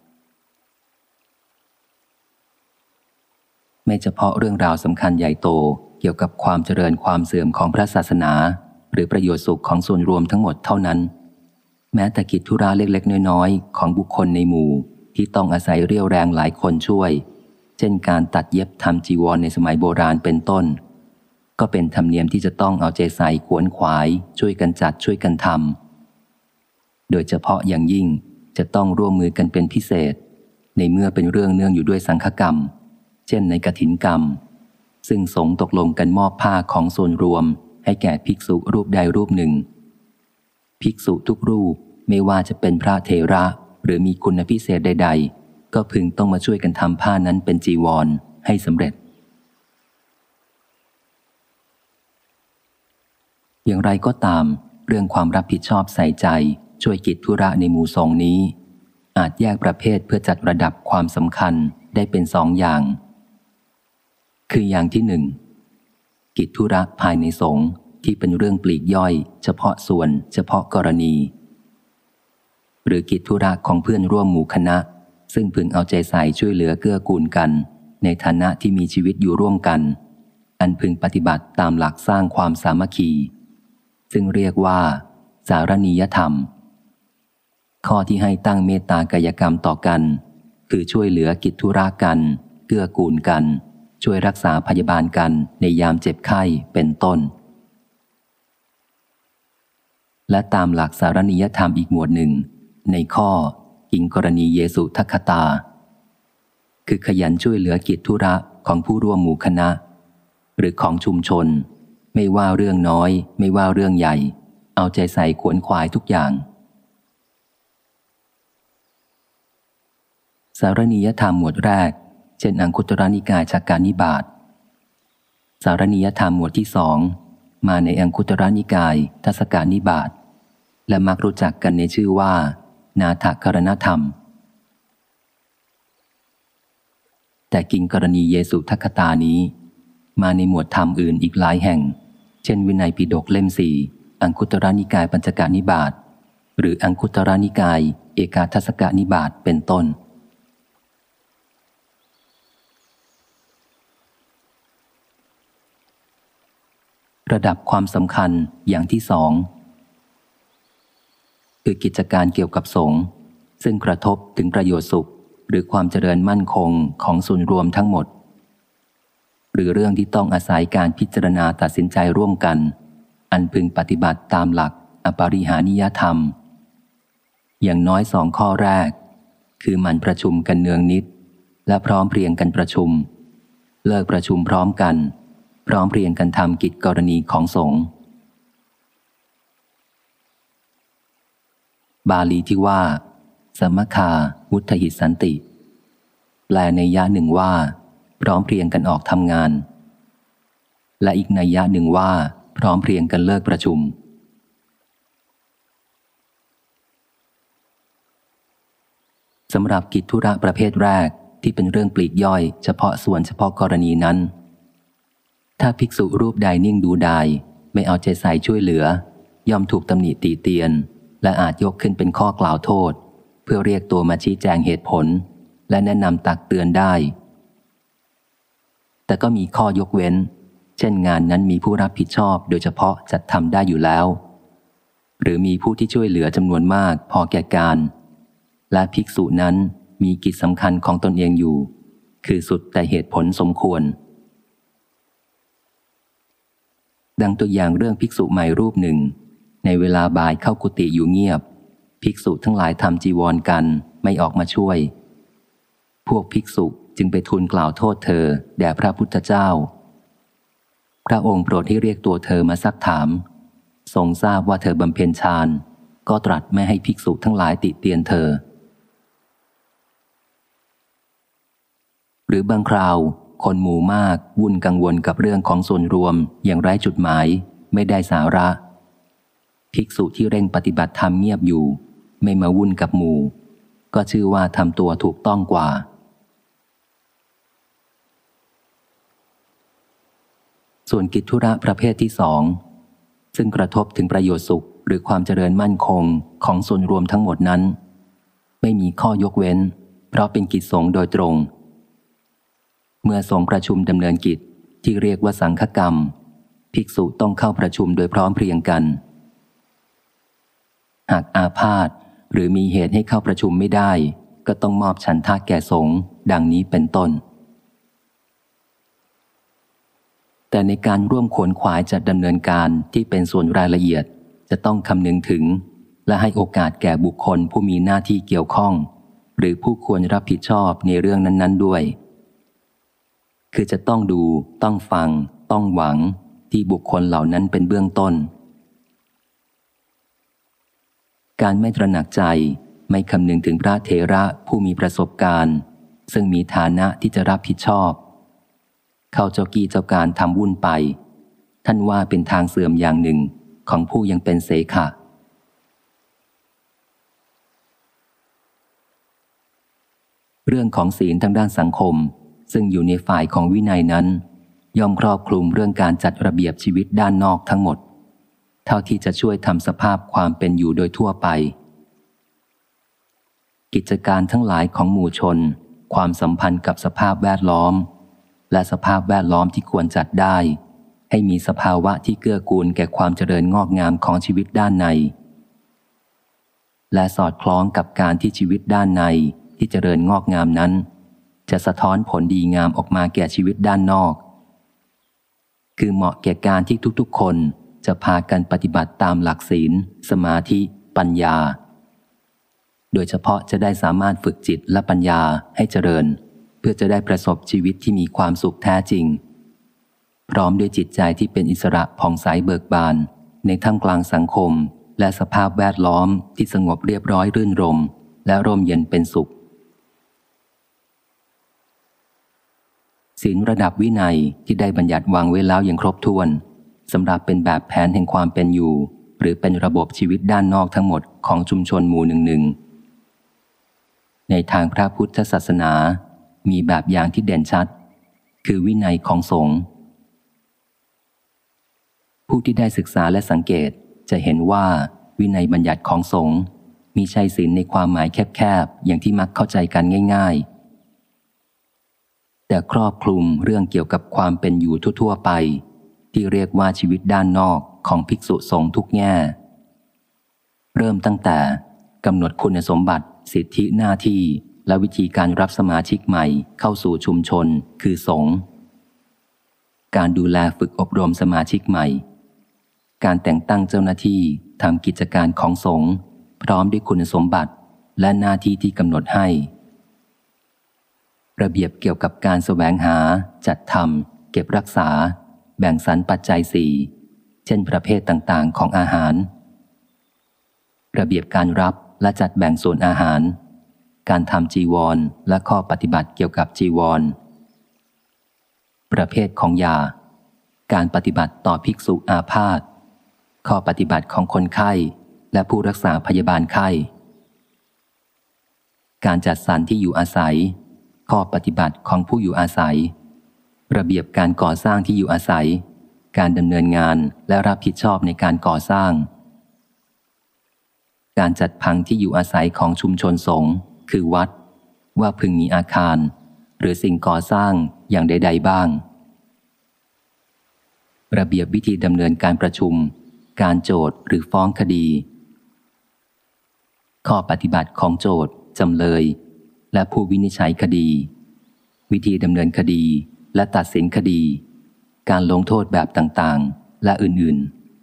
ไม่เฉพาะเรื่องราวสำคัญใหญ่โตเกี่ยวกับความเจริญความเสื่อมของพระศาสนาหรือประโยชน์สุขของส่วนรวมทั้งหมดเท่านั้นแม้แต่กิจธุระเล็กๆน้อยๆของบุคคลในหมู่ที่ต้องอาศัยเรี่ยวแรงหลายคนช่วยเช่นการตัดเย็บทำจีวรในสมัยโบราณเป็นต้นก็เป็นธรรมเนียมที่จะต้องเอาใจใส่ขวนขวายช่วยกันจัดช่วยกันทำโดยเฉพาะอย่างยิ่งจะต้องร่วมมือกันเป็นพิเศษในเมื่อเป็นเรื่องเนื่องอยู่ด้วยสังฆกรรมเช่นในกฐินกรรมซึ่งสงฆ์ตกลงกันมอบผ้าของส่วนรวมให้แก่ภิกษุรูปใดรูปหนึ่งภิกษุทุกรูปไม่ว่าจะเป็นพระเถระหรือมีคุณพิเศษใดๆก็พึงต้องมาช่วยกันทำผ้านั้นเป็นจีวรให้สำเร็จอย่างไรก็ตามเรื่องความรับผิดชอบใส่ใจช่วยกิจธุระในหมู่สงฆ์นี้อาจแยกประเภทเพื่อจัดระดับความสำคัญได้เป็นสองอย่างคืออย่างที่หนึ่งกิจธุระภายในสงฆ์ที่เป็นเรื่องปลีกย่อยเฉพาะส่วนเฉพาะกรณีหรือกิจธุระของเพื่อนร่วมหมู่คณะซึ่งพึงเอาใจใส่ช่วยเหลือเกื้อกูลกันในฐานะที่มีชีวิตอยู่ร่วมกันอันพึงปฏิบัติตามหลักสร้างความสามัคคีซึ่งเรียกว่าสารณียธรรมข้อที่ให้ตั้งเมตตากายกรรมต่อกันคือช่วยเหลือกิจธุระกันเกื้อกูลกันช่วยรักษาพยาบาลกันในยามเจ็บไข้เป็นต้นและตามหลักสารณียธรรมอีกหมวดหนึ่งในข้อกิงกรณีเยสุทัคคตาคือขยันช่วยเหลือกิจธุระของผู้ร่วมหมู่คณะหรือของชุมชนไม่ว่าเรื่องน้อยไม่ว่าเรื่องใหญ่เอาใจใส่ขวนขวายทุกอย่างสารณียธรรมหมวดแรกเช่นอังคุตรนิกายฉักกานิบาตสารณียธรรมหมวดที่สองมาในอังคุตรนิกายทัศกานิบาตและมักรู้จักกันในชื่อว่านาถกรณธรรมแต่กิงกรณีเยสุทัคคตานี้มาในหมวดธรรมอื่นอีกหลายแห่งเช่นวินัยปิฎกเล่มสี่อังคุตรนิกายปัญจกานิบาตหรืออังคุตรนิกายเอกาทัศกานิบาตเป็นต้นระดับความสำคัญอย่างที่สองคือกิจการเกี่ยวกับสงฆ์ซึ่งกระทบถึงประโยชน์สุขหรือความเจริญมั่นคงของส่วนรวมทั้งหมดหรือเรื่องที่ต้องอาศัยการพิจารณาตัดสินใจร่วมกันอันพึงปฏิบัติตามหลักอปริหานิยธรรมอย่างน้อยสองข้อแรกคือหมั่นประชุมกันเนืองนิดและพร้อมเพรียงกันประชุมเลิกประชุมพร้อมกันพร้อมเพรียงกันทำกิจกรณีของสงฆ์บาลีที่ว่าสมัคคาวุฒหิสันติแปลในยะหนึ่งว่าพร้อมเพรียงกันออกทำงานและอีกในยะหนึ่งว่าพร้อมเพรียงกันเลิกประชุมสำหรับกิจธุระประเภทแรกที่เป็นเรื่องปลีกย่อยเฉพาะส่วนเฉพาะกรณีนั้นถ้าภิกษุรูปใดนิ่งดูดายไม่เอาใจใส่ช่วยเหลือย่อมถูกตำหนิตีเตียนและอาจยกขึ้นเป็นข้อกล่าวโทษเพื่อเรียกตัวมาชี้แจงเหตุผลและแนะนำตักเตือนได้แต่ก็มีข้อยกเว้นเช่นงานนั้นมีผู้รับผิดชอบโดยเฉพาะจัดทำได้อยู่แล้วหรือมีผู้ที่ช่วยเหลือจำนวนมากพอแก่การและภิกษุนั้นมีกิจสำคัญของตนเองอยู่คือสุดแต่เหตุผลสมควรดังตัวอย่างเรื่องภิกษุใหม่รูปหนึ่งในเวลาบ่ายเข้ากุฏิอยู่เงียบภิกษุทั้งหลายทำจีวรกันไม่ออกมาช่วยพวกภิกษุจึงไปทูลกล่าวโทษเธอแด่พระพุทธเจ้าพระองค์โปรดให้เรียกตัวเธอมาซักถามทรงทราบว่าเธอบำเพ็ญฌานก็ตรัสไม่ให้ภิกษุทั้งหลายติเตียนเธอหรือบางคราวคนหมู่มากวุ่นกังวลกับเรื่องของส่วนรวมอย่างไร้จุดหมายไม่ได้สาระภิกษุที่เร่งปฏิบัติธรรมเงียบอยู่ไม่มาวุ่นกับหมู่ก็ชื่อว่าทำตัวถูกต้องกว่าส่วนกิจธุระประเภทที่สองซึ่งกระทบถึงประโยชน์สุขหรือความเจริญมั่นคงของส่วนรวมทั้งหมดนั้นไม่มีข้อยกเว้นเพราะเป็นกิจสงฆ์โดยตรงเมื่อสงฆ์ประชุมดำเนินกิจที่เรียกว่าสังฆกรรมภิกษุต้องเข้าประชุมโดยพร้อมเพรียงกันหากอาพาธหรือมีเหตุให้เข้าประชุมไม่ได้ก็ต้องมอบฉันทะแก่สงฆ์ดังนี้เป็นต้นแต่ในการร่วมขวนขวายจัดดำเนินการที่เป็นส่วนรายละเอียดจะต้องคำนึงถึงและให้โอกาสแก่บุคคลผู้มีหน้าที่เกี่ยวข้องหรือผู้ควรรับผิดชอบในเรื่องนั้นๆด้วยคือจะต้องดูต้องฟังต้องหวังที่บุคคลเหล่านั้นเป็นเบื้องต้นการไม่ตระหนักใจไม่คำนึงถึงพระเถระผู้มีประสบการณ์ซึ่งมีฐานะที่จะรับผิดชอบเข้าเจ้ากี้เจ้าการทำวุ่นไปท่านว่าเป็นทางเสื่อมอย่างหนึ่งของผู้ยังเป็นเสขะเรื่องของศีลทางด้านสังคมซึ่งอยู่ในฝ่ายของวินัยนั้นย่อมครอบคลุมเรื่องการจัดระเบียบชีวิตด้านนอกทั้งหมดเท่าที่จะช่วยทำสภาพความเป็นอยู่โดยทั่วไปกิจการทั้งหลายของหมู่ชนความสัมพันธ์กับสภาพแวดล้อมและสภาพแวดล้อมที่ควรจัดได้ ให้มีสภาวะที่เกื้อกูลแก่ความเจริญงอกงามของชีวิตด้านในและสอดคล้องกับการที่ชีวิตด้านในที่เจริญงอกงามนั้นจะสะท้อนผลดีงามออกมาแก่ชีวิตด้านนอกคือเหมาะแก่การที่ทุกๆคนจะพากันปฏิบัติตามหลักศีลสมาธิปัญญาโดยเฉพาะจะได้สามารถฝึกจิตและปัญญาให้เจริญเพื่อจะได้ประสบชีวิตที่มีความสุขแท้จริงพร้อมด้วยจิตใจที่เป็นอิสระผ่องใสเบิกบานในท่ามกลางสังคมและสภาพแวดล้อมที่สงบเรียบร้อยรื่นรมและร่มเย็นเป็นสุขศีลระดับวินัยที่ได้บัญญัติวางไว้แล้วอย่างครบถ้วนสำหรับเป็นแบบแผนแห่งความเป็นอยู่หรือเป็นระบบชีวิตด้านนอกทั้งหมดของชุมชนหมู่หนึ่งๆในทางพระพุทธศาสนามีแบบอย่างที่เด่นชัดคือวินัยของสงฆ์ผู้ที่ได้ศึกษาและสังเกตจะเห็นว่าวินัยบัญญัติของสงฆ์มิใช่ศีลในความหมายแคบๆอย่างที่มักเข้าใจกันง่ายๆแต่ครอบคลุมเรื่องเกี่ยวกับความเป็นอยู่ทั่วๆไปที่เรียกว่าชีวิตด้านนอกของภิกษุสงฆ์ทุกแง่เริ่มตั้งแต่กำหนดคุณสมบัติสิทธิหน้าที่และวิธีการรับสมาชิกใหม่เข้าสู่ชุมชนคือสงฆ์การดูแลฝึกอบรมสมาชิกใหม่การแต่งตั้งเจ้าหน้าที่ทำกิจการของสงฆ์พร้อมด้วยคุณสมบัติและหน้าที่ที่กำหนดให้ระเบียบเกี่ยวกับการแสวงหาจัดทำเก็บรักษาแบ่งสรรปัจจัยสี่เช่นประเภทต่างๆของอาหารระเบียบการรับและจัดแบ่งส่วนอาหารการทำจีวรและข้อปฏิบัติเกี่ยวกับจีวรประเภทของยาการปฏิบัติต่อภิกษุอาพาธข้อปฏิบัติของคนไข้และผู้รักษาพยาบาลไข้การจัดสรรที่อยู่อาศัยข้อปฏิบัติของผู้อยู่อาศัยระเบียบการก่อสร้างที่อยู่อาศัยการดำเนินงานและรับผิดชอบในการก่อสร้างการจัดพังที่อยู่อาศัยของชุมชนสงฆ์คือวัดว่าพึงมีอาคารหรือสิ่งก่อสร้างอย่างใดๆบ้างระเบียบวิธีดำเนินการประชุมการโจทก์หรือฟ้องคดีข้อปฏิบัติของโจทก์จำเลยและผู้วินิจฉัยคดีวิธีดำเนินคดีและตัดสินคดีการลงโทษแบบต่างๆและอื่น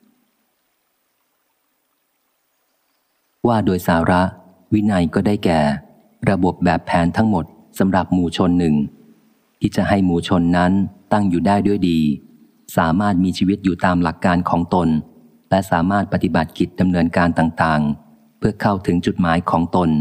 ๆว่าโดยสาระวินัยก็ได้แก่ระบบแบบแผนทั้งหมดสำหรับหมู่ชนหนึ่งที่จะให้หมู่ชนนั้นตั้งอยู่ได้ด้วยดีสามารถมีชีวิตอยู่ตามหลักการของตนและสามารถปฏิบัติกิจดำเนินการต่างๆเพื่อเข้าถึงจุดหมายของตน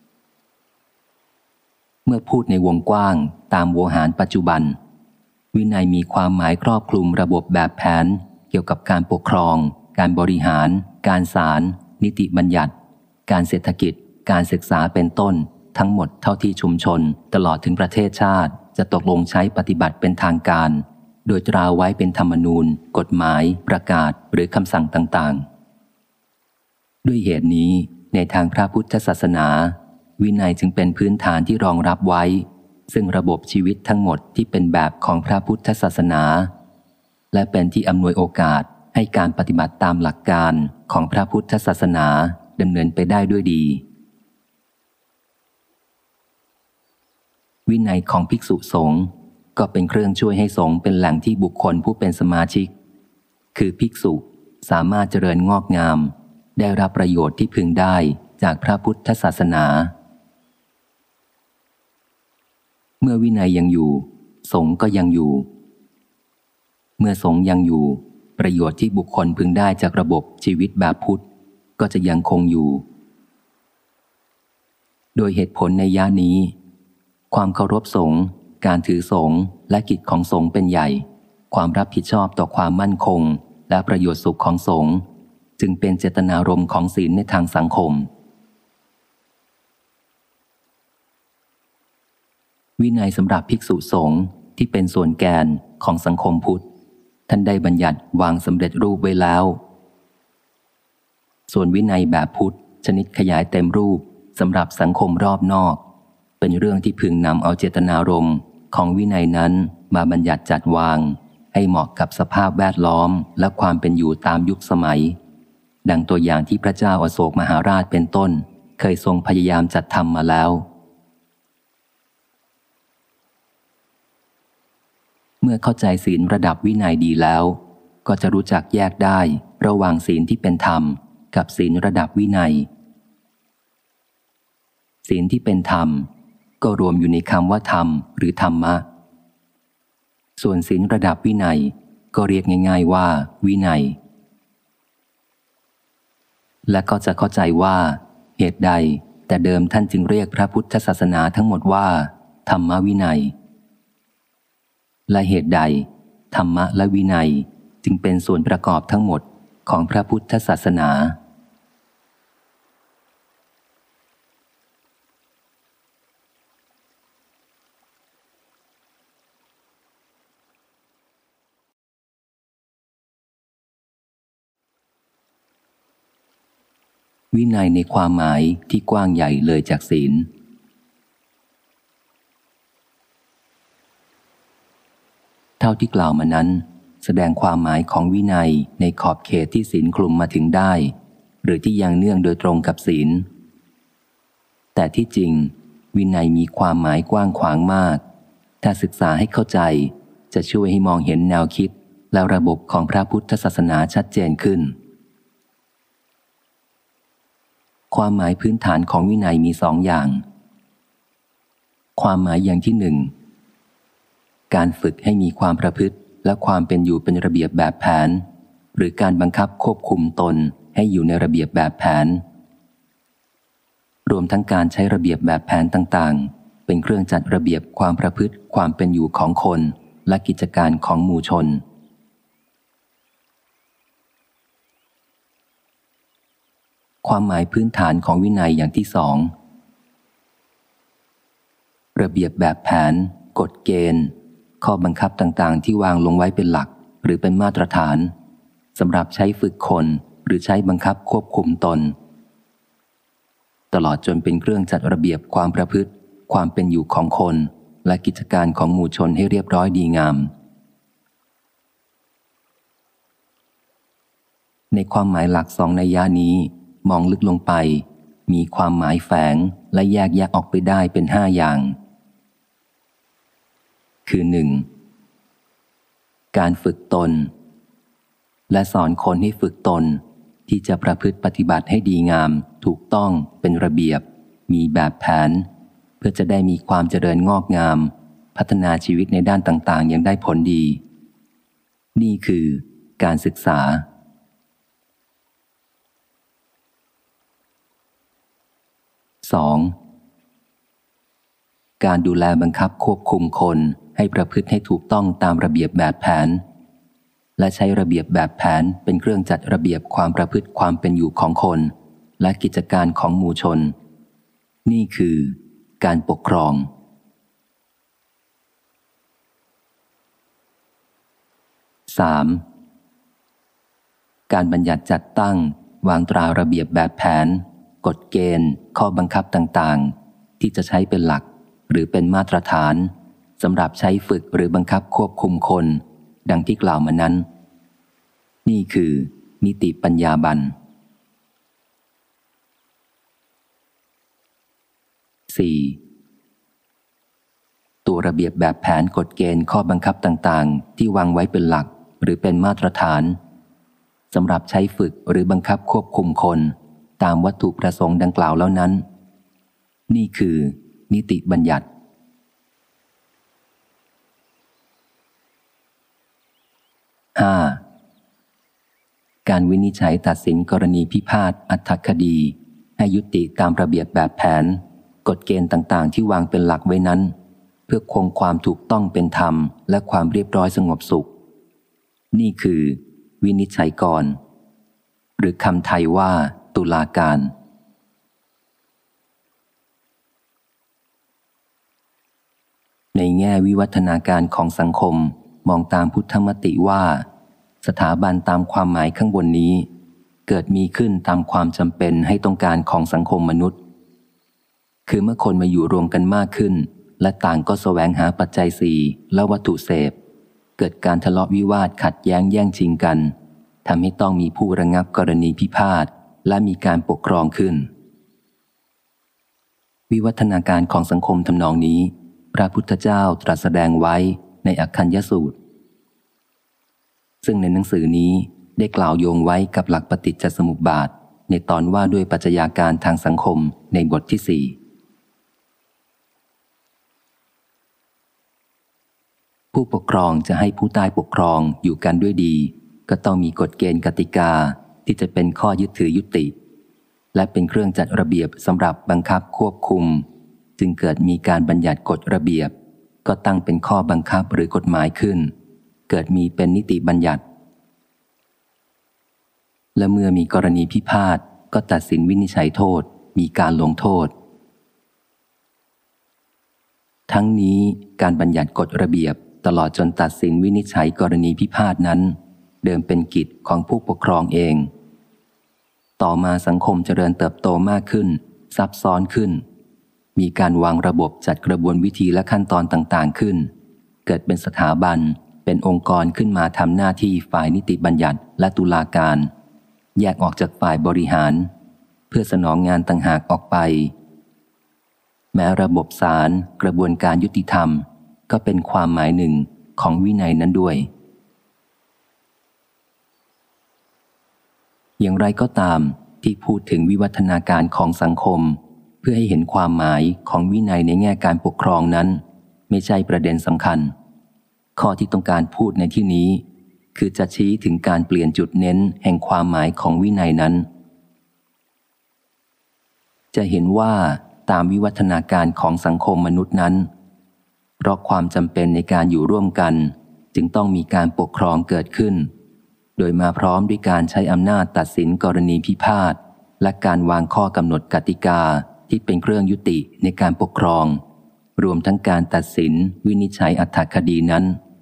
เมื่อพูดในวงกว้างตามโวหารปัจจุบันวินัยมีความหมายครอบคลุมระบบแบบแผนเกี่ยวกับการปกครองการบริหารการศาลนิติบัญญัติการเศรษฐกิจการศึกษาเป็นต้นทั้งหมดเท่าที่ชุมชนตลอดถึงประเทศชาติจะตกลงใช้ปฏิบัติเป็นทางการโดยตราไว้เป็นธรรมนูญกฎหมายประกาศหรือคำสั่งต่างๆด้วยเหตุนี้ในทางพระพุทธศาสนาวินัยจึงเป็นพื้นฐานที่รองรับไว้ซึ่งระบบชีวิตทั้งหมดที่เป็นแบบของพระพุทธศาสนาและเป็นที่อำนวยโอกาสให้การปฏิบัติตามหลักการของพระพุทธศาสนาดำเนินไปได้ด้วยดีวินัยของภิกษุสงฆ์ก็เป็นเครื่องช่วยให้สงฆ์เป็นแหล่งที่บุคคลผู้เป็นสมาชิกคือภิกษุสามารถเจริญงอกงามได้รับประโยชน์ที่พึงได้จากพระพุทธศาสนาเมื่อวินัยยังอยู่สงฆ์ก็ยังอยู่เมื่อสงฆ์ยังอยู่ประโยชน์ที่บุคคลพึงได้จากระบบชีวิตแบบพุทธก็จะยังคงอยู่โดยเหตุผลในย่านี้ความเคารพสงฆ์การถือสงฆ์และกิจของสงฆ์เป็นใหญ่ความรับผิดชอบต่อความมั่นคงและประโยชน์สุขของสงฆ์จึงเป็นเจตนารมณ์ของศีลในทางสังคมวินัยสำหรับภิกษุสงฆ์ที่เป็นส่วนแกนของสังคมพุทธท่านได้บัญญัติวางสำเร็จรูปไว้แล้วส่วนวินัยแบบพุทธชนิดขยายเต็มรูปสำหรับสังคมรอบนอกเป็นเรื่องที่พึงนำเอาเจตนารมณ์ของวินัยนั้นมาบัญญัติจัดวางให้เหมาะกับสภาพแวดล้อมและความเป็นอยู่ตามยุคสมัยดังตัวอย่างที่พระเจ้าอโศกมหาราชเป็นต้นเคยทรงพยายามจัดทำมาแล้วเมื่อเข้าใจศีลระดับวินัยดีแล้วก็จะรู้จักแยกได้ระหว่างศีลที่เป็นธรรมกับศีลระดับวินัยศีลที่เป็นธรรมก็รวมอยู่ในคำว่าธรรมหรือธรรมะส่วนศีลระดับวินัยก็เรียกง่ายๆว่าวินัยและก็จะเข้าใจว่าเหตุใดแต่เดิมท่านจึงเรียกพระพุทธศาสนาทั้งหมดว่าธรรมวินัยและเหตุใดธรรมะและวินัยจึงเป็นส่วนประกอบทั้งหมดของพระพุทธศาสนาวินัยในความหมายที่กว้างใหญ่เลยจากศีลเท่าที่กล่าวมานั้นแสดงความหมายของวินัยในขอบเขตที่ศีลคลุมมาถึงได้หรือที่ยังเนื่องโดยตรงกับศีลแต่ที่จริงวินัยมีความหมายกว้างขวางมากถ้าศึกษาให้เข้าใจจะช่วยให้มองเห็นแนวคิดและระบบของพระพุทธศาสนาชัดเจนขึ้นความหมายพื้นฐานของวินัยมีสองอย่างความหมายอย่างที่หนึ่งการฝึกให้มีความประพฤติและความเป็นอยู่เป็นระเบียบแบบแผนหรือการบังคับควบคุมตนให้อยู่ในระเบียบแบบแผนรวมทั้งการใช้ระเบียบแบบแผนต่างๆเป็นเครื่องจัดระเบียบความประพฤติความเป็นอยู่ของคนและกิจการของหมู่ชนความหมายพื้นฐานของวินัยอย่างที่สองระเบียบแบบแผนกฎเกณฑ์ข้อบังคับต่างๆที่วางลงไว้เป็นหลักหรือเป็นมาตรฐานสำหรับใช้ฝึกคนหรือใช้บังคับควบคุมตนตลอดจนเป็นเครื่องจัดระเบียบความประพฤติความเป็นอยู่ของคนและกิจการของหมู่ชนให้เรียบร้อยดีงามในความหมายหลักสองนัยยะนี้มองลึกลงไปมีความหมายแฝงและแยกแยะออกไปได้เป็นห้าอย่างคือหนึ่งการฝึกตนและสอนคนให้ฝึกตนที่จะประพฤติปฏิบัติให้ดีงามถูกต้องเป็นระเบียบมีแบบแผนเพื่อจะได้มีความเจริญงอกงามพัฒนาชีวิตในด้านต่างๆอย่างได้ผลดีนี่คือการศึกษาสองการดูแลบังคับควบคุมคนให้ประพฤติให้ถูกต้องตามระเบียบแบบแผนและใช้ระเบียบแบบแผนเป็นเครื่องจัดระเบียบความประพฤติความเป็นอยู่ของคนและกิจการของหมู่ชนนี่คือการปกครองสามการบัญญัติจัดตั้งวางตราระเบียบแบบแผนกฎเกณฑ์ข้อบังคับต่างๆที่จะใช้เป็นหลักหรือเป็นมาตรฐานสำหรับใช้ฝึกหรือบังคับควบคุมคนดังที่กล่าวมานั้นนี่คือนิติปัญญาบัญ สี่. ตัวระเบียบแบบแผนกฎเกณฑ์ข้อบังคับต่างๆที่วางไว้เป็นหลักหรือเป็นมาตรฐานสำหรับใช้ฝึกหรือบังคับควบคุมคนตามวัตถุประสงค์ดังกล่าวแล้วนั้นนี่คือนิติบัญญัติ ห้า. การวินิจฉัยตัดสินกรณีพิพาทอัตถคดีให้ยุติตามระเบียบแบบแผนกฎเกณฑ์ต่างๆที่วางเป็นหลักไว้นั้นเพื่อคงความถูกต้องเป็นธรรมและความเรียบร้อยสงบสุขนี่คือวินิจฉัยกรหรือคำไทยว่าตุลาการในแง่วิวัฒนาการของสังคมมองตามพุทธมติว่าสถาบันตามความหมายข้างบนนี้เกิดมีขึ้นตามความจำเป็นให้ต้องการของสังคมมนุษย์คือเมื่อคนมาอยู่รวมกันมากขึ้นและต่างก็แสวงหาปัจจัยสี่และวัตถุเสพเกิดการทะเลาะวิวาทขัดแย้งแย่งชิงกันทำให้ต้องมีผู้ระงับกรณีพิพาทและมีการปกครองขึ้นวิวัฒนาการของสังคมทำนองนี้พระพุทธเจ้าตรัสแสดงไว้ในอัคคัญญสูตรซึ่งในหนังสือนี้ได้กล่าวโยงไว้กับหลักปฏิจจสมุปบาทในตอนว่าด้วยปัจจัยาการทางสังคมในบทที่สี่ผู้ปกครองจะให้ผู้ใต้ปกครองอยู่กันด้วยดีก็ต้องมีกฎเกณฑ์กติกาที่จะเป็นข้อยึดถือยุติและเป็นเครื่องจัดระเบียบสำหรับบังคับควบคุมจึงเกิดมีการบัญญัติกฎระเบียบก็ตั้งเป็นข้อบังคับหรือกฎหมายขึ้นเกิดมีเป็นนิติบัญญัติและเมื่อมีกรณีพิพาทก็ตัดสินวินิจฉัยโทษมีการลงโทษทั้งนี้การบัญญัติกฎระเบียบตลอดจนตัดสินวินิจฉัยกรณีพิพาทนั้นเดิมเป็นกิจของผู้ปกครองเองต่อมาสังคมเจริญเติบโตมากขึ้นซับซ้อนขึ้นมีการวางระบบจัดกระบวนวิธีและขั้นตอนต่างๆขึ้นเกิดเป็นสถาบันเป็นองค์กรขึ้นมาทำหน้าที่ฝ่ายนิติบัญญัติและตุลาการแยกออกจากฝ่ายบริหารเพื่อสนองงานต่างหากออกไปแม้ระบบศาลกระบวนการยุติธรรมก็เป็นความหมายหนึ่งของวินัยนั้นด้วยอย่างไรก็ตามที่พูดถึงวิวัฒนาการของสังคมเพื่อให้เห็นความหมายของวินัยในแง่การปกครองนั้นไม่ใช่ประเด็นสำคัญข้อที่ต้องการพูดในที่นี้คือจะชี้ถึงการเปลี่ยนจุดเน้นแห่งความหมายของวินัยนั้นจะเห็นว่าตามวิวัฒนาการของสังคมมนุษย์นั้นเพราะความจำเป็นในการอยู่ร่วมกันจึงต้องมีการปกครองเกิดขึ้นโดยมาพร้อมด้วยการใช้อำนาจตัดสินกรณีพิพาทและการวางข้อกำหนดกติกาที่เป็นเครื่องยุติในการปกครองรวมทั้งการตัดสินวินิจฉัยอรรถคดีนั้น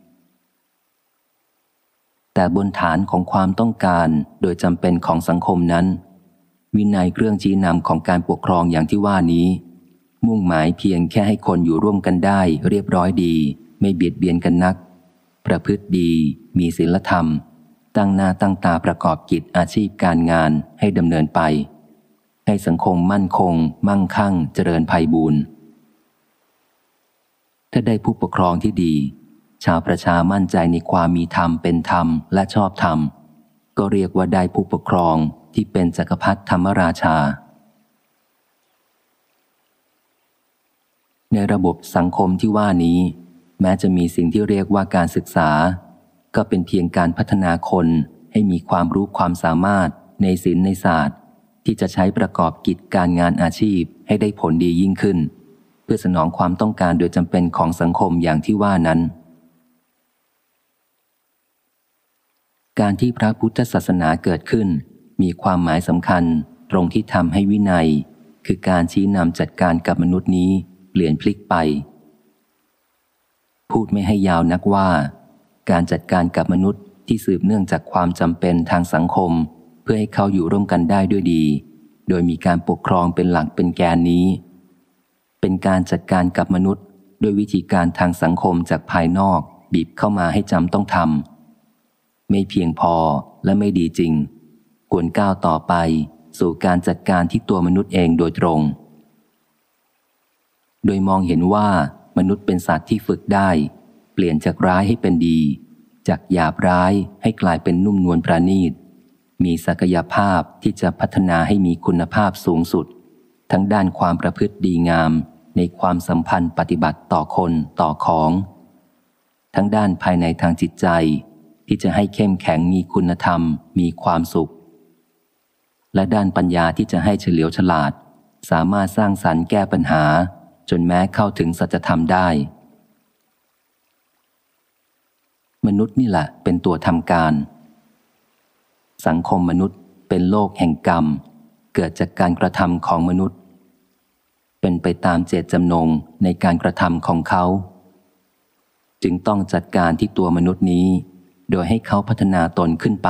แต่บนฐานของความต้องการโดยจำเป็นของสังคมนั้นวินัยเครื่องชี้นำของการปกครองอย่างที่ว่านี้มุ่งหมายเพียงแค่ให้คนอยู่ร่วมกันได้เรียบร้อยดีไม่เบียดเบียนกันนักประพฤติดีมีศีลธรรมตั้งหน้าตั้งตาประกอบกิจอาชีพการงานให้ดำเนินไปให้สังคมมั่นคงมั่งคั่งเจริญไพบูรย์ถ้าได้ผู้ปกครองที่ดีชาวประชามั่นใจในความมีธรรมเป็นธรรมและชอบธรรมก็เรียกว่าได้ผู้ปกครองที่เป็นจักรพรรดิธรรมราชาในระบบสังคมที่ว่านี้แม้จะมีสิ่งที่เรียกว่าการศึกษาก็เป็นเพียงการพัฒนาคนให้มีความรู้ความสามารถในศิลป์ในศาสตร์ที่จะใช้ประกอบกิจการงานอาชีพให้ได้ผลดียิ่งขึ้นเพื่อสนองความต้องการโดยจำเป็นของสังคมอย่างที่ว่านั้นการที่พระพุทธศาสนาเกิดขึ้นมีความหมายสำคัญตรงที่ทำให้วินัยคือการชี้นำจัดการกับมนุษย์นี้เปลี่ยนพลิกไปพูดไม่ให้ยาวนักว่าการจัดการกับมนุษย์ที่สืบเนื่องจากความจำเป็นทางสังคมเพื่อให้เขาอยู่ร่วมกันได้ด้วยดีโดยมีการปกครองเป็นหลักเป็นแกนนี้เป็นการจัดการกับมนุษย์ด้วยวิธีการทางสังคมจากภายนอกบีบเข้ามาให้จำต้องทำไม่เพียงพอและไม่ดีจริงควรก้าวต่อไปสู่การจัดการที่ตัวมนุษย์เองโดยตรงโดยมองเห็นว่ามนุษย์เป็นสัตว์ที่ฝึกได้เปลี่ยนจากร้ายให้เป็นดีจากหยาบร้ายให้กลายเป็นนุ่มนวลประณีตมีศักยภาพที่จะพัฒนาให้มีคุณภาพสูงสุดทั้งด้านความประพฤติดีงามในความสัมพันธ์ปฏิบัติต่อคนต่อของทั้งด้านภายในทางจิตใจที่จะให้เข้มแข็งมีคุณธรรมมีความสุขและด้านปัญญาที่จะให้เฉลียวฉลาดสามารถสร้างสรรค์แก้ปัญหาจนแม้เข้าถึงสัจธรรมได้มนุษย์นี่แหละเป็นตัวทำการสังคมมนุษย์เป็นโลกแห่งกรรมเกิดจากการกระทำของมนุษย์เป็นไปตามเจตจำนงในการกระทำของเขาจึงต้องจัดการที่ตัวมนุษย์นี้โดยให้เขาพัฒนาตนขึ้นไป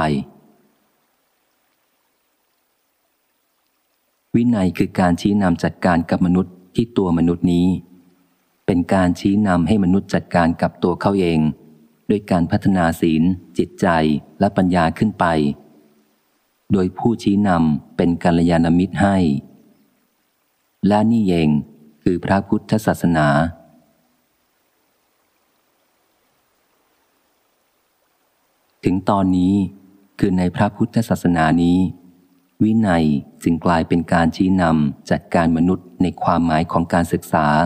วินัยคือการชี้นำจัดการกับมนุษย์ที่ตัวมนุษย์นี้เป็นการชี้นำให้มนุษย์จัดการกับตัวเขาเองด้วยการพัฒนาศีลจิตใจและปัญญาขึ้นไปโดยผู้ชี้นำเป็นกัลยาณมิตรให้และนี่เองคือพระพุทธศาสนาถึงตอนนี้คือในพระพุทธศาสนานี้วินัยจึงกลายเป็นการชี้นำจัดการมนุษย์ในความหมายของการศึกษา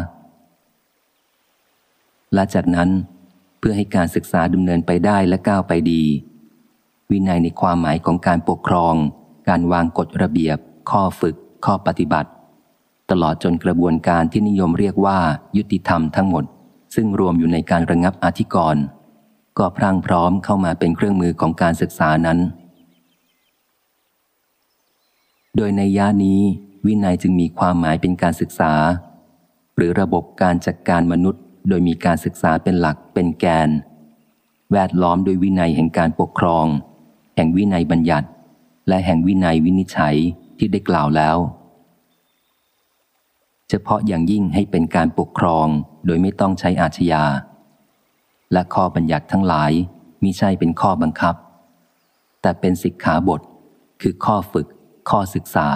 และจากนั้นเพื่อให้การศึกษาดำเนินไปได้และก้าวไปดีวินัยในความหมายของการปกครองการวางกฎระเบียบข้อฝึกข้อปฏิบัติตลอดจนกระบวนการที่นิยมเรียกว่ายุติธรรมทั้งหมดซึ่งรวมอยู่ในการระงับอธิกรณ์ก็พรั่งพร้อมเข้ามาเป็นเครื่องมือของการศึกษานั้นโดยในย่านี้วินัยจึงมีความหมายเป็นการศึกษาหรือระบบการจัดการมนุษย์โดยมีการศึกษาเป็นหลักเป็นแกนแวดล้อมโดยวินัยแห่งการปกครองแห่งวินัยบัญญัติและแห่งวินัยวินิจฉัยที่ได้กล่าวแล้วเฉพาะอย่างยิ่งให้เป็นการปกครองโดยไม่ต้องใช้อาชญาและข้อบัญญัติทั้งหลายมิใช่เป็นข้อบังคับแต่เป็นสิกขาบทคือข้อฝึกข้อศึกษา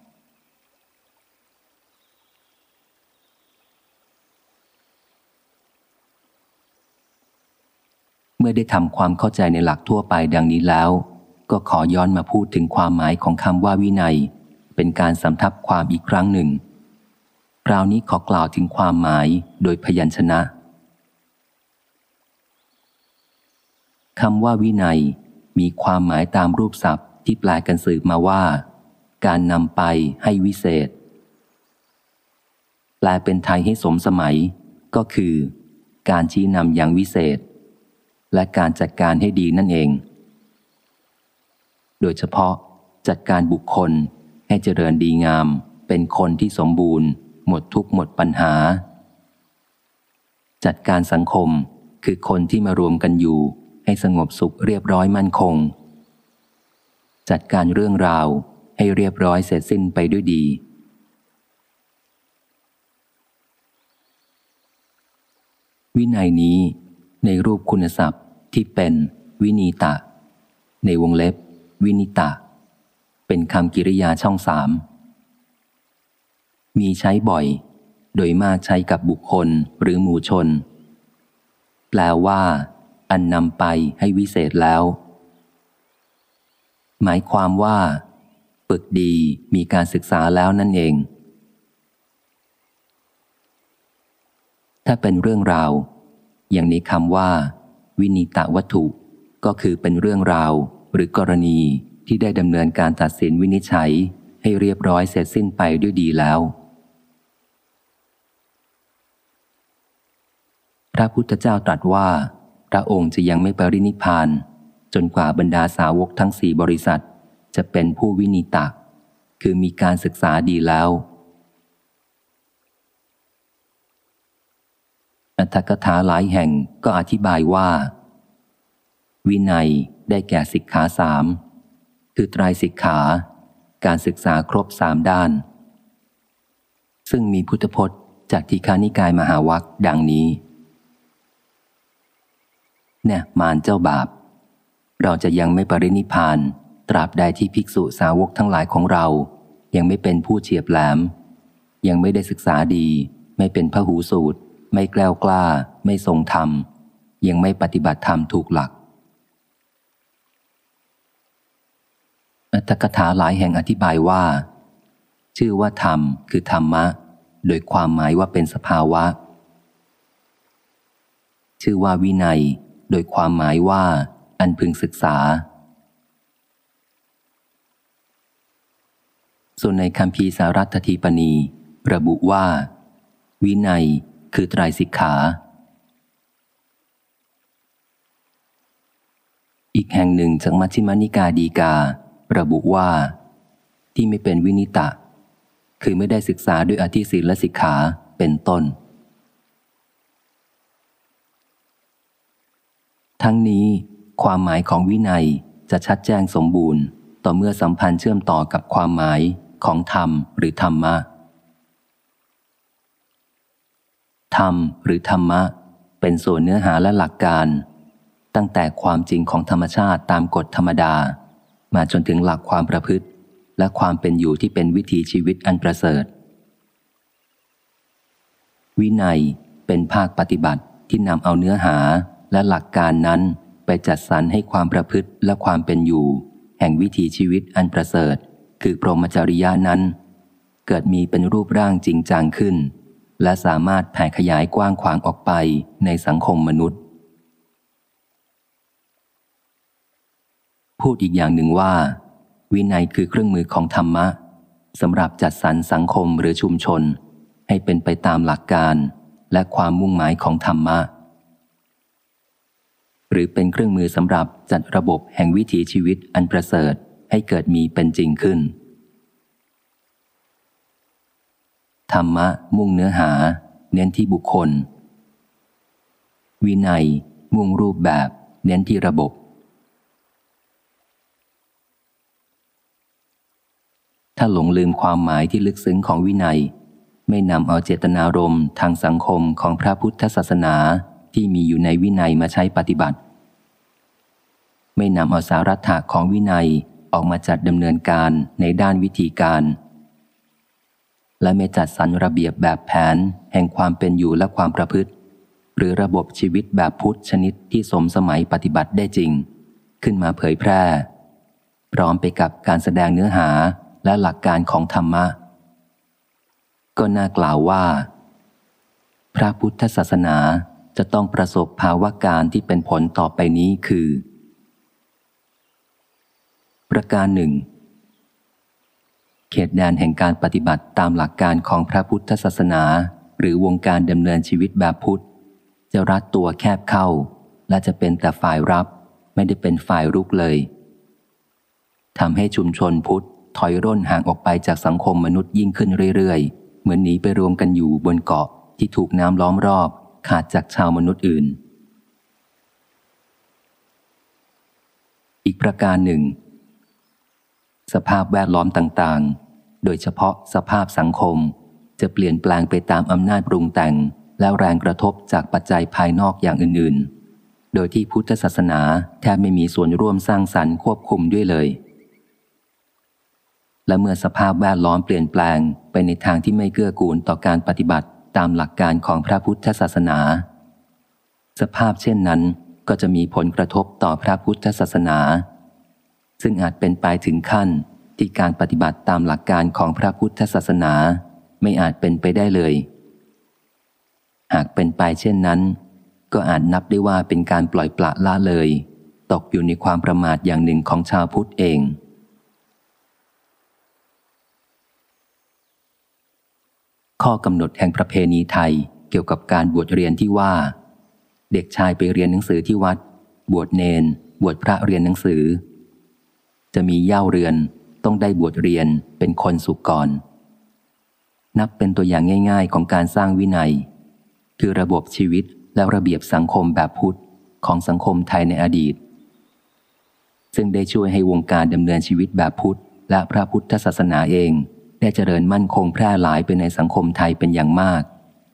เมื่อได้ทำความเข้าใจในหลักทั่วไปดังนี้แล้วก็ขอย้อนมาพูดถึงความหมายของคำว่าวินัยเป็นการสำทับความอีกครั้งหนึ่งคราวนี้ขอกล่าวถึงความหมายโดยพยัญชนะคำว่าวินัยมีความหมายตามรูปศัพท์ที่แปลกันสืบมาว่าการนำไปให้วิเศษแปลเป็นไทยให้สมสมัยก็คือการชี้นำอย่างวิเศษและการจัดการให้ดีนั่นเองโดยเฉพาะจัดการบุคคลให้เจริญดีงามเป็นคนที่สมบูรณ์หมดทุกข์หมดปัญหาจัดการสังคมคือคนที่มารวมกันอยู่ให้สงบสุขเรียบร้อยมั่นคงจัดการเรื่องราวให้เรียบร้อยเสร็จสิ้นไปด้วยดีวินัยนี้ในรูปคุณศัพท์ที่เป็นวินีตะในวงเล็บวินิตะเป็นคำกริยาช่องสามมีใช้บ่อยโดยมากใช้กับบุคคลหรือหมู่ชนแปลว่าอันนำไปให้วิเศษแล้วหมายความว่าฝึกดีมีการศึกษาแล้วนั่นเองถ้าเป็นเรื่องราวอย่างนี้คำว่าวินิตะวัตถุก็คือเป็นเรื่องราวหรือกรณีที่ได้ดำเนินการตัดสินวินิจฉัยให้เรียบร้อยเสร็จสิ้นไปด้วยดีแล้วพระพุทธเจ้าตรัสว่าพระองค์จะยังไม่ปรินิพพานจนกว่าบรรดาสาวกทั้งสี่บริษัทจะเป็นผู้วินิตะคือมีการศึกษาดีแล้วอรรถกถาหลายแห่งก็อธิบายว่าวินัยได้แก่สิกขาสามคือไตรสิกขาการศึกษาครบสามด้านซึ่งมีพุทธพจน์จากทีฆานิกายมหาวรรคดังนี้เนี่ยมารเจ้าบาปเราจะยังไม่ปรินิพพานตราบใดที่ภิกษุสาวกทั้งหลายของเรายังไม่เป็นผู้เฉียบแหลมยังไม่ได้ศึกษาดีไม่เป็นพหูสูตรไม่แกล้วกล้าไม่ทรงธรรมยังไม่ปฏิบัติธรรมถูกหลักอรรถกถาหลายแห่งอธิบายว่าชื่อว่าธรรมคือธรรมะโดยความหมายว่าเป็นสภาวะชื่อว่าวินัยโดยความหมายว่าอันพึงศึกษาส่วนในคัมภีร์สารัตถีปณีระบุว่าวินัยคือไตรสิกขาอีกแห่งหนึ่งจากมัชฌิมานิกายดีการะบุว่าที่ไม่เป็นวินิตะคือไม่ได้ศึกษาด้วยอธิศีลและสิกขาเป็นต้นทั้งนี้ความหมายของวินัยจะชัดแจ้งสมบูรณ์ต่อเมื่อสัมพันธ์เชื่อมต่อกับความหมายของธรรมหรือธรรมะธรรมหรือธรรมะเป็นส่วนเนื้อหาและหลักการตั้งแต่ความจริงของธรรมชาติตามกฎธรรมดามาจนถึงหลักความประพฤติและความเป็นอยู่ที่เป็นวิถีชีวิตอันประเสริฐวินัยเป็นภาคปฏิบัติที่นำเอาเนื้อหาและหลักการนั้นไปจัดสรรให้ความประพฤติและความเป็นอยู่แห่งวิถีชีวิตอันประเสริฐคือพรหมจริยะนั้นเกิดมีเป็นรูปร่างจริงจังขึ้นและสามารถแผ่ขยายกว้างขวางออกไปในสังคมมนุษย์พูดอีกอย่างหนึ่งว่าวินัยคือเครื่องมือของธรรมะสำหรับจัดสรรสังคมหรือชุมชนให้เป็นไปตามหลักการและความมุ่งหมายของธรรมะหรือเป็นเครื่องมือสำหรับจัดระบบแห่งวิถีชีวิตอันประเสริฐให้เกิดมีเป็นจริงขึ้นธรรมะมุ่งเนื้อหาเน้นที่บุคคลวินัยมุ่งรูปแบบเน้นที่ระบบถ้าหลงลืมความหมายที่ลึกซึ้งของวินัยไม่นำเอาเจตนารมณ์ทางสังคมของพระพุทธศาสนาที่มีอยู่ในวินัยมาใช้ปฏิบัติไม่นำเอาสาระถะของวินัยออกมาจัดดำเนินการในด้านวิธีการและไม่จัดสรรระเบียบแบบแผนแห่งความเป็นอยู่และความประพฤติหรือระบบชีวิตแบบพุทธชนิดที่สมสมัยปฏิบัติได้จริงขึ้นมาเผยแพร่พร้อมไปกับการแสดงเนื้อหาและหลักการของธรรมะก็น่ากล่าวว่าพระพุทธศาสนาจะต้องประสบภาวะการที่เป็นผลต่อไปนี้คือประการหนึ่งเขตแดนแห่งการปฏิบัติตามหลักการของพระพุทธศาสนาหรือวงการดำเนินชีวิตแบบพุทธจะรัดตัวแคบเข้าและจะเป็นแต่ฝ่ายรับไม่ได้เป็นฝ่ายรุกเลยทำให้ชุมชนพุทธถอยร่นห่างออกไปจากสังคมมนุษย์ยิ่งขึ้นเรื่อยๆเหมือนหนีไปรวมกันอยู่บนเกาะที่ถูกน้ำล้อมรอบขาดจากชาวมนุษย์อื่นอีกประการหนึ่งสภาพแวดล้อมต่างๆโดยเฉพาะสภาพสังคมจะเปลี่ยนแปลงไปตามอำนาจปรุงแต่งและแรงกระทบจากปัจจัยภายนอกอย่างอื่นๆโดยที่พุทธศาสนาแทบไม่มีส่วนร่วมสร้างสรรค์ควบคุมด้วยเลยและเมื่อสภาพแวดล้อมเปลี่ยนแปลงไปในทางที่ไม่เกื้อกูลต่อการปฏิบัติตามหลักการของพระพุทธศาสนาสภาพเช่นนั้นก็จะมีผลกระทบต่อพระพุทธศาสนาซึ่งอาจเป็นไปถึงขั้นที่การปฏิบัติตามหลักการของพระพุทธศาสนาไม่อาจเป็นไปได้เลยหากเป็นไปเช่นนั้นก็อาจนับได้ว่าเป็นการปล่อยปละละเลยตกอยู่ในความประมาทอย่างหนึ่งของชาวพุทธเองข้อกำหนดแห่งประเพณีไทยเกี่ยวกับการบวชเรียนที่ว่าเด็กชายไปเรียนหนังสือที่วัดบวชเณรบวชพระเรียนหนังสือจะมีเหย้าเรือนต้องได้บวชเรียนเป็นคนสุกรนับเป็นตัวอย่างง่ายๆของการสร้างวินัยคือระบบชีวิตและระเบียบสังคมแบบพุทธของสังคมไทยในอดีตซึ่งได้ช่วยให้วงการดำเนินชีวิตแบบพุทธและพระพุทธศาสนาเองได้เจริญมั่นคงแพร่หลายไปในสังคมไทยเป็นอย่างมาก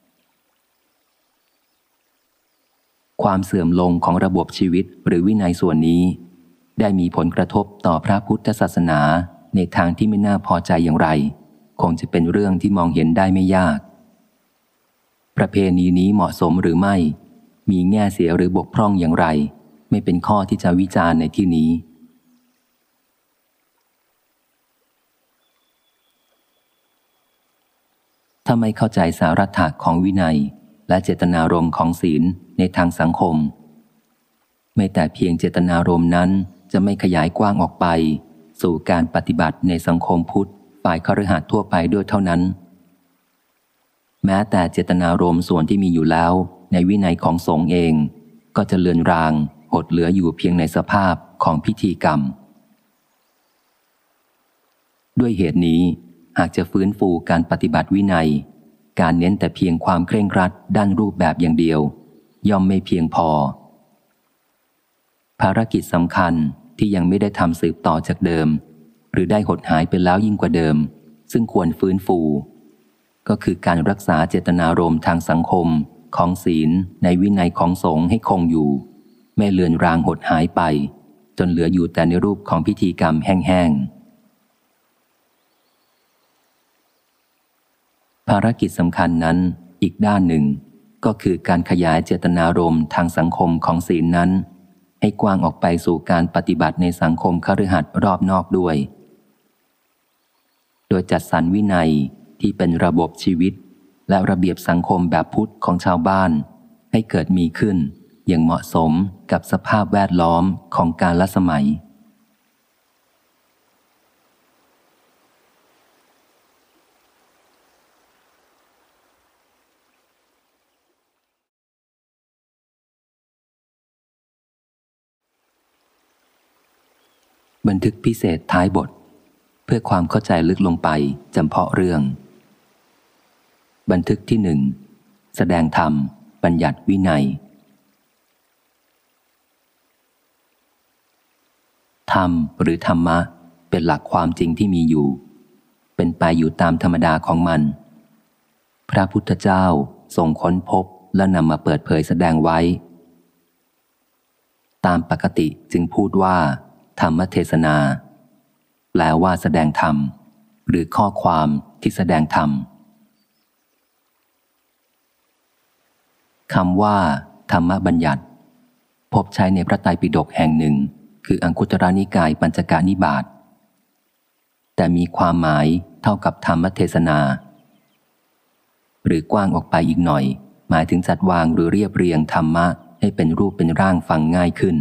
ความเสื่อมลงของระบบชีวิตหรือวินัยส่วนนี้ได้มีผลกระทบต่อพระพุทธศาสนาในทางที่ไม่น่าพอใจอย่างไรคงจะเป็นเรื่องที่มองเห็นได้ไม่ยากประเพณีนี้เหมาะสมหรือไม่มีแง่เสียหรือบกพร่องอย่างไรไม่เป็นข้อที่จะวิจารณ์ในที่นี้ถ้าไม่เข้าใจสาระถะของวินัยและเจตนารมณ์ของศีลในทางสังคมไม่แต่เพียงเจตนารมณ์นั้นจะไม่ขยายกว้างออกไปสู่การปฏิบัติในสังคมพุทธฝ่ายคฤหัสถ์ทั่วไปด้วยเท่านั้นแม้แต่เจตนารมณ์ส่วนที่มีอยู่แล้วในวินัยของสงฆ์เองก็จะเลือนรางหดเหลืออยู่เพียงในสภาพของพิธีกรรมด้วยเหตุนี้หากจะฟื้นฟูการปฏิบัติวินัยการเน้นแต่เพียงความเคร่งครัดด้านรูปแบบอย่างเดียวย่อมไม่เพียงพอภารกิจสำคัญที่ยังไม่ได้ทำสืบต่อจากเดิมหรือได้หดหายไปแล้วยิ่งกว่าเดิมซึ่งควรฟื้นฟูก็คือการรักษาเจตนารมณ์ทางสังคมของศีลในวินัยของสงฆ์ให้คงอยู่ไม่เลือนรางหดหายไปจนเหลืออยู่แต่ในรูปของพิธีกรรมแห้งๆภารกิจสำคัญนั้นอีกด้านหนึ่งก็คือการขยายเจตนารมณ์ทางสังคมของศีลนั้นให้กว้างออกไปสู่การปฏิบัติในสังคมคฤหัสถ์รอบนอกด้วยโดยจัดสรรวินัยที่เป็นระบบชีวิตและระเบียบสังคมแบบพุทธของชาวบ้านให้เกิดมีขึ้นอย่างเหมาะสมกับสภาพแวดล้อมของกาลสมัยบันทึกพิเศษท้ายบทเพื่อความเข้าใจลึกลงไปจำเพาะเรื่องบันทึกที่หนึ่งแสดงธรรมบัญญัติวินัยธรรมหรือธรรมะเป็นหลักความจริงที่มีอยู่เป็นไปอยู่ตามธรรมดาของมันพระพุทธเจ้าทรงค้นพบและนำมาเปิดเผยแสดงไว้ตามปกติจึงพูดว่าธรรมเทศนาแปลว่าแสดงธรรมหรือข้อความที่แสดงธรรมคำว่าธรรมบัญญัติพบใช้ในพระไตรปิฎกแห่งหนึ่งคืออังคุตรนิกายปัญจกนิบาตแต่มีความหมายเท่ากับธรรมเทศนาหรือกว้างออกไปอีกหน่อยหมายถึงจัดวางหรือเรียบเรียงธรรมะให้เป็นรูปเป็นร่างฟังง่ายขึ้น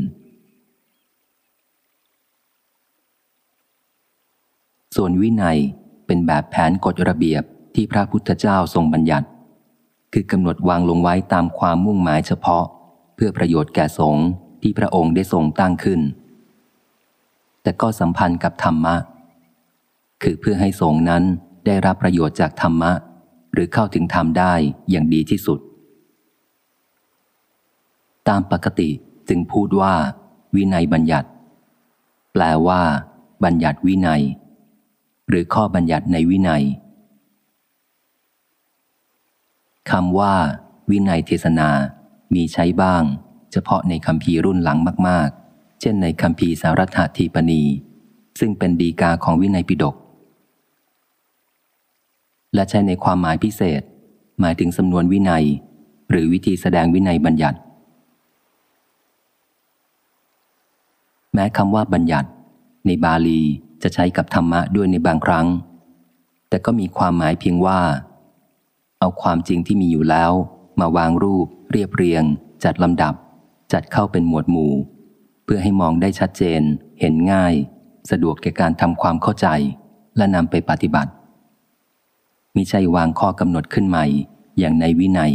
ส่วนวินัยเป็นแบบแผนกฎระเบียบที่พระพุทธเจ้าทรงบัญญัติคือกำหนดวางลงไว้ตามความมุ่งหมายเฉพาะเพื่อประโยชน์แก่สงฆ์ที่พระองค์ได้ทรงตั้งขึ้นแต่ก็สัมพันธ์กับธรรมะคือเพื่อให้สงฆ์นั้นได้รับประโยชน์จากธรรมะหรือเข้าถึงธรรมได้อย่างดีที่สุดตามปกติจึงพูดว่าวินัยบัญญัติแปลว่าบัญญัติวินัยหรือข้อบัญญัติในวินัยคำว่าวินัยเทศนามีใช้บ้างเฉพาะในคัมภีร์รุ่นหลังมากๆเช่นในคัมภีร์สารัตถทีปณีซึ่งเป็นฎีกาของวินัยปิฎกและใช้ในความหมายพิเศษหมายถึงสำนวนวินัยหรือวิธีแสดงวินัยบัญญัติแม้คำว่าบัญญัติในบาลีจะใช้กับธรรมะด้วยในบางครั้งแต่ก็มีความหมายเพียงว่าเอาความจริงที่มีอยู่แล้วมาวางรูปเรียบเรียงจัดลำดับจัดเข้าเป็นหมวดหมู่เพื่อให้มองได้ชัดเจนเห็นง่ายสะดวกแก่การทำความเข้าใจและนำไปปฏิบัติมิใช่วางข้อกำหนดขึ้นใหม่อย่างในวินัย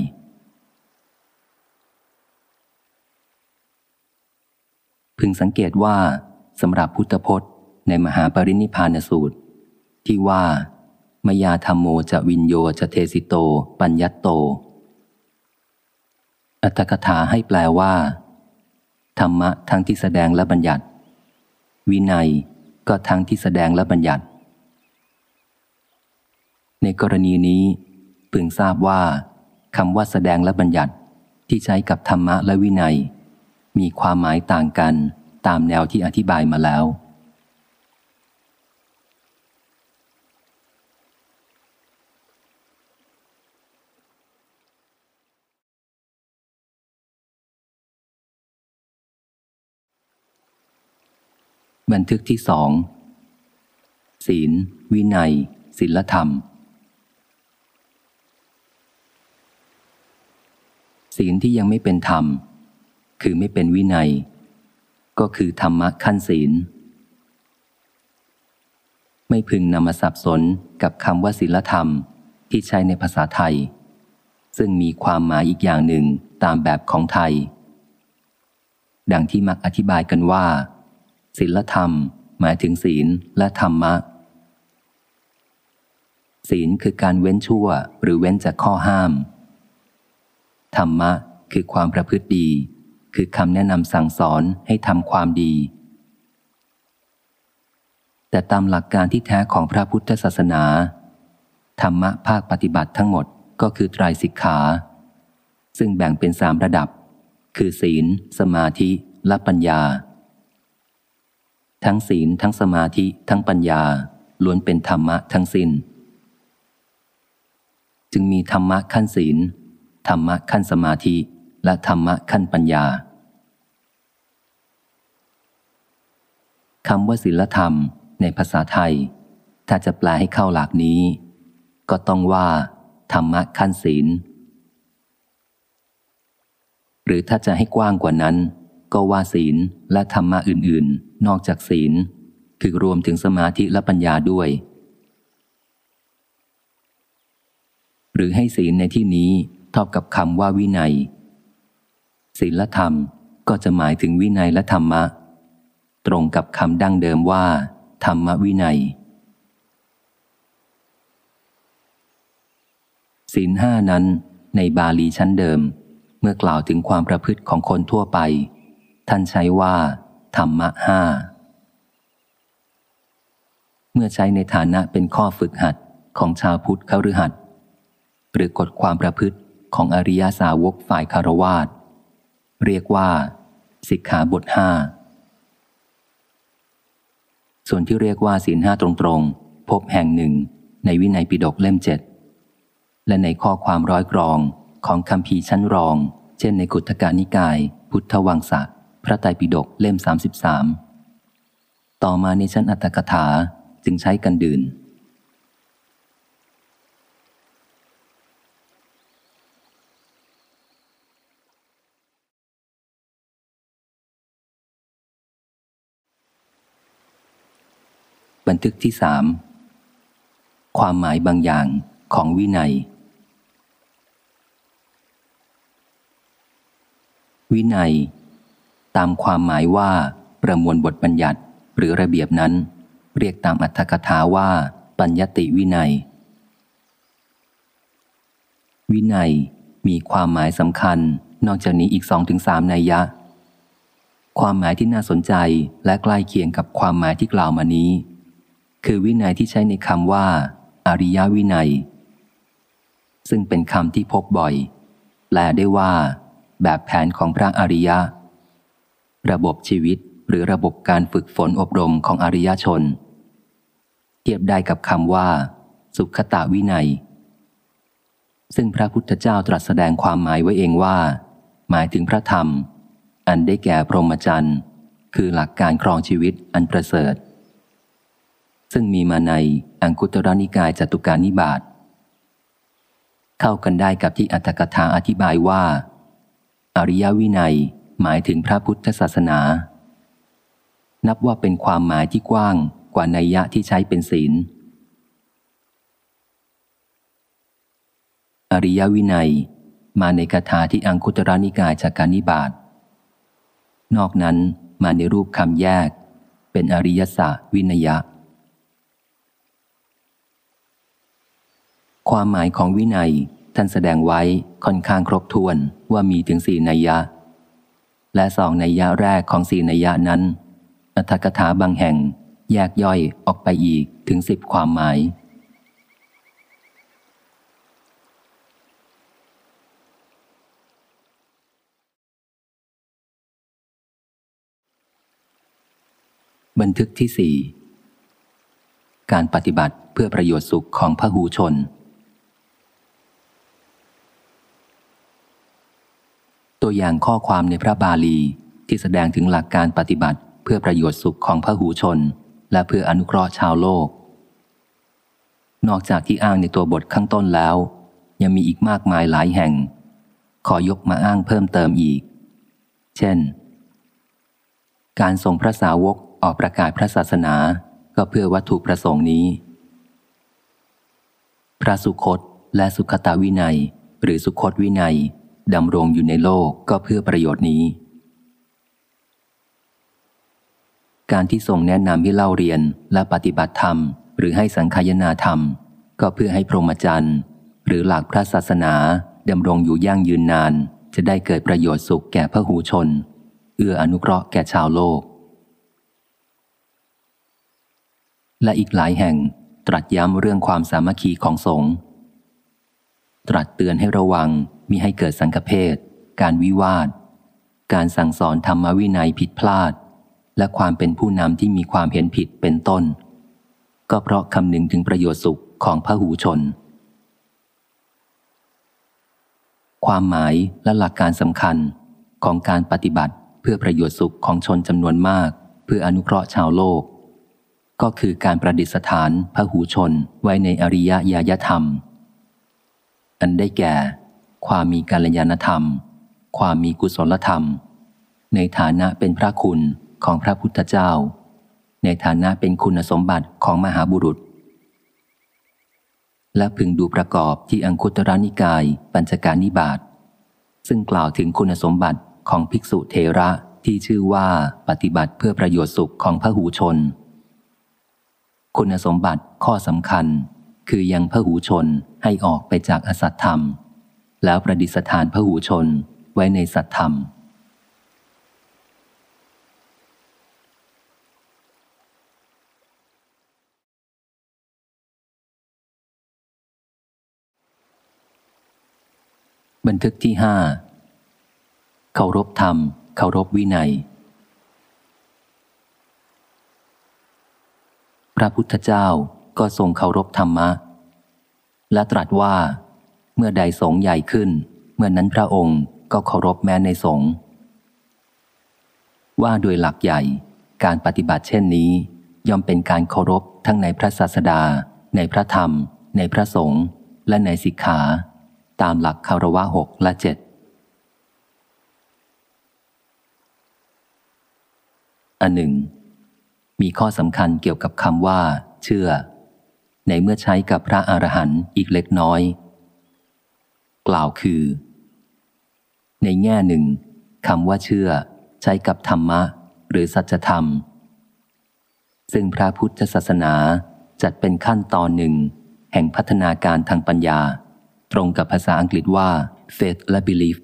พึงสังเกตว่าสำหรับพุทธพจน์ในมหาปรินิพพานสูตรที่ว่ามยาธัมโมจะวินโยจะเทสิโตปัญญัตโตอรรถกถาให้แปลว่าธรรมะทั้งที่แสดงและบัญญัติวินัยก็ทั้งที่แสดงและบัญญัติในกรณีนี้พึงทราบว่าคำว่าแสดงและบัญญัติที่ใช้กับธรรมะและวินัยมีความหมายต่างกันตามแนวที่อธิบายมาแล้วบันทึกที่สองศีลวินัยศีลธรรมศีลที่ยังไม่เป็นธรรมคือไม่เป็นวินัยก็คือธรรมะขั้นศีลไม่พึงนำมาสับสนกับคำว่าศีลธรรมที่ใช้ในภาษาไทยซึ่งมีความหมายอีกอย่างหนึ่งตามแบบของไทยดังที่มักอธิบายกันว่าศีลธรรมหมายถึงศีลและธรรมะศีลคือการเว้นชั่วหรือเว้นจากข้อห้ามธรรมะคือความประพฤติดีคือคำแนะนำสั่งสอนให้ทำความดีแต่ตามหลักการที่แท้ของพระพุทธศาสนาธรรมะภาคปฏิบัติทั้งหมดก็คือไตรสิกขาซึ่งแบ่งเป็นสามระดับคือศีลสมาธิและปัญญาทั้งศีลทั้งสมาธิทั้งปัญญาล้วนเป็นธรรมะทั้งสิ้นจึงมีธรรมะขั้นศีลธรรมะขั้นสมาธิและธรรมะขั้นปัญญาคำว่าศีลธรรมในภาษาไทยถ้าจะแปลให้เข้าหลักนี้ก็ต้องว่าธรรมะขั้นศีลหรือถ้าจะให้กว้างกว่านั้นก็ว่าศีลและธรรมะอื่นๆนอกจากศีลคือรวมถึงสมาธิและปัญญาด้วยหรือให้ศีลในที่นี้เท่ากับคำว่าวินัยศีลธรรมก็จะหมายถึงวินัยและธรรมะตรงกับคำดั้งเดิมว่าธรรมวินัยศีลห้านั้นในบาลีชั้นเดิมเมื่อกล่าวถึงความประพฤติของคนทั่วไปท่านใช้ว่าธรรมะห้าเมื่อใช้ในฐานะเป็นข้อฝึกหัดของชาวพุทธคฤหัสถ์หรือกฎความประพฤติของอริยสาวกฝ่ายคฤหัสถ์เรียกว่าสิกขาบทห้าส่วนที่เรียกว่าศีลห้าตรงๆพบแห่งหนึ่งในวินัยปิฎกเล่มเจ็ดและในข้อความร้อยกรองของคัมภีร์ชั้นรองเช่นในกุฏทกนิกายพุทธวังสะพระไตรปิฎกเล่มสามสิบสามต่อมาในชั้นอรรถกถาจึงใช้กันดื่นบันทึกที่สามความหมายบางอย่างของวินัยวินัยตามความหมายว่าประมวลบทบัญญัติหรือระเบียบนั้นเรียกตามอรรถกถาว่าปัญญติวินัยวินัยมีความหมายสำคัญนอกจากนี้อีก สองถึงสาม นัยยะความหมายที่น่าสนใจและใกล้เคียงกับความหมายที่กล่าวมานี้คือวินัยที่ใช้ในคำว่าอริยวินัยซึ่งเป็นคำที่พบบ่อยแปลได้ว่าแบบแผนของพระอริยะระบบชีวิตหรือระบบการฝึกฝนอบรมของอริยชนเทียบได้กับคำว่าสุขตวินัยซึ่งพระพุทธเจ้าตรัสแสดงความหมายไว้เองว่าหมายถึงพระธรรมอันได้แก่พรหมจรรย์คือหลักการครองชีวิตอันประเสริฐซึ่งมีมาในอังคุตรนิกายจตุการนิบาตเข้ากันได้กับที่อรรถกถาอธิบายว่าอริยวินัยหมายถึงพระพุทธศาสนานับว่าเป็นความหมายที่กว้างกว่านัยยะที่ใช้เป็นศีลอริยวินัยมาในคาถาที่อังคุตรนิกายจตุการนิบาตนอกนั้นมาในรูปคำแยกเป็นอริยสัจวินัยความหมายของวินัยท่านแสดงไว้ค่อนข้างครบถ้วนว่ามีถึงสี่นัยยะและสองนัยยะแรกของสี่นัยยะนั้นอรรถกถาบางแห่งแยกย่อยออกไปอีกถึงสิบความหมายบันทึกที่สี่การปฏิบัติเพื่อประโยชน์สุขของพหูชนตัวอย่างข้อความในพระบาลีที่แสดงถึงหลักการปฏิบัติเพื่อประโยชน์สุขของพหูชนและเพื่ออนุเคราะห์ชาวโลกนอกจากที่อ้างในตัวบทข้างต้นแล้วยังมีอีกมากมายหลายแห่งขอยกมาอ้างเพิ่มเติมอีกเช่นการส่งพระสาวกออกประกาศพระศาสนาก็เพื่อวัตถุประสงค์นี้พระสุคตและสุขตวินัยหรือสุคตวินัยดำรงอยู่ในโลกก็เพื่อประโยชน์นี้การที่ทรงแนะนำให้เล่าเรียนและปฏิบัติธรรมหรือให้สังคายนาธรรมก็เพื่อให้พรหมจรรย์หรือหลักพระศาสนาดำรงอยู่ยั่งยืนนานจะได้เกิดประโยชน์สุขแก่พหูชนเอื้ออนุเคราะห์แก่ชาวโลกและอีกหลายแห่งตรัสย้ำเรื่องความสามัคคีของสงฆ์ตรัสเตือนให้ระวังมิให้เกิดสังฆเพศการวิวาทการสั่งสอนธรรมวินัยผิดพลาดและความเป็นผู้นำที่มีความเห็นผิดเป็นต้นก็เพราะคำนึงถึงประโยชน์สุขของพหูชนความหมายและหลักการสำคัญของการปฏิบัติเพื่อประโยชน์สุขของชนจำนวนมากเพื่ออนุเคราะห์ชาวโลกก็คือการประดิษฐานพหูชนไว้ในอริยญาณธรรมอันได้แก่ความมีกัลยาณธรรมความมีกุศลธรรมในฐานะเป็นพระคุณของพระพุทธเจ้าในฐานะเป็นคุณสมบัติของมหาบุรุษและพึงดูประกอบที่อังคุตรนิกายปัญจการนิบาตซึ่งกล่าวถึงคุณสมบัติของภิกษุเถระที่ชื่อว่าปฏิบัติเพื่อประโยชน์สุขของพหูชนคุณสมบัติข้อสำคัญคือยังพหูชนให้ออกไปจากอสัตธรรมแล้วประดิษฐานพหูชนไว้ในสัตธรรมบันทึกที่ห้าเคารพธรรมเคารพวินัยพระพุทธเจ้าก็ทรงเคารพธรรมะและตรัสว่าเมื่อใดสงฆ์ใหญ่ขึ้นเมื่อนั้นพระองค์ก็เคารพแม้ในสงฆ์ว่าโดยหลักใหญ่การปฏิบัติเช่นนี้ย่อมเป็นการเคารพทั้งในพระศาสดาในพระธรรมในพระสงฆ์และในสิกขาตามหลักคารวะหกและเจ็ดอันหนึ่งมีข้อสำคัญเกี่ยวกับคำว่าเชื่อในเมื่อใช้กับพระอรหันต์อีกเล็กน้อยกล่าวคือในแง่หนึ่งคำว่าเชื่อใช้กับธรรมะหรือสัจธรรมซึ่งพระพุทธศาสนาจัดเป็นขั้นตอนหนึ่งแห่งพัฒนาการทางปัญญาตรงกับภาษาอังกฤษว่า faith และ belief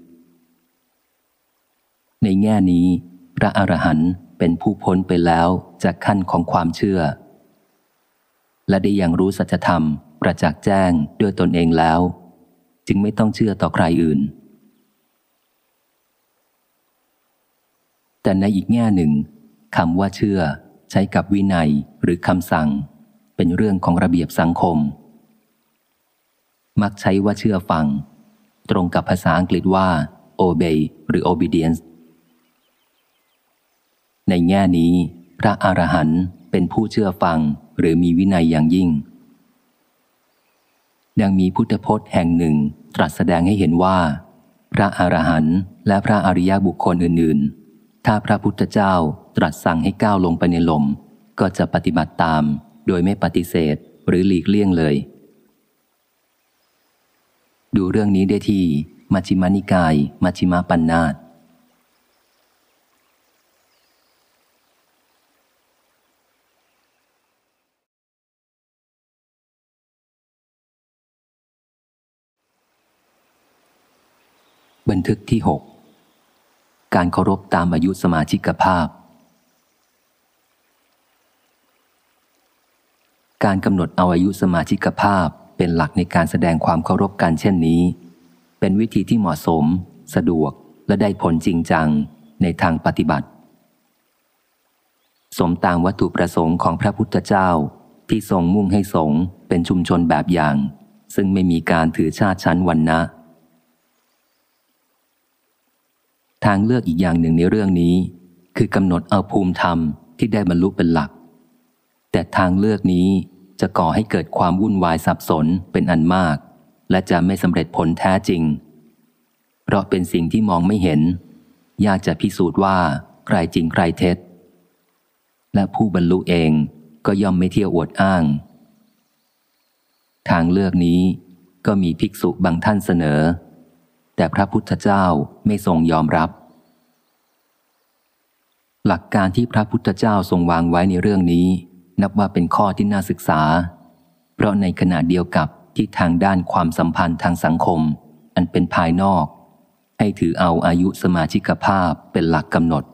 ในแง่นี้พระอรหันต์เป็นผู้พ้นไปแล้วจากขั้นของความเชื่อและได้ยังรู้สัจธรรมประจักษ์แจ้งด้วยตนเองแล้วจึงไม่ต้องเชื่อต่อใครอื่นแต่ในอีกแง่หนึ่งคำว่าเชื่อใช้กับวินัยหรือคำสั่งเป็นเรื่องของระเบียบสังคมมักใช้ว่าเชื่อฟังตรงกับภาษาอังกฤษว่า obey หรือ obedience ในแง่นี้พระอรหันต์เป็นผู้เชื่อฟังหรือมีวินัยอย่างยิ่งดังมีพุทธพจน์แห่งหนึ่งตรัสแสดงให้เห็นว่าพระอรหันต์และพระอริยบุคคลอื่นๆถ้าพระพุทธเจ้าตรัสสั่งให้ก้าวลงไปในลมก็จะปฏิบัติตามโดยไม่ปฏิเสธหรือหลีกเลี่ยงเลยดูเรื่องนี้ได้ที่มัชฌิมานิกายมัชฌิมาปัญนาตบันทึกที่หกการเคารพตามอายุสมาชิกภาพการกำหนดเอาอายุสมาชิกภาพเป็นหลักในการแสดงความเคารพกันเช่นนี้เป็นวิธีที่เหมาะสมสะดวกและได้ผลจริงจังในทางปฏิบัติสมตามวัตถุประสงค์ของพระพุทธเจ้าที่ทรงมุ่งให้สงฆ์เป็นชุมชนแบบอย่างซึ่งไม่มีการถือชาติชั้นวรรณะทางเลือกอีกอย่างหนึ่งในเรื่องนี้คือกำหนดเอาภูมิธรรมที่ได้บรรลุเป็นหลักแต่ทางเลือกนี้จะก่อให้เกิดความวุ่นวายสับสนเป็นอันมากและจะไม่สำเร็จผลแท้จริงเพราะเป็นสิ่งที่มองไม่เห็นยากจะพิสูจน์ว่าใครจริงใครเท็จและผู้บรรลุเองก็ย่อมไม่เที่ยวอวดอ้างทางเลือกนี้ก็มีภิกษุบางท่านเสนอแต่พระพุทธเจ้าไม่ทรงยอมรับหลักการที่พระพุทธเจ้าทรงวางไว้ในเรื่องนี้นับว่าเป็นข้อที่น่าศึกษาเพราะในขณะเดียวกับที่ทางด้านความสัมพันธ์ทางสังคมอันเป็นภายนอกให้ถือเอาอายุสมาชิกภาพเป็นหลักกำหนด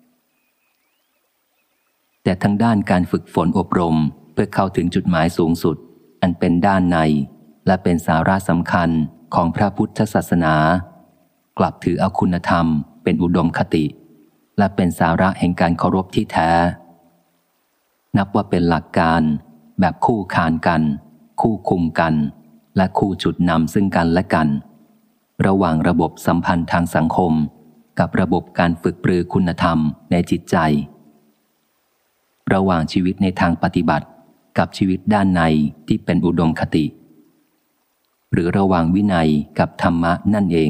แต่ทางด้านการฝึกฝนอบรมเพื่อเข้าถึงจุดหมายสูงสุดอันเป็นด้านในและเป็นสาระสำคัญของพระพุทธศาสนากลับถือเอาคุณธรรมเป็นอุดมคติและเป็นสาระแห่งการเคารพที่แท้นับว่าเป็นหลักการแบบคู่ขานกันคู่คุมกันและคู่จุดนำซึ่งกันและกันระหว่างระบบสัมพันธ์ทางสังคมกับระบบการฝึกปรือคุณธรรมในจิตใจระหว่างชีวิตในทางปฏิบัติกับชีวิตด้านในที่เป็นอุดมคติหรือระหว่างวินัยกับธรรมะนั่นเอง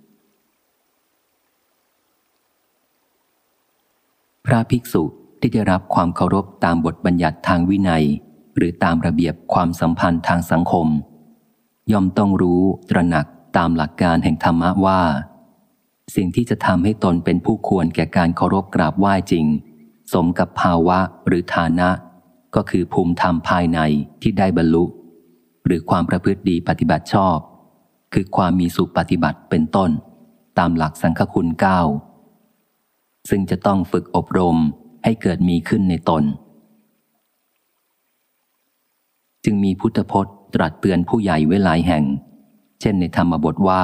พระภิกษุที่ได้รับความเคารพตามบทบัญญัติทางวินัยหรือตามระเบียบความสัมพันธ์ทางสังคมย่อมต้องรู้ตระหนักตามหลักการแห่งธรรมะว่าสิ่งที่จะทำให้ตนเป็นผู้ควรแก่การเคารพกราบไหว้จริงสมกับภาวะหรือฐานะก็คือภูมิธรรมภายในที่ได้บรรลุหรือความประพฤติดีปฏิบัติชอบคือความมีสุขปฏิบัติเป็นต้นตามหลักสังฆคุณเก้าซึ่งจะต้องฝึกอบรมให้เกิดมีขึ้นในตนจึงมีพุทธพจน์ตรัสเตือนผู้ใหญ่ไว้หลายแห่งเช่นในธรรมบทว่า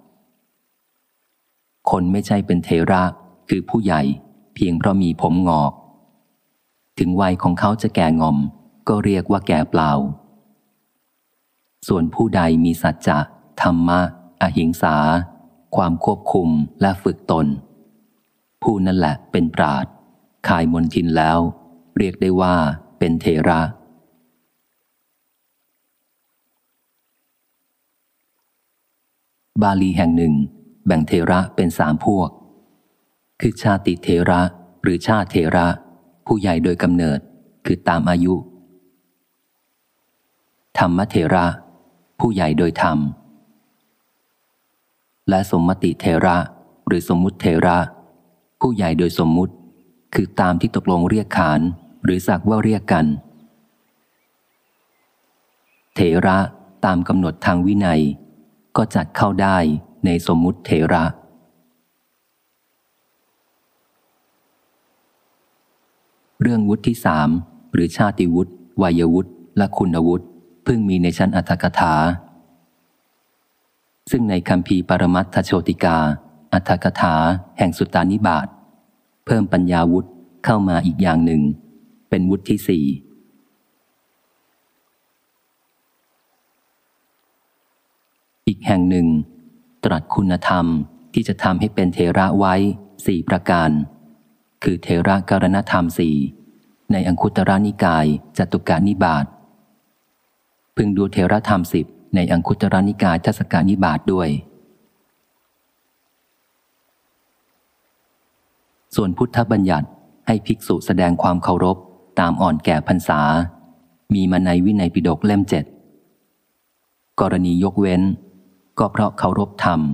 คนไม่ใช่เป็นเถระคือผู้ใหญ่เพียงเพราะมีผมงอกถึงวัยของเขาจะแก่งอมก็เรียกว่าแก่เปล่าส่วนผู้ใดมีสัจจะธรรมะอหิงสาความควบคุมและฝึกตนผู้นั่นแหละเป็นปราชญ์คายมนทินแล้วเรียกได้ว่าเป็นเถระบาลีแห่งหนึ่งแบ่งเถระเป็นสามพวกคือชาติเถระหรือชาติเถระผู้ใหญ่โดยกำเนิดคือตามอายุธรรมเถระผู้ใหญ่โดยธรรมและสมมติเถระหรือสมมุติเถระผู้ใหญ่โดยสมมุติคือตามที่ตกลงเรียกขานหรือสักว่าเรียกกันเถระตามกำหนดทางวินัยก็จัดเข้าได้ในสมมุติเถระเรื่องวุฒิที่สามหรือชาติวุฒิวัยวุฒิและคุณวุฒิเพิ่งมีในชั้นอรรถกถาซึ่งในคัมภีร์ปรมัตถโชติกาอรรถกถาแห่งสุตตานิบาตเพิ่มปัญญาวุฒิเข้ามาอีกอย่างหนึ่งเป็นวุฒิที่สี่อีกแห่งหนึ่งตรัสคุณธรรมที่จะทำให้เป็นเถระไว้สี่ประการคือเถระการณธรรมสี่ในอังคุตรนิกายจตุกานิบาตพึงดูเถระธรรมสิบในอังคุตรนิกายทัศกานิบาตด้วยส่วนพุทธบัญญัติให้ภิกษุแสดงความเคารพตามอ่อนแก่พรรษามีมาในวินัยปิฎกเล่มเจ็ดกรณียกเว้นก็เพราะเคารพธรรม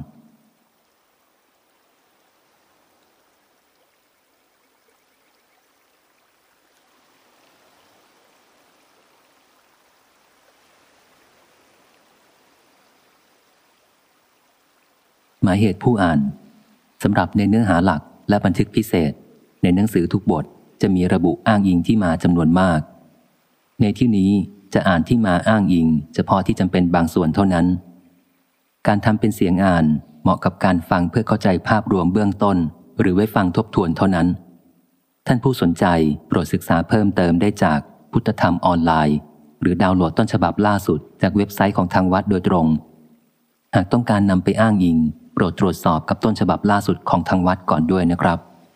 หมายเหตุผู้อ่านสำหรับในเนื้อหาหลักและบันทึกพิเศษในหนังสือทุกบทจะมีระบุอ้างอิงที่มาจำนวนมากในที่นี้จะอ่านที่มาอ้างอิงเฉพาะที่จำเป็นบางส่วนเท่านั้นการทำเป็นเสียงอ่านเหมาะกับการฟังเพื่อเข้าใจภาพรวมเบื้องต้นหรือไว้ฟังทบทวนเท่านั้นท่านผู้สนใจโปรดศึกษาเพิ่มเติมได้จากพุทธธรรมออนไลน์หรือดาวน์โหลดต้นฉบับล่าสุดจากเว็บไซต์ของทางวัดโดยตรงหากต้องการนำไปอ้างอิงโปรดตรวจสอบกับต้นฉบับล่าสุดของทางวัดก่อนด้วยนะครับ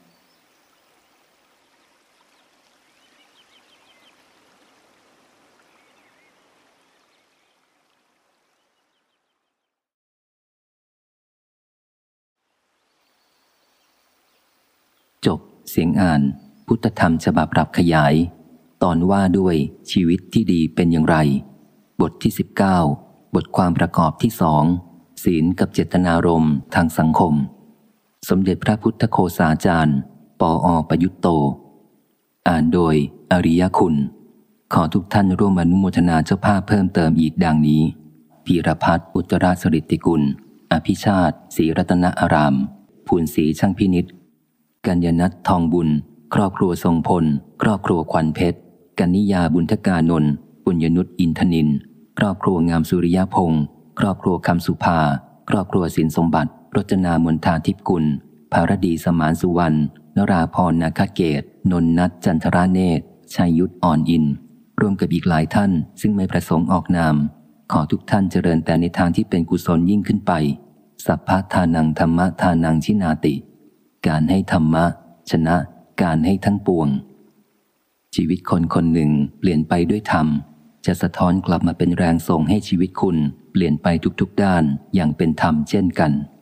จบเสียงอ่านพุทธธรรมฉบับปรับขยายตอนว่าด้วยชีวิตที่ดีเป็นอย่างไรบทที่สิบเก้าบทความประกอบที่สองศีลกับเจตนารมณ์ทางสังคมสมเด็จพระพุทธโฆษาจารย์ปออประยุตโตอ่านโดยอริยคุณ ขอทุกท่านร่วมอนุโมทนาเจ้าภาพเพิ่มเติมอีกดังนี้พีรพัฒน์อุตราสริติกุลอภิชาติศรีรัตนอารามภูนศรีช่างพินิจกัญญนัททองบุญครอบครัวทรงพลครอบครัวควันเพชรกัญญาบุญทกานนท์ปุญญนุชอินทนินครอบครัวงามสุริยพงศ์ครอบครัวคำสุภาครอบครัวสินสมบัติรจนามนทาทิพกุลภารดีสมานสุวรรณนราพรนาคเกตนนนัทจันทราเนตรชัยยุทธอ่อนอินรวมกับอีกหลายท่านซึ่งไม่ประสงค์ออกนามขอทุกท่านเจริญแต่ในทางที่เป็นกุศลยิ่งขึ้นไปสัพพะทานังธรรมะทานังชินาติการให้ธรรมะชนะการให้ทั้งปวงชีวิตคนคนหนึ่งเปลี่ยนไปด้วยธรรมจะสะท้อนกลับมาเป็นแรงส่งให้ชีวิตคุณเปลี่ยนไปทุกๆด้านอย่างเป็นธรรมเช่นกัน